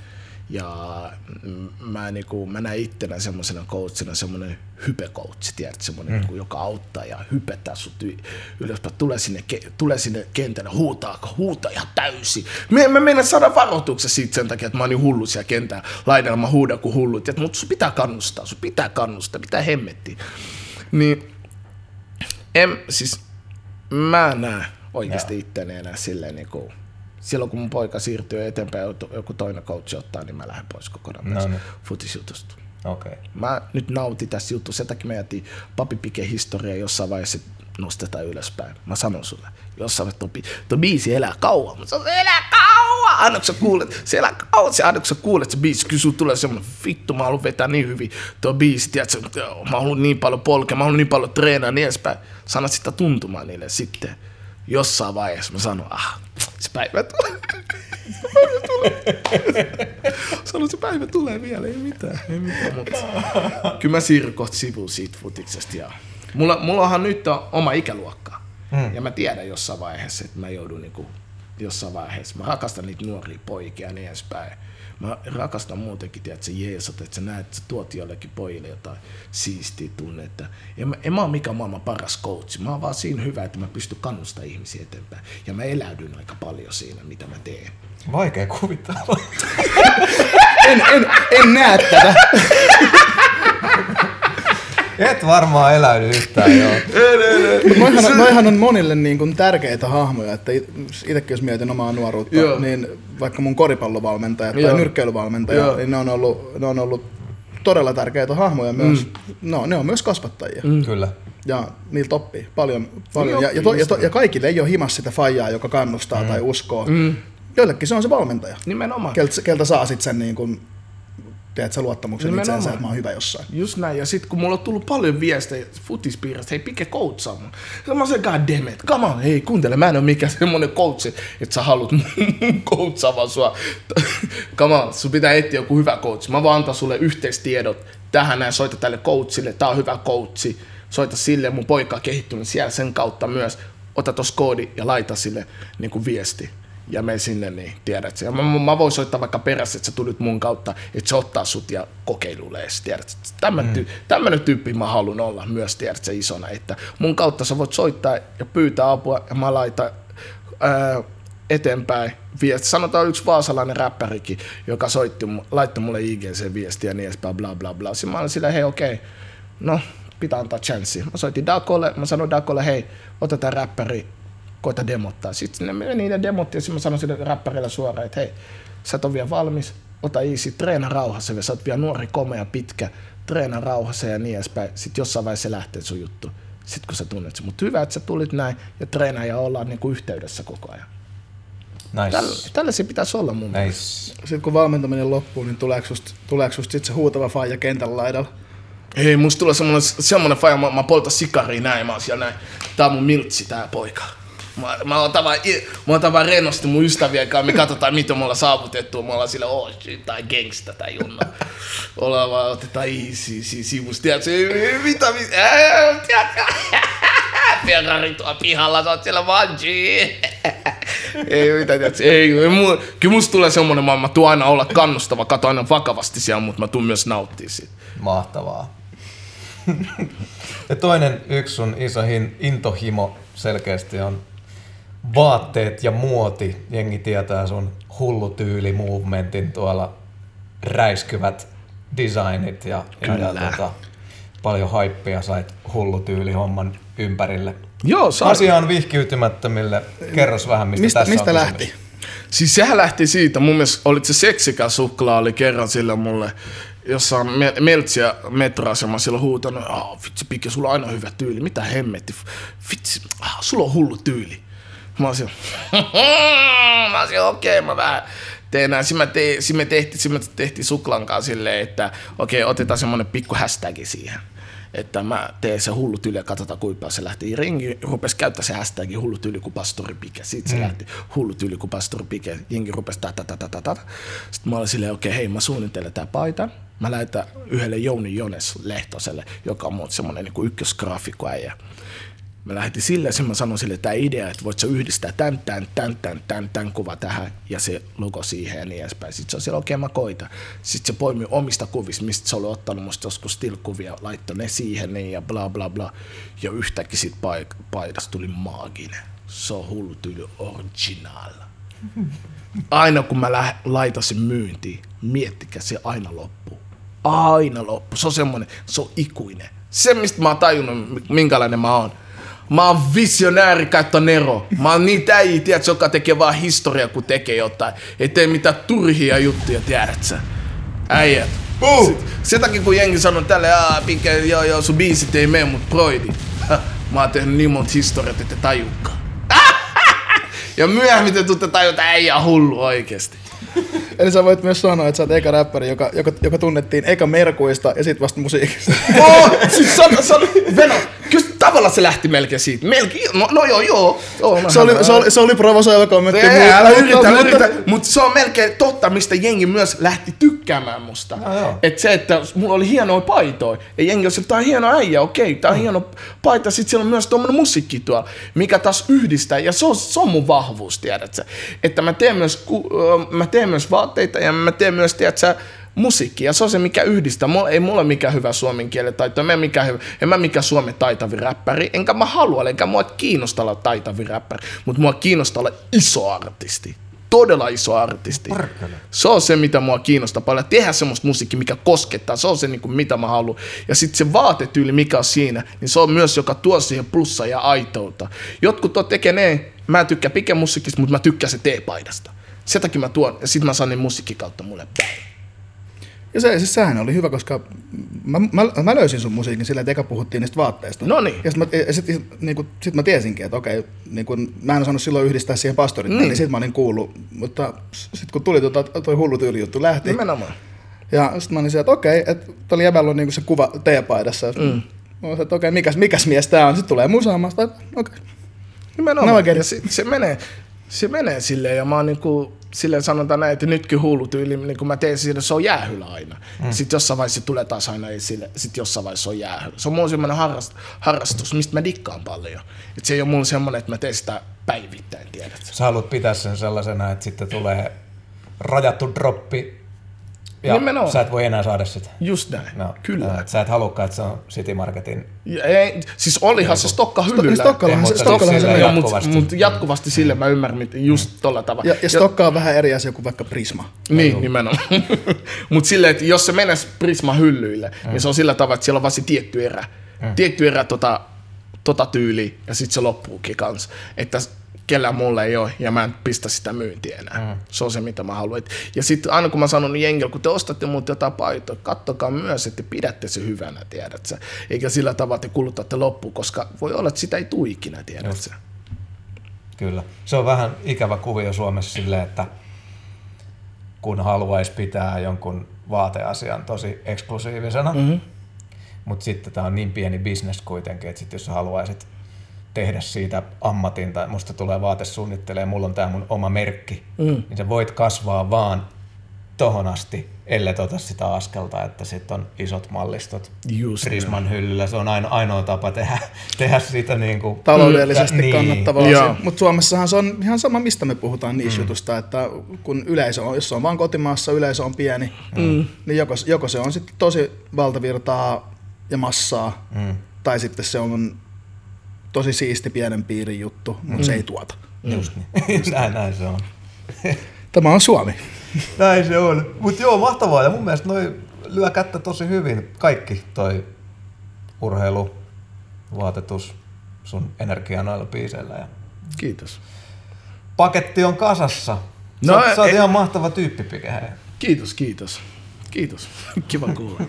Ja mä, niinku, mä näin ittenä semmoisena coachina, semmoinen hype-coach, tiedät, semmoinen, mm. niinku, joka auttaa ja hypetää sut ylöspäin, tulee sinne, tulee sinne kentälle, huutaa, huutaa ihan täysin. Mä, mä menen saada varoituksen siitä sen takia, että mä oon niin hullu siellä kentällä, laidalla mä huudan kuin hullut, mutta sun pitää kannustaa, sun pitää kannustaa, pitää hemmettiä. Niin, en, siis mä näen oikeasti no. itteni enää silleen niinku, silloin kun mun poika siirtyy eteenpäin, joku toinen coach ottaa, niin mä lähden pois kokonaan no, niin. futisjutusta. Okay. Mä nyt nautin tässä jutussa, sen takia me jätiin Papi Pike historiaa jossain vaiheessa nostetaan ylöspäin. Mä sanon sulle, jossain vaiheessa tuo biisi elää kauan. Mä sanon, se elää kauan! Anna kun sä kuulet, se elää kauan, se anna kun sä kuulet se biisi, kyllä sulla tulee semmoinen, vittu mä haluan vetää niin hyvin tuo biisi, tiedätkö, mä haluan niin paljon polkea, mä haluan niin paljon treenaa niin edespäin. Sano sitä tuntumaan niille sitten. Jossain vaiheessa mä sanon, ah, se päivä tulee. Se päivä tulee. Sanon, se päivä tulee vielä, ei mitään, ei mitään, mutta kyllä mä siirryn kohta sivuun siitä futiksesta. Ja mulla, mulla onhan nyt on oma ikäluokka. Hmm. Ja mä tiedän jossain vaiheessa, että mä joudun niinku, jossain vaiheessa. Mä rakastan niitä nuoria poikia ja niin edespäin. Mä rakastan muutenkin, tiedät, että sä jeesat, että sä näet, että sä tuot jollekin pojille jotain siistiä tunnetta. En mä, en mä ole mikään maailman paras coach. Mä oon vaan siinä hyvä, että mä pystyn kannustamaan ihmisiä eteenpäin. Ja mä eläydyn aika paljon siinä, mitä mä teen. Vaikea kuvitella. en, en, en näe tätä. Et varmaan eläydy yhtään, joo. noihan, noihan on monille niin kuin tärkeitä hahmoja, että itsekin jos mietin omaa nuoruutta, joo. niin vaikka mun koripallovalmentaja tai nyrkkeilyvalmentaja, joo. niin ne on, ollut, ne on ollut todella tärkeitä hahmoja myös. Mm. No, ne on myös kasvattajia. Mm. Kyllä. Ja niiltä oppii paljon. paljon. Ja, ja, to, ja, to, ja kaikille ei ole himas sitä faijaa, joka kannustaa mm. tai uskoo. Mm. Joillekin se on se valmentaja. Nimenomaan. Keltä, keltä saa sitten sen niin kuin teet sä luottamuksen itseensä, että mä oon hyvä jossain. Just näin, ja sit kun mulla on tullut paljon viestejä futispiiristä, hei Pike coachaa mun. Mä sanoin, god damn it, come on, hei kuuntele, mä en oo mikään semmonen coach, että sä haluat mun coachaavan sua. Come on, sun pitää etsiä joku hyvä coach. Mä vaan antaa sulle yhteistiedot, tähän näin, soita tälle coachille, tää on hyvä coachi. Soita sille, mun poika on kehittynyt siellä sen kautta myös. Ota tos koodi ja laita sille niin kuin viesti. Ja mene sinne, niin tiedät sä. Mä, mä voin soittaa vaikka perässä, että sä tulit mun kautta, että se ottaa sut ja kokeilulle edes, tiedät sä. Tämmönen, mm. ty- tämmönen tyyppi mä haluan olla myös, tiedät sä, isona. Että mun kautta sä voit soittaa ja pyytää apua ja mä laitan ää, eteenpäin viesti. Sanotaan yksi vaasalainen räppärikin, joka soitti, laittoi mulle I G C-viestiä ja niin edespäin, bla bla bla. Sitten mä olin silleen, hei okei, okay. no pitää antaa chanssi. Mä soitin Dakolle, mä sanoin Dakolle, hei, ota tää räppäri, koita demottaa. Sitten ne meni niiden demotti ja sitten mä sanoin sille räppärille suoraan, että hei, sä et ole vielä valmis, ota easy, treena rauhassa, sä oot vielä nuori, komea, pitkä, treena rauhassa ja niin edespäin. Sitten jossain vaiheessa se lähtee sun juttu, sit kun sä tunnet sen. Mutta hyvä, että sä tulit näin ja treenaa ja ollaan niinku yhteydessä koko ajan. Nice. Tällä, tällaisia pitäisi olla mun nice. mielestä. Sitten kun valmentaminen loppuu, niin tuleeko susta, tuleeko susta sit se huutava faija kentän laidalla? Ei, musta tulee semmonen, semmonen faija, mä, mä poltan sikaria näin, mä oon siellä näin. Tää on mun miltsi, tää poika. Mä, mä otan vaan, mä otan vaan rennosti mun ystäviä kanssa, me katsotaan mitä me ollaan saavutettu. Me ollaan sillä, oh shit, tai gangsta tai junna. Ollaan vaan, otetaan easy, easy, sivusta, tiedätkö, mitä, mitä, tiedätkö, Ferrari tuo pihalla, sä oot siellä vanji. Ei mitä, tiedätkö, ei, kyllä musta tulee semmonen, mä, mä tuun aina olla kannustava, kato aina vakavasti siellä, mutta mä tuun myös nauttia siitä. Mahtavaa. Ja toinen yksi sun iso intohimo selkeästi on vaatteet ja muoti. Jengi tietää sun hullu tyyli movementin, tuolla räiskyvät designit ja, ja, ja tota, paljon haippia sait hullu tyyli homman ympärille. Joo, saa. Asia on vihkiytymättömille. Kerros vähän, mistä, mistä tässä mistä on lähti? kysymys. Siis sehän lähti siitä, mun mielestä olit se seksikä suklaa, oli kerran sillä mulle jossain me- Meltsiä metroasema silloin huutanut, ah vitsi Pike, sulla on aina hyvä tyyli, mitä hemmetti, vitsi, ah, sulla on hullu tyyli. Mä olisin, mä olisin okei, okay, mä vähän teen näin. Sitten me, te- sit me tehtiin, sit me tehtiin suklan kanssa silleen, että okei, okay, otetaan semmonen pikku hashtagi siihen. Että mä teen se hullu tyyli ja katsotaan kuinka paljon se lähti. Jengi rupesi käyttää se hashtagi hullu tyyli kuin pastori Pike. Sitten se mm. lähti hullu tyyli kuin pastori Pike. Jengi rupesi ta ta ta ta ta ta. Sitten mä olin silleen, okei, okay, hei mä suunnittelen tää paita. Mä lähetän yhdelle Jouni Jones Lehtoselle, joka on muut semmonen niin kuin ykkösgraafikkoäijä. Mä lähetin sille ja mä sanoin sille, että tämä idea, että voit sä yhdistää tän, tän, tän, tän, tän, tän kuva tähän ja se logo siihen ja niin edespäin. Sitten se on siellä, okei okay, mä koitan. Sitten se poimi omista kuvista, mistä se oli ottanut musta joskus still-kuvia, laittoi ne siihen niin ja bla bla bla. Ja yhtäkkiä siitä paidasta tuli maaginen. Se on hullu tyyli original. Aina kun mä lähe, laitan sen myyntiin, miettikää se aina loppuu. Aina loppuu. Se on semmonen, se on ikuinen. Se mistä mä oon tajunnut, minkälainen mä oon. Mä oon visionääri kautta Nero. Mä oon niitä äijä, tiedätkö, joka tekee vaan historiaa, kun tekee jotain. Ei tee mitään turhia juttuja, tiedät sä. Äijät. Uh. Sen takia kun jengi sanoo tälle, aah, Pike, joo joo, sun biisit ei mene, mut broidi. Mä oon tehnyt niin monta historiat, ette tajukaan. Ja myöhemmin te tuutte tajuta, äijä on hullu oikeesti. Eli sä voit myös sanoa, että sä oot eka räppäri, joka, joka, joka tunnettiin eka merkuista ja sit vasta musiikista. Oh, siis sano, sano, Veno, kyllä tavallaan se lähti melkein siitä. Melkein, no, no joo, joo. Oh, se, oli, se, oli, se oli provosoiva kommentti. Ei, älä yritä, älä yritä. Mutta se on melkein totta, mistä jengi myös lähti tykkäämään musta. No, että se, että mulla oli hienoja paitoja. Ja jengi on se, että tää on hieno äijä, okei, tää on mm. hieno paita. Sitten siellä on myös tommonen musiikki tuolla, mikä taas yhdistää. Ja se on, se on mun vahvuus, tiedät sä. Että mä teen myös, mä teen myös vaatteita ja mä teen myös, tiedät sä, musiikki, ja se on se, mikä yhdistää. Mulla, ei mulla mikään hyvä suomen kielen taito, en, mikään hyvä, en mä mikään suomen taitavi räppäri, enkä mä halua, enkä mua kiinnostaa olla taitavi räppäri, mutta mua kiinnostaa olla iso artisti. Todella iso artisti. Parkele. Se on se, mitä mua kiinnostaa paljon. Tehdä semmoista musiikkia, mikä koskettaa. Se on se, niin kuin, mitä mä haluan. Ja sitten se vaatetyyli, mikä on siinä, niin se on myös, joka tuo siihen plussaa ja aitoutta. Jotkut on tekee, mä tykkään Pike musiikista, mutta mä tykkään se teepaidasta. Sen takia mä tuon, ja sit mä saan niin musiikki kautta mulle päin. Ja se, siis sehän oli hyvä, koska mä, mä, mä löysin sun musiikin sillä, että eka puhuttiin niistä vaatteista. No niin. Ja sitten sit, niin sit mä tiesinkin, että okei, niin kun, mä en osannut silloin yhdistää siihen pastorit, niin, niin sit mä olin kuullut. Mutta sit kun tuli tuota, toi hullu tyyli juttu lähti, nimenomaan. Ja sitten mä olin sieltä, että okei, että tuolla jäbällä on niinku se kuva teepaidassa. Mm. Mä olin, että okei, mikäs, mikäs mies tää on? Sitten tulee musaamasta, että okei. Nimenomaan. No, ja se, se, menee, se menee silleen, ja mä oon niinku, silleen sanotaan näin, että nytkin huulutyyli, niin kun mä teen siinä, se on jäähyllä aina. Mm. Sitten jossain vaiheessa se tulee taas aina esille, sitten jossain vaiheessa on jäähyllä. Se on mun semmoinen harrastus, harrastus, mistä mä dikkaan paljon. Et se ei ole mun semmoinen, että mä teen sitä päivittäin, tiedät. Sä haluat pitää sen sellaisena, että sitten tulee rajattu droppi, ja nimenomaan. Sä et voi enää saada sitä. Just näin, no, kyllä. Sä et halukaan, että se on City Marketin. Ja ei, siis olihan se Stokka hyllyllä. Stokkallahan se, Stokkallahan se on, mutta mut jatkuvasti sille mä ymmärrän, just mm. tolla tavalla. Ja, ja Stokka on vähän eri asia kuin vaikka Prisma. Niin, no, nimenomaan. Mutta silleen, että jos se menee Prisma hyllyille, mm. niin se on sillä tavalla, että siellä on vaan se tietty erä. Mm. Tietty erä tota, tota tyyliä, ja sitten se loppuukin kanssa. Että kellään mulle ei ole, ja mä en pistä sitä myyntiä enää. Mm. Se on se, mitä mä haluan. Ja sitten aina kun mä sanon niin jengillä, kun te ostatte mut jotain paitoa, kattokaa myös, että te pidätte se hyvänä, tiedätkö? Eikä sillä tavalla te kulutatte loppuun, koska voi olla, että sitä ei tule ikinä, tiedätkö? Kyllä. Se on vähän ikävä kuvio Suomessa silleen, että kun haluaisi pitää jonkun vaateasian tosi eksklusiivisena, mm-hmm. mutta sitten tämä on niin pieni business kuitenkin, että sit jos sä haluaisit tehdä siitä ammatin, tai musta tulee vaatesuunnittelija, mulla on tää mun oma merkki, mm. niin sä voit kasvaa vaan tohon asti, ellei ota sitä askelta, että sit on isot mallistot Just Prisman niin. hyllyllä. Se on ainoa, ainoa tapa tehdä, tehdä sitä niinku taloudellisesti mm, kannattavaa niin. asia. Mutta Suomessahan se on ihan sama, mistä me puhutaan niissä mm. jutusta, että kun yleisö on, jos se on vaan kotimaassa, yleisö on pieni, mm. niin joko, joko se on sitten tosi valtavirtaa ja massaa, mm. tai sitten se on tosi siisti pienen piirin juttu, mutta mm. se ei tuota. Just niin. näin, näin se on. Tämä on Suomi. Näin se on. Mutta joo, mahtavaa. Ja mun mielestä noi lyö kättä tosi hyvin. Kaikki toi urheilu, vaatetus, sun energia noilla biiseillä. Ja kiitos. Paketti on kasassa. Sä, no, sä oot e- ihan mahtava tyyppi, Pike. Hei. Kiitos, kiitos. Kiitos. Kiva kuulla.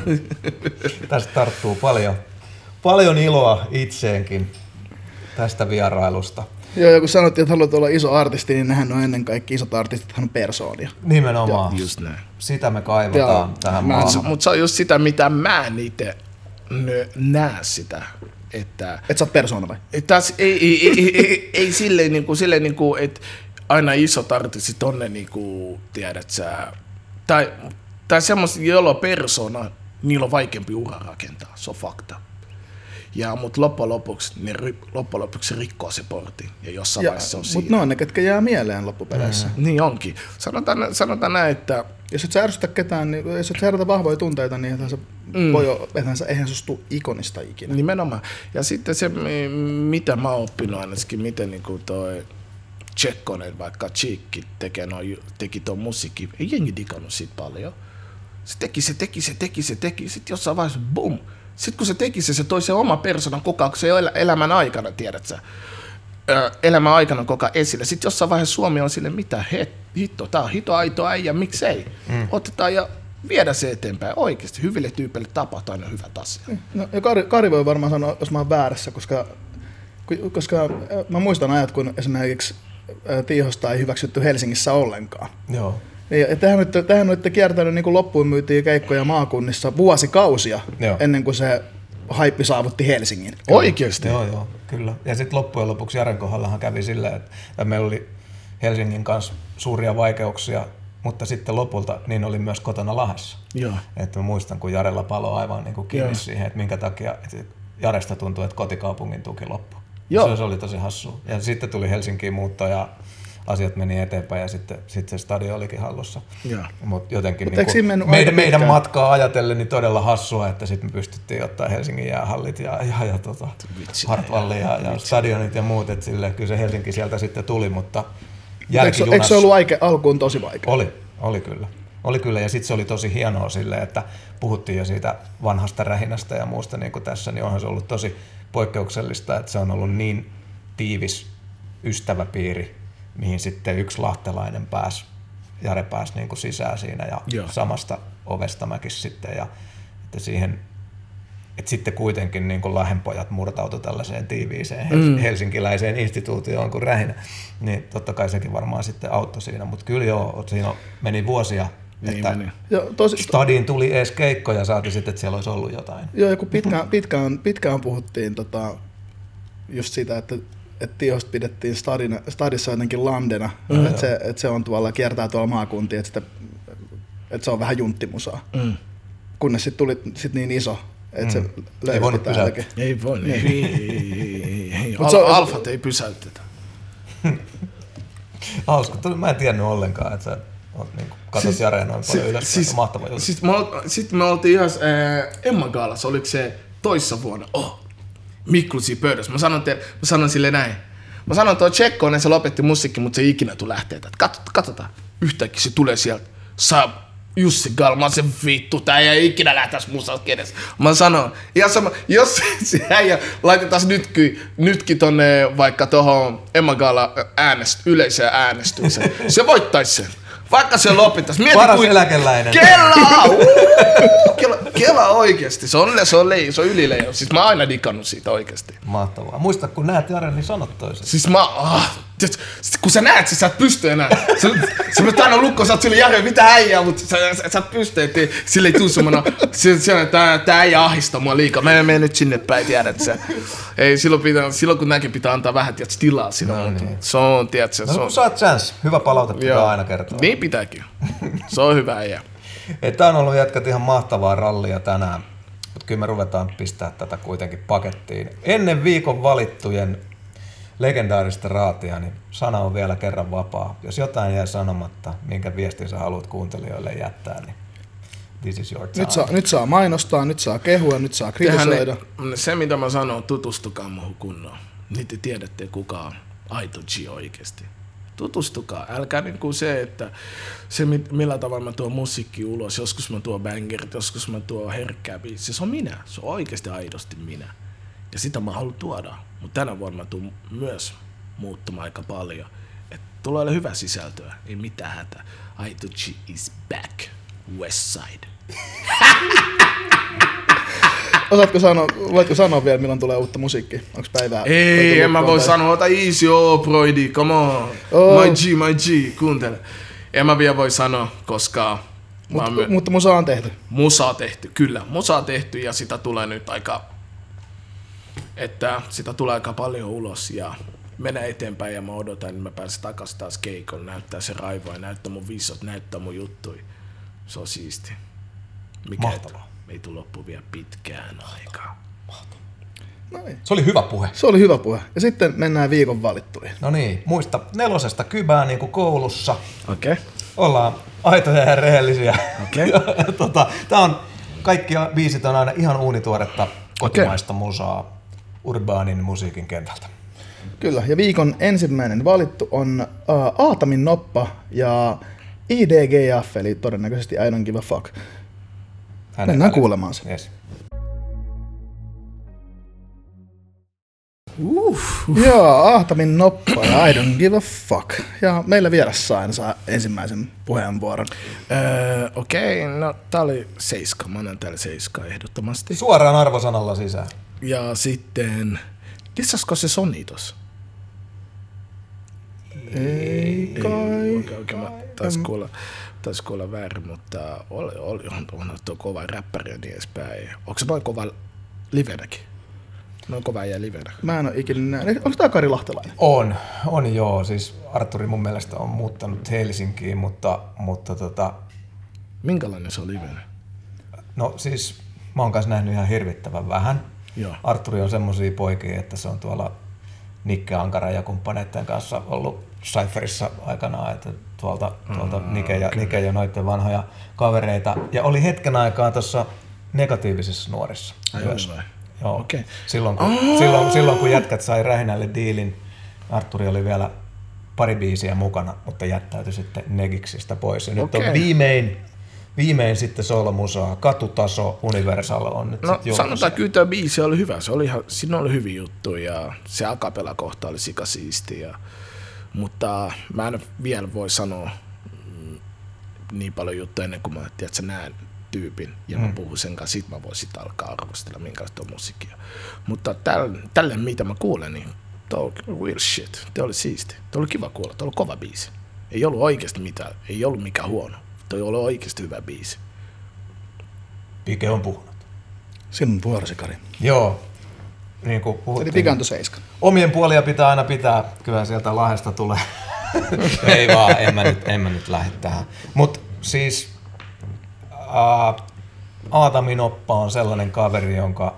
Tästä tarttuu paljon. Paljon iloa itseenkin tästä vierailusta. Joo, ja kun sanottiin, että haluat olla iso artisti, niin nehän on ennen kaikkea isot artistithan on persoonia. Nimenomaan. Just näin. Sitä me kaivataan ja tähän maahan. Mutta se on just sitä, mitä mä en itse näe sitä. Että et sä oot persoona vai? Taas, ei, ei, ei, ei, ei silleen, niin kuin, silleen niin kuin, että aina isot artistit on ne, niin kuin, tiedät sä, tai, tai semmoista, joilla on persona, niillä on vaikeampi ura rakentaa, se on fakta. Ja, mutta loppujen lopuksi, ne loppujen lopuksi rikkoo se portin, ja jossain ja, vaiheessa se on siinä. Mutta ne on ne, ketkä jää mieleen loppupeleissä. Mm. Niin onkin. Sanotaan, sanotaan näin, että jos et sä ärsytä ketään, niin jos et sä herätä vahvoja tunteita, niin eihän se mm. voi olla, eihän se, eihän se tule ikonista ikinä. Nimenomaan. Ja sitten se, mitä mä oon oppinut ainakin, miten niin kuin toi Tsekkonen, vaikka Cheekki tekee no, teki tuon musiikki, ei jengi digannut siitä paljon. Se teki, se teki, se teki, se teki, sitten jossain vaiheessa bum. Sitten kun se teki se, se toi se oma persoonan koko ajan, kun se ei ole elämän aikana, tiedät sä, elämän aikana koko ajan esille. Sitten jossain vaiheessa Suomi on sille, mitä het, hitto, tää on hito aito äijä, miksei. Mm. Otetaan ja viedä se eteenpäin. Oikeasti hyville tyypeille tapahtuu aina hyvät asiat. No, ja Kari, Kari voi varmaan sanoa, jos mä oon väärässä, koska, koska mä muistan ajat, kun esimerkiksi Tiihosta ei hyväksytty Helsingissä ollenkaan. Joo. Ja tähän olette, tähän olette kiertänyt niin kuin loppuun myytiin keikkoja maakunnissa vuosikausia joo. ennen kuin se haippi saavutti Helsingin. Oikeasti? Joo, joo, kyllä. Ja sitten loppujen lopuksi Jaren kohdallahan kävi silleen, että meillä oli Helsingin kanssa suuria vaikeuksia, mutta sitten lopulta niin oli myös kotona Lahdessa. Joo. Että mä muistan, kun Jarella palo aivan niin kuin kiinni joo. siihen, että minkä takia että Jaresta tuntui, että kotikaupungin tuki loppui. Joo. Se oli tosi hassua. Ja sitten tuli Helsinkiin muutto ja asiat meni eteenpäin ja sitten, sitten se stadion olikin hallussa. Mutta jotenkin Mut niin meidän, meidän matkaa ajatellen niin todella hassua, että sitten me pystyttiin ottaa Helsingin jäähallit ja, ja, ja tota, Hartwalli ja, ja stadionit ja muut. Että sille, kyllä se Helsinki sieltä sitten tuli, mutta jälkijunassa... Eikö se ollut aike, alkuun tosi vaikea? Oli, oli kyllä. Oli kyllä ja sitten se oli tosi hienoa silleen, että puhuttiin jo siitä vanhasta rähinästä ja muusta niin kuin tässä, niin onhan se ollut tosi poikkeuksellista, että se on ollut niin tiivis ystäväpiiri, mihin sitten yksi lahtelainen pääsi, Jare pääsi niin kuin sisään siinä ja joo. samasta ovesta mäkin sitten. Ja että siihen, että sitten kuitenkin niin kuin Lahdenpojat murtautui tällaiseen tiiviiseen mm. helsinkiläiseen instituutioon kuin Rähinä, niin totta kai sekin varmaan sitten auttoi siinä. Mutta kyllä joo, siinä meni vuosia Niin että meni. Joo, tosi, Stadiin tuli edes keikkoja ja saati sitten, että siellä olisi ollut jotain. joo, ja kun pitkään, pitkään, pitkään puhuttiin tota, just siitä, että että Tiosta pidettiin stadina, stadissa jotenkin landena, mm. että se, et se on tuolla, kiertää tuolla maakuntia, että, sitä, että se on vähän junttimusaa. Mm. Kunnes sitten tuli sit niin iso, että mm. se löysi täälläkin. Ei voi, ei, ei, ei, ei, ei. Al- Al- alfat ei pysäytetä. Hauska, mä en tiennyt ollenkaan, että sä oot niinku, katot siis, Jare noin paljon ylöspäin, siis, mahtava juttu. Siis sitten me oltiin ihan äh, Emma Gaalassa, oliko se toissa vuonna? Oh, Miklusi pöydässä. Mä sanon, te, mä sanon sille näin. Mä sanon, että tuo Tsekkonen, se lopetti musiikki, mutta se ei ikinä tule lähteä. Kat, katsotaan. Yhtäkkiä se tulee sieltä. Saa Jussi Galma, se vittu, tää ei ikinä lähtäis musasta kädessä. Mä sanon, ihan sama, jos se äijä laitetaan nytkin, nytkin tonne vaikka tohon Emma Gaala äänest, yleiseen äänestykseen, se voittaisi sen. Vaikka se lopettaisi. Mieti, paras kuin... eläkeläinen. Kela! Kela, Kela oikeesti. Se on, se on, lei, se on ylileijos. Siis mä oon aina digannut siitä oikeesti. Mahtavaa. Muista, kun näet Jaren, niin sanot toiset. Siis mä... Ah, tiiät, kun sä näet, sä et pysty enää. Sä, sä mä aina lukkoon, sä oot sille Jare, mitä äijää, mutta sä, sä, sä et pysty, ettei sille ei tuu semmoinen... Tää, tää äijä ahistaa mua liikaa. Mä en mene nyt sinne päin, tiedät sä. Ei, silloin, pitää, silloin kun näkin pitää antaa vähän, tiedät, tilaa siinä. No, niin. Se on, tiedät sä. No kun saat chance. Hyvä palaute pitää aina kertoa. Niin pitääkin. Se on hyvä äijä. Tää on ollut jätkät ihan mahtavaa rallia tänään, mutta kyllä me ruvetaan pistää tätä kuitenkin pakettiin. Ennen viikon valittujen legendaarista raatia, niin sana on vielä kerran vapaa. Jos jotain jää sanomatta, minkä viestin sä haluat kuuntelijoille jättää, niin this is your time. Nyt saa, nyt saa mainostaa, nyt saa kehua, nyt saa kritisoida. Ne, se mitä mä sanon, tutustukaa muuhun kunnolla. Niin te tiedätte kuka on aito G oikeesti. Tutustukaa. Älkää niin kuin se, että se millä tavalla mä tuon musiikki ulos, joskus mä tuon bangerit, joskus mä tuon herkkää biisiä. Se on minä. Se on oikeasti aidosti minä. Ja sitä mä haluan tuoda. Mutta tänä vuonna mä tuun myös muuttamaan aika paljon. Että tulee olla hyvä sisältöä. Ei mitään hätää. Aito G is back. Westside. Osaatko sanoa, voitko sanoa vielä, milloin tulee uutta musiikkia? Onko päivää? Ei, en mä voi tai... sanoa, ota easy, oh, broidi, come on. Oh. My G, my G, kuuntele. En mä vielä voi sanoa, koska... Mut, my... Mutta musa on tehty. Musa on tehty, kyllä. Musa on tehty ja sitä tulee nyt aika... Että sitä tulee aika paljon ulos ja menee eteenpäin ja mä odotan, että mä pääsen takaisin taas keikolle, näyttää se raivoa ja näyttää mun visot, näyttää mun juttui. Se on siisti. Mikä mahtavaa. Ei tule loppu vielä pitkään aikaa. Noin. Se oli hyvä puhe. Se oli hyvä puhe. Ja sitten mennään viikon valittuihin. No niin, muista nelosesta kybää niin kuin koulussa. Okei. Okay. Ollaan aitoja ja rehellisiä. Okei. Okay. tota, tää on, kaikki biisit on aina ihan uunituoretta kotimaista okay. musaa urbaanin musiikin kentältä. Kyllä, ja viikon ensimmäinen valittu on uh, Aatamin Noppa ja I D G F, eli todennäköisesti I don't give a fuck. Hänen Mennään äänet. Kuulemaan se. Yes. Uh, Joo, Aatamin Noppa ja I don't give a fuck. Ja meillä vieressä aina saa ensimmäisen puheenvuoron. Öö, Okei, okay, no tää oli seiska. Mä annan täällä seiska ehdottomasti. Suoraan arvosanalla sisään. Ja sitten, lissasko se Sony tossa? Ei kai. Okei, okei, mä tais kuulla, tais kuulla väärin, mutta oli, oli on, on tuo kova räppäri ja niin edespäin. Onko se noin kova livenäkin? Noin kova jää livenä. Mä en oo ikinä näin. Onko tää Kari Lahtelainen? On, on joo. Siis Arturi mun mielestä on muuttanut Helsinkiin, mutta, mutta tota... Minkälainen se on livenä? No siis mä oon kanssa nähnyt ihan hirvittävän vähän. Joo. Arturi on semmosia poikia, että se on tuolla Nikke Ankara ja kumppaneiden kanssa ollut Cypherissa aikanaan, että tuolta, tuolta mm, Nike, ja, okay. Nike ja noitten vanhoja kavereita. Ja oli hetken aikaa tuossa negatiivisissa nuorissa. Ai myös. Joo. Okay. Silloin, kun, oh. silloin, silloin kun jätkät sai Rähinälle diilin, Arturi oli vielä pari biisiä mukana, mutta jättäytyi sitten Negiksistä pois. Ja nyt okay. on viimein, viimein sitten solomusaa, katutaso, Universal on nyt no, sitten sanotaan, kyllä tämä biisi oli hyvä. Se oli ihan, siinä oli hyviä juttuja ja se acapella kohta oli sikasiisti. Ja, mutta mä en vielä voi sanoa mm, niin paljon juttuja ennen kuin mä tiedät, näen tyypin ja mä mm. puhun sen kanssa, sit mä voin sit alkaa arvostella minkälaista on musiikkia. Mutta tälle, tälle mitä mä kuulen, niin tuo on real shit. Tuo oli siisti. Tuo oli kiva kuulla. Tuo oli kova biisi. Ei ollut oikeasti mitään. Ei ollut mikään huono. toi oli oikeasti hyvä biisi. Pike on puhunut. Sinun vuorosi, Kari. Joo. Niin kuin Se puhuttiin. oli Pikanto seiska. Omien puolia pitää aina pitää. Kyllä sieltä Lahdesta tulee. Ei vaan, en mä nyt, en mä nyt lähde tähän. Mut siis äh, Aatami Noppa on sellainen kaveri, jonka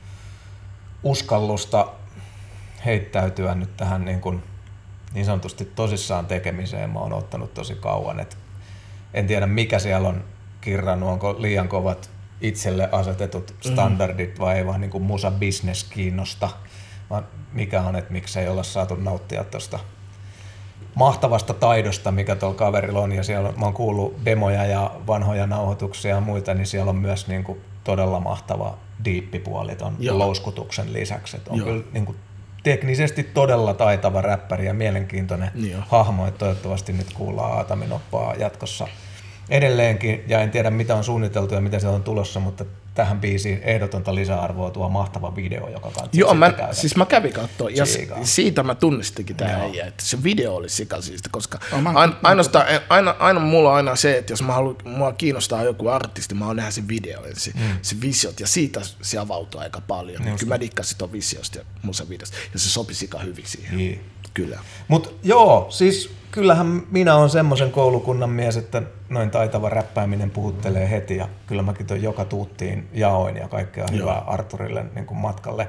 uskallusta heittäytyä nyt tähän niin, kuin, niin sanotusti tosissaan tekemiseen mä oon ottanut tosi kauan. Et en tiedä mikä siellä on kirrannut, onko liian kovat itselle asetetut standardit vai ei vaan niin kuin musa business kiinnosta, vaan mikä on, että miksei olla saatu nauttia tuosta mahtavasta taidosta, mikä tuolla kaverilla on, ja siellä on, mä oon kuullut demoja ja vanhoja nauhoituksia ja muita, niin siellä on myös niin kuin todella mahtava diippipuoli ton Joo. louskutuksen lisäksi. Et on Joo. kyllä niin kuin teknisesti todella taitava räppäri ja mielenkiintoinen Joo. hahmo, että toivottavasti nyt kuullaan Aatami Noppaa jatkossa edelleenkin, ja en tiedä mitä on suunniteltu ja mitä se on tulossa, mutta tähän biisiin ehdotonta lisäarvoa tuo mahtava video, joka kannattaa Joo, mä, käydä. siis mä kävin katsoa, ja Siikaa. siitä mä tunnistikin tää Joo. äijä, että se video oli sikasiista, koska Oh, mä- aina, ainoastaan, aina, aina mulla on aina se, että jos mä haluan, mua kiinnostaa joku artisti, mä haluan nähdä sen video ensin, mm. se visiot, ja siitä se avautuu aika paljon. Just Kyllä mä dikkasin ton visiosta ja musavideosta, ja se sopi sika hyvin siihen. Niin. Kyllä. Mut joo, siis kyllähän minä olen semmoisen koulukunnan mies, että noin taitava räppääminen puhuttelee heti, ja kyllä mäkin ton joka tuuttiin jaoin ja kaikkea Joo. hyvää Arturille niin kuin matkalle.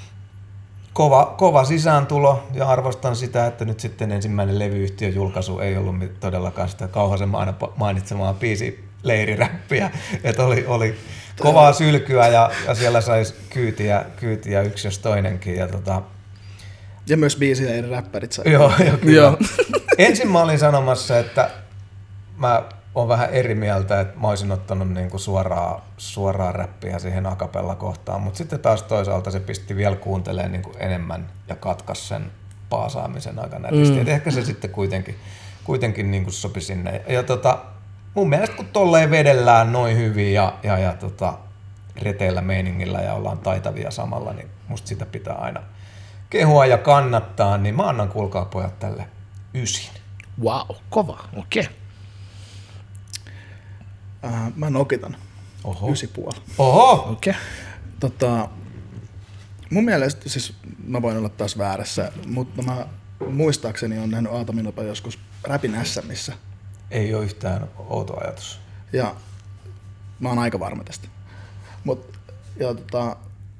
Kova, kova sisääntulo, ja arvostan sitä, että nyt sitten ensimmäinen levyyhtiön julkaisu ei ollut todellakaan sitä Kauhasen aina mainitsemaa biisi leiriräppiä, että oli, oli kovaa sylkyä ja, ja siellä saisi kyytiä, kyytiä yksi jos toinenkin. Ja tota, Ja myös biisillä eri räppärit sai. joo, joo, kyllä. Joo. Ensin mä olin sanomassa, että mä oon vähän eri mieltä, että mä olisin ottanut niinku suoraa, suoraa räppiä siihen akapella kohtaan, mutta sitten taas toisaalta se pisti vielä kuuntelemaan niinku enemmän ja katkas sen paasaamisen aika nätisti. Mm. Et ehkä se sitten kuitenkin, kuitenkin niinku sopi sinne. Ja tota, mun mielestä kun tolleen vedellään noin hyvin ja, ja, ja tota, reteillä meiningillä ja ollaan taitavia samalla, niin musta sitä pitää aina kehua ja kannattaa, niin mä annan kuulkaa pojat tälle ysin. Wow, kova, okei. Okay. Uh, mä nokitan. Oho. Ysi puoli. Oho! Okei. Okay. Tota, mun mielestä, siis mä voin olla taas väärässä, mutta mä muistaakseni on nähnyt Aatami Noppa joskus Räpin S M:ssä. Ei ole yhtään outo ajatus. Ja mä oon aika varma tästä. Mut, ja tota,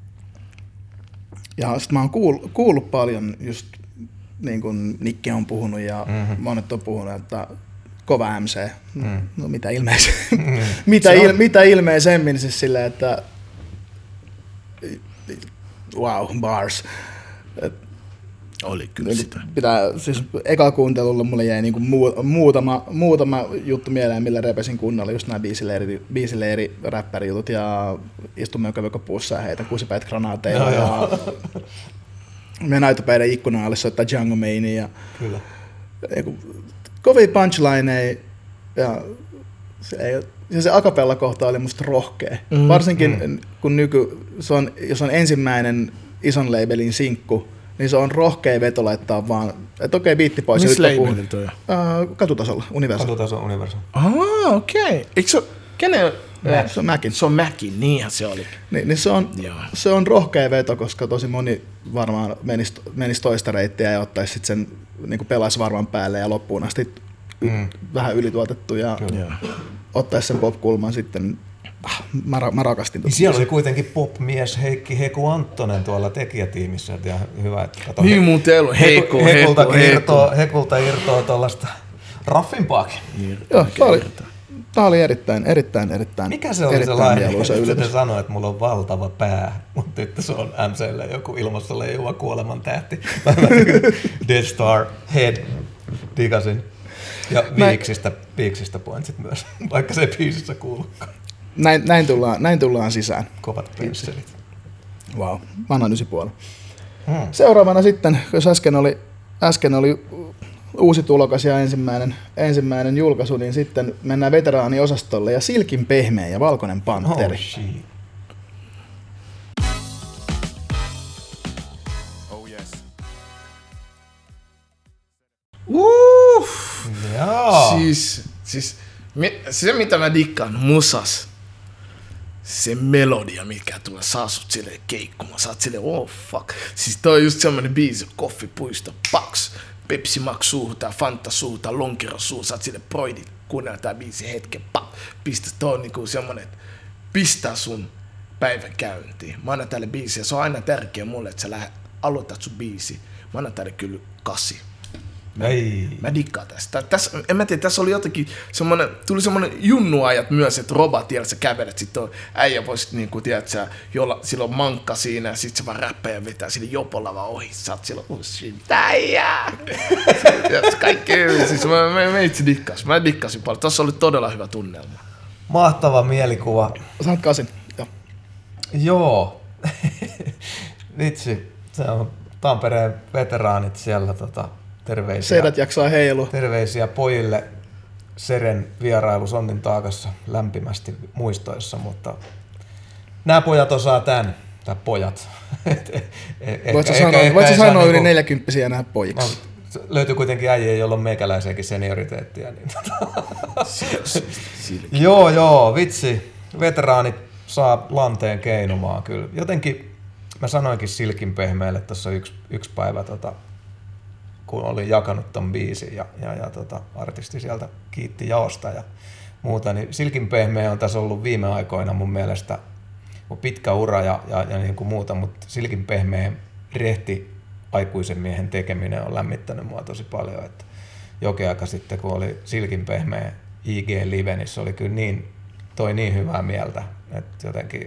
ja sit mä oon kuullut, kuullut paljon just niin kuin Nikke on puhunut ja mm-hmm. monet on puhunut, että kova M C. Mm. No mitä ilmeisemmin. Mm. mitä, il, mitä ilmeisemmin siis silleen, että wow, bars. Et, Oli kyllä niin, sitä. pitää, siis eka kuuntelulla mulle jäi niinku muu, muutama, muutama juttu mieleen, millä repesin kunnolla, just nämä biisileiri, biisileiri räppärijutut ja istun mökövykopuussa ja heitä kuusipäät granaateilla ja meidän aitopäiden ikkunan alle soittaa Django Maini ja Kyllä. Eiku, kovia punchlineja ja se, ei, ja se acapella kohta oli musta rohkea. Mm, Varsinkin mm. kun nyky, se on, jos on ensimmäinen ison labelin sinkku, niin se on rohkea veto laittaa vaan, että okei, biitti pois. Missä ja labelin toi on? Uh, katutasolla, Universal. Katutaso Universal. Ah, okei. Okay. Eikö se ole, kenen? Mac. Se on Macin. Se on Macin, niinhän se oli. Niin, niin se, on, Joo. se on rohkea veto, koska tosi moni varmaan menisi, menisi toista reittiä ja ottaisi sit sen, niin pelaisi varman päälle ja loppuun asti mm. vähän ylituotettu ja Joo. ottaisi sen pop-kulman sitten. Ah, mä, ra- mä rakastin Niin siellä oli kuitenkin pop-mies Heikki Heku Anttonen tuolla tekijätiimissä. Ja hyvä, että kato, Niin muuten ollut. Heikko, Heku, Hekulta, Heikko, irtoa, Hekulta irtoa tuollaista raffimpaakin. Joo, tää oli, tää oli erittäin, erittäin, erittäin, Mikä se oli se erittäin lainen? mieluisa Sitten yllätys. sanoi, että mulla on valtava pää, mutta että se on M C:lle joku ilmassa leijuva kuoleman tähti. Mä Death Star Head digasin. Ja viiksistä, viiksistä pointsit myös, vaikka se ei biisissä kuulukaan. Näin, näin, tullaan, näin tullaan sisään. Kovat pensselit. Wow, mä annan ysi puoli. Hmm. Seuraavana sitten, jos äsken oli, äsken oli uusi tulokas ja ensimmäinen, ensimmäinen julkaisu, niin sitten mennään veteraaniosastolle ja Silkin pehmeä ja valkoinen panteri. Oh shit. Oh yes. Uff. Joo. Siis, siis Se mitä mä dikkaan musas, se melodia, mikä tulee, saa sut silleen keikkumaan, sä oot silleen, oh fuck. Siis toi on just semmonen biisi, koffipuisto, paks, Pepsi Max suuhun, tää Fanta suuhun, tää Lonkero suuhun, sä oot silleen broidit, kuunnella tää biisi hetken, pap, pistä, toi on niinku semmonen, että pistää sun päivän käyntiin. Mä annan tälle biisiä, se on aina tärkeä mulle, että sä lähdet, aloitat sun biisi. Mä annan tälle kyllä kasi. Mä, mä dikkaan tästä. Tässä, en mä tiedä, tässä oli jotenkin semmonen, tuli semmonen junnuajat myös, että roba, tiedät, sä kävelet, sit toi äijä voisit niinku, tiedät sä, jolla, sillä on mankka siinä, ja sit se vaan räppää ja vetää sille jopolla vaan ohi, sä oot silloin, oh shit, äijä! Kaikki, siis mä, mä, mä itse dikkasin, mä dikkasin paljon, tossa oli todella hyvä tunnelma. Mahtava mielikuva. Sanot kasin, joo. Joo. Vitsi, se on Tampereen veteraanit siellä, tota, terveisiä. Seidät jaksaa heilua. Terveisiä pojille Seren vierailu Sonnin taakassa lämpimästi muistoissa, mutta nämä pojat osaa tän, tai pojat. Voitko sanoa, voit sanoa yli neljäkymppisiä nämä pojiksi? No, löytyy kuitenkin äijä, jolla on meikäläisiäkin senioriteettia. Niin joo, joo, vitsi. Veteraanit saa lanteen keinumaan kyllä. Jotenkin mä sanoinkin Silkin Pehmeelle tuossa yksi, yksi päivä, tota, kun olin jakanut ton biisin ja, ja, ja tota, artisti sieltä kiitti jaosta ja muuta, niin Silkin Pehmeä on tässä ollut viime aikoina mun mielestä pitkä ura ja, ja, ja niin kuin muuta, mutta Silkin Pehmeän rehti aikuisen miehen tekeminen on lämmittänyt mua tosi paljon, että jokin aika sitten, kun oli Silkin Pehmeä I G-live, niin se oli kyllä niin, toi niin hyvää mieltä, että jotenkin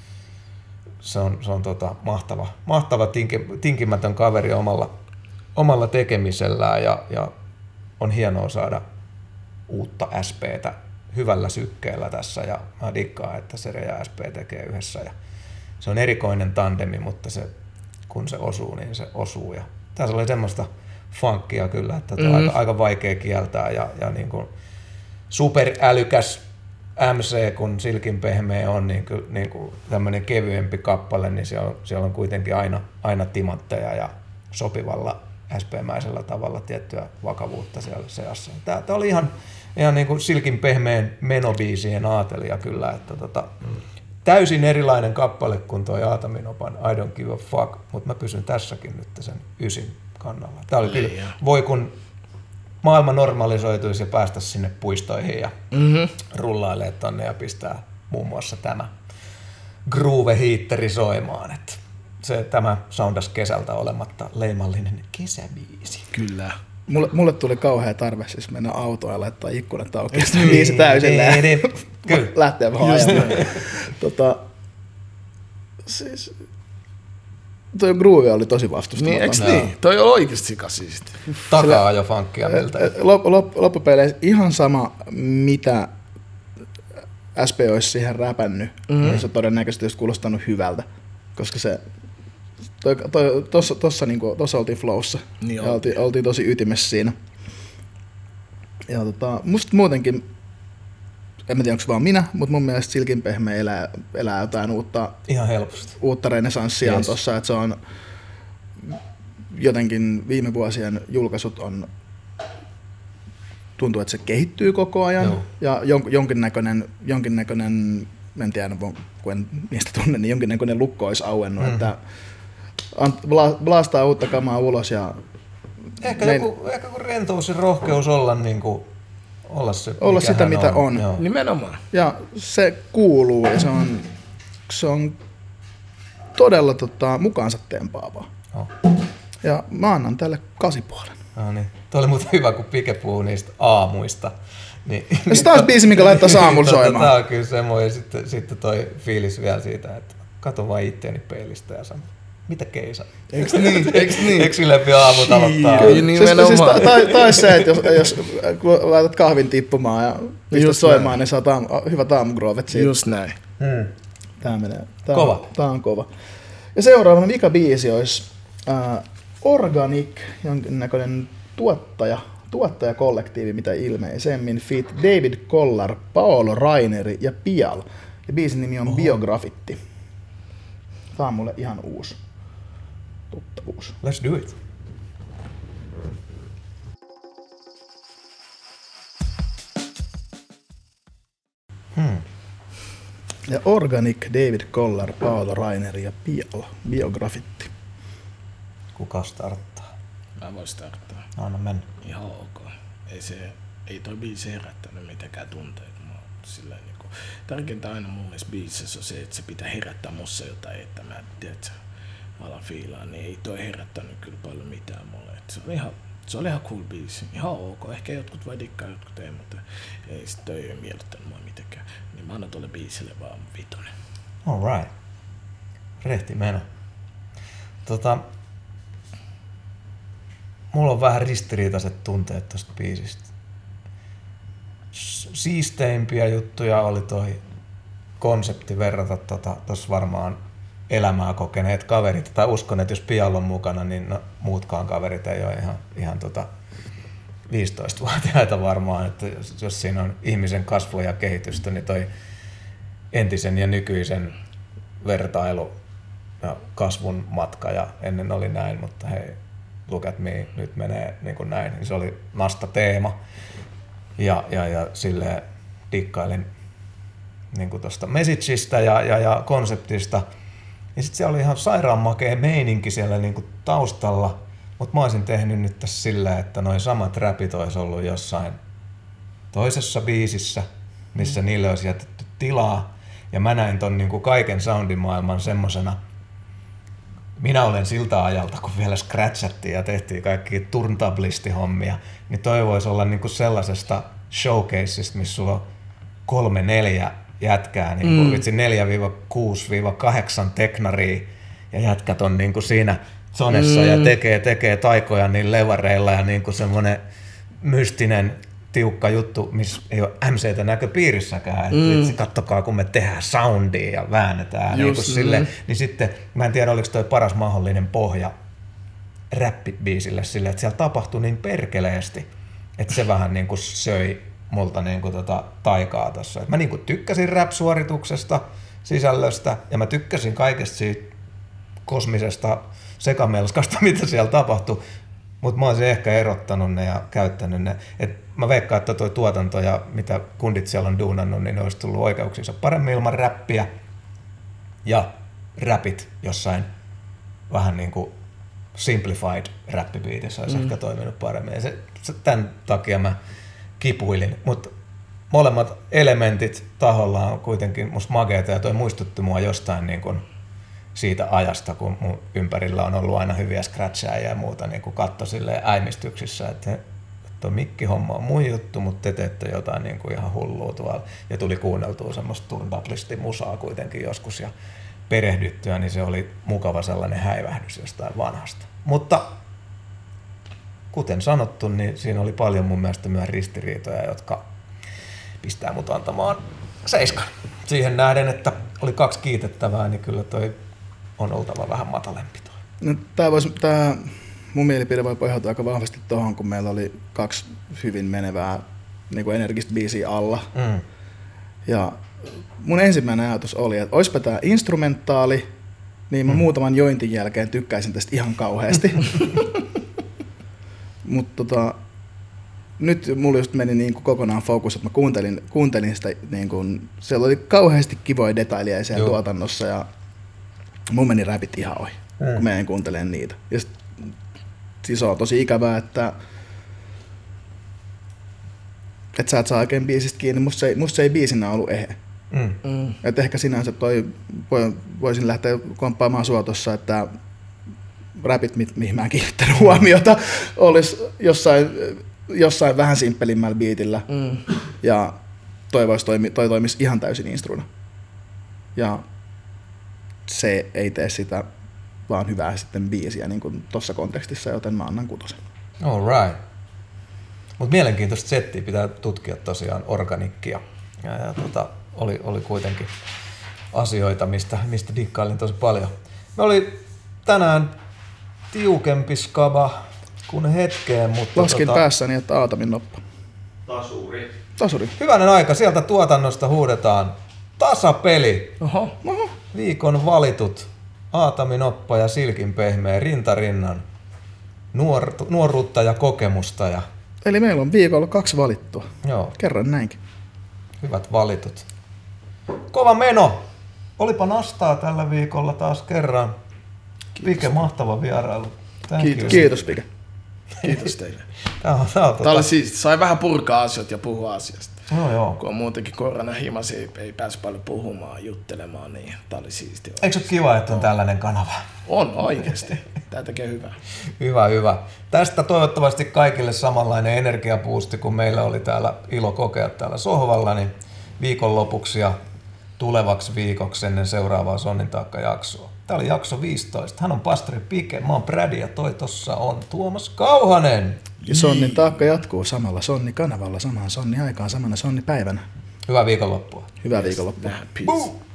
se on, se on tota mahtava, mahtava tinki, tinkimätön kaveri omalla, omalla tekemisellään ja, ja on hienoa saada uutta S P:tä hyvällä sykkeellä tässä ja mä dikkaan, että Sere ja S P tekee yhdessä ja se on erikoinen tandemi, mutta se, kun se osuu, niin se osuu ja tässä oli semmoista funkia kyllä, että mm-hmm. aika, aika vaikea kieltää ja, ja niin kuin superälykäs M C, kun Silkin Pehmeä on niin kuin, niin kuin tämmöinen kevyempi kappale, niin siellä on, siellä on kuitenkin aina, aina timantteja ja sopivalla S P-mäisellä tavalla tiettyä vakavuutta siellä seassa. Tämä, tämä oli ihan, ihan niin kuin Silkin Pehmeän menobiisien aatelia kyllä, että tota, mm. täysin erilainen kappale kuin tuo Aataminopan I Don't Give a Fuck, mutta mä pysyn tässäkin nyt sen ysin kannalla. Tämä oli kyllä, voi kun maailma normalisoituisi ja päästä sinne puistoihin ja mm-hmm. rullailee tonne ja pistää muun muassa tämä groove-hiitteri soimaan. Että se, tämä soundas kesältä olematta leimallinen kesäbiisi. Kyllä. Mulle, mulle tuli kauhea tarve siis mennä autoon ja laittaa ikkunat auki. Niin se täysillä lähtee vaan ajamaan. tota, siis, toi groove oli tosi vastustamaton. Niin, eiks niin? Toi on oikeesti sikasiisti. Takaa jo funkkia miltä. Lop, lop, loppupeleissä ihan sama, mitä S P olisi siihen räpännyt, mm-hmm. niin se on todennäköisesti olisi kuulostanut hyvältä, koska se toi, toi, tossa, tossa, niinku, tossa oltiin flowssa niin ja oltiin, oltiin tosi ytimessä siinä. Ja tota, musta muutenkin, en mä tiedä onko vaan minä, mutta mun mielestä Silkin Pehmeä elää, elää jotain uutta, ihan helposti. uutta renesanssia yes. tossa, että se on jotenkin viime vuosien julkaisut on, tuntuu, että se kehittyy koko ajan Joo. ja jon, jonkinnäköinen, jonkinnäköinen, en tiedä kun en niistä tunne, niin jonkinnäköinen lukko olisi auennut, mm. että blastaa uutta kamaa ulos ja ehkä meidän, joku, ehkä kun rentous ja rohkeus olla niin kuin olla, se, olla sitä, mitä on. on. Nimenomaan. Ja se kuuluu ja se on, se on todella tota, mukaansa tempaavaa. Oh. Ja mä annan tälle kasipuolen. No niin. Tuo oli muuten hyvä, kun Pike puhuu niistä aamuista. Niin, ja se taas biisi, mikä laittaa aamulla soimaan. Tämä on kyllä semmoinen. Ja sitten, sitten toi fiilis vielä siitä, että katon vaan itteeni peilistä ja sanon, mitä keisa? Eiks niin? Eiks niin? Eikö ylempi aamut aloittaa? Kyllä, nimenomaan. Siis, siis, tai, tai se, että jos, jos kun laitat kahvin tippumaan ja pistät soimaan, näin. Niin saat aamu, hyvät aamugroovet siitä. Just näin. Hmm. Tää menee. Tää kova. On, tää on kova. Ja seuraavana vika biisi olisi äh, Organic, jonkinnäköinen tuottaja, tuottajakollektiivi mitä ilmeisemmin, feat. David Collar, Paolo Raineri ja Pial. Ja biisin nimi on Oho. Biografitti. Tää on mulle ihan uusi tuttavuus. Let's do it. Ja Organic, David Collar, Paolo Rainer ja Pialo, Biografitti. Kuka starttaa? Mä voin starttaa. Anna mennä. Ihan ok. Ei, se, ei toi biisi herättänyt mitenkään tunteita. Mä silleen, niin kuin, tärkeintä aina mun mielestä biisissä on se, että se pitää herättää mussa jotain, että mä tiedät, alan fiilaa, niin ei toi herättänyt kyllä paljon mitään mulle. Et se oli ihan, se oli ihan cool biisi. Ihan ok. Ehkä jotkut vai dikkaa, jotkut ei, mutta ei sit toi ei miellyttänyt mua mitenkään. Niin mä annan tolle biisille vaan vitonen. Alright. Rehti meno. Tota, mulla on vähän ristiriitaiset tunteet tosta biisistä. Siisteimpiä juttuja oli toi konsepti verrata tota, tossa varmaan elämää kokeneet kaverit, tai uskon, että jos Pialo on mukana, niin no, muutkaan kaverit ei ole ihan, ihan tota viisitoistavuotiaita varmaan, että jos, jos siinä on ihmisen kasvua ja kehitystä, niin toi entisen ja nykyisen vertailu ja kasvun matka, ja ennen oli näin, mutta hei, look at me, nyt menee niin kuin näin, niin se oli nasta teema, ja, ja, ja silleen dikkailin niin kuin tosta messageista ja, ja, ja konseptista. Ja sitten siellä oli ihan sairaan makea meininki siellä niinku taustalla, mutta mä olisin tehnyt nyt tässä sillä, että noi samat räpit olisi ollut jossain toisessa biisissä, missä mm. niille olisi jätetty tilaa. Ja mä näin ton niinku kaiken soundimaailman semmosena, minä olen siltä ajalta, kun vielä scratchattiin ja tehtiin kaikkia turntablisti-hommia, niin toi voisi olla niinku sellaisesta showcaseista, missä sulla on kolme, neljä jätkää, niin mm. vitsi neljä kuusi kahdeksan teknaria ja jätkät on niin kuin siinä zonessa mm. ja tekee, tekee taikoja niin levareilla ja niin kuin semmoinen mystinen tiukka juttu, missä ei ole M C:tä näköpiirissäkään, että mm. vitsi kattokaa kun me tehdään soundia ja väännetään niin kuin sille, niin sitten mä en tiedä oliko toi paras mahdollinen pohja räppibiisille sille, että siellä tapahtui niin perkeleesti, että se vähän niin kuin söi multa niinku tota taikaa tossa. Et mä niinku tykkäsin rap-suorituksesta, sisällöstä ja mä tykkäsin kaikesta siitä kosmisesta sekamelskasta, mitä siellä tapahtui, mutta mä olisin ehkä erottanut ne ja käyttänyt ne. Et mä veikkaan, että toi tuotanto ja mitä kundit siellä on duunannut, niin ne olisi tullut oikeuksiinsa paremmin ilman räppiä ja räpit jossain vähän niinku simplified räppibiitissä olisi mm. ehkä toiminut paremmin. Ja se, se, tämän takia mä kipuilin, mutta molemmat elementit taholla on kuitenkin musta makeita ja toi muistutti mua jostain niin kuin siitä ajasta, kun mun ympärillä on ollut aina hyviä scratcheja ja muuta, niin kuin katso silleen äimistyksissä, että tuo mikkihomma on mun juttu, mutta te teette jotain niin kuin ihan hullua tuolla. Ja tuli kuunneltua semmoista turntaplistin-musaa kuitenkin joskus ja perehdyttyä, niin se oli mukava sellainen häivähdys jostain vanhasta. Mutta kuten sanottu, niin siinä oli paljon mun mielestä myös ristiriitoja, jotka pistää mut antamaan seiskan. Siihen nähden, että oli kaksi kiitettävää, niin kyllä toi on oltava vähän matalempi toi. No, tää, vois, tää mun mielipide voi pohjautua aika vahvasti tuohon, kun meillä oli kaksi hyvin menevää niin kuin energistä biisiä alla. Mm. Ja mun ensimmäinen ajatus oli, että oispa tää instrumentaali, niin mä mm. muutaman jointin jälkeen tykkäisin tästä ihan kauheasti. Mutta tota, nyt mulla just meni niin kuin kokonaan fokus, että mä kuuntelin, kuuntelin sitä, niin kuin, siellä oli kauheasti kivoja detaileja siellä Joo. tuotannossa ja mun meni räpit ihan ohi, mm. kun mä en kuuntele niitä. Ja sit, siis on tosi ikävää, että että sä et saa oikein biisistä kiinni, musta se, musta se ei biisinä ollut ehe. Mm. Mm. Et ehkä sinänsä toi, voisin lähteä komppaamaan sua tossa, että räpit, mihin mä en kiinnittänyt huomiota, olisi jossain, jossain vähän simppelimmällä biitillä mm. ja toi, vois toimi, toi toimisi ihan täysin instruna. Ja se ei tee sitä vaan hyvää sitten biisiä niin kuin tossa kontekstissa, joten mä annan kutosen. All right. Mutta mielenkiintoista settiä pitää tutkia tosiaan Organicia. Ja, ja tota, oli, oli kuitenkin asioita, mistä, mistä dikkailin tosi paljon. Me oli tänään tiukempi skaba kuin hetkeen, mutta laskin tota, päässäni, että Aatamin noppa. Tasuri. Tasuri. Hyvänen aika, sieltä tuotannosta huudetaan tasapeli. Oho. Oho. Viikon valitut Aatamin noppa ja Silkin pehmeä rintarinnan nuor, nuoruutta ja kokemusta. Ja eli meillä on viikolla kaksi valittua. Joo. Kerran näinkin. Hyvät valitut. Kova meno! Olipa nastaa tällä viikolla taas kerran. Pike, mahtava vierailu. Thank Kiitos, you. Kiitos Pike. Kiitos teille. Tää on, tää on, Tää oli siis, sai vähän purkaa asioita ja puhua asiasta. No joo. Kun on muutenkin koronahimasi, ei, ei pääse paljon puhumaan, juttelemaan, niin tää oli siistiä. Eikö se ole kiva, että on tällainen kanava? On oikeesti. Tää tekee hyvää. Hyvä, hyvä. Tästä toivottavasti kaikille samanlainen energiapuusti, kun meillä oli täällä ilo kokea täällä sohvalla, niin viikonlopuksi ja tulevaksi viikoksi ennen seuraavaa Sonnin taakka-jaksoa. Tää oli jakso viisitoista. Hän on pastori Pike, mä oon Brad ja toi tossa on Tuomas Kauhanen. Ja Sonnin taakka jatkuu samalla Sonni-kanavalla, samaan Sonni-aikaan, samana Sonni-päivänä. Hyvää viikonloppua. Hyvää viikonloppua. Peace.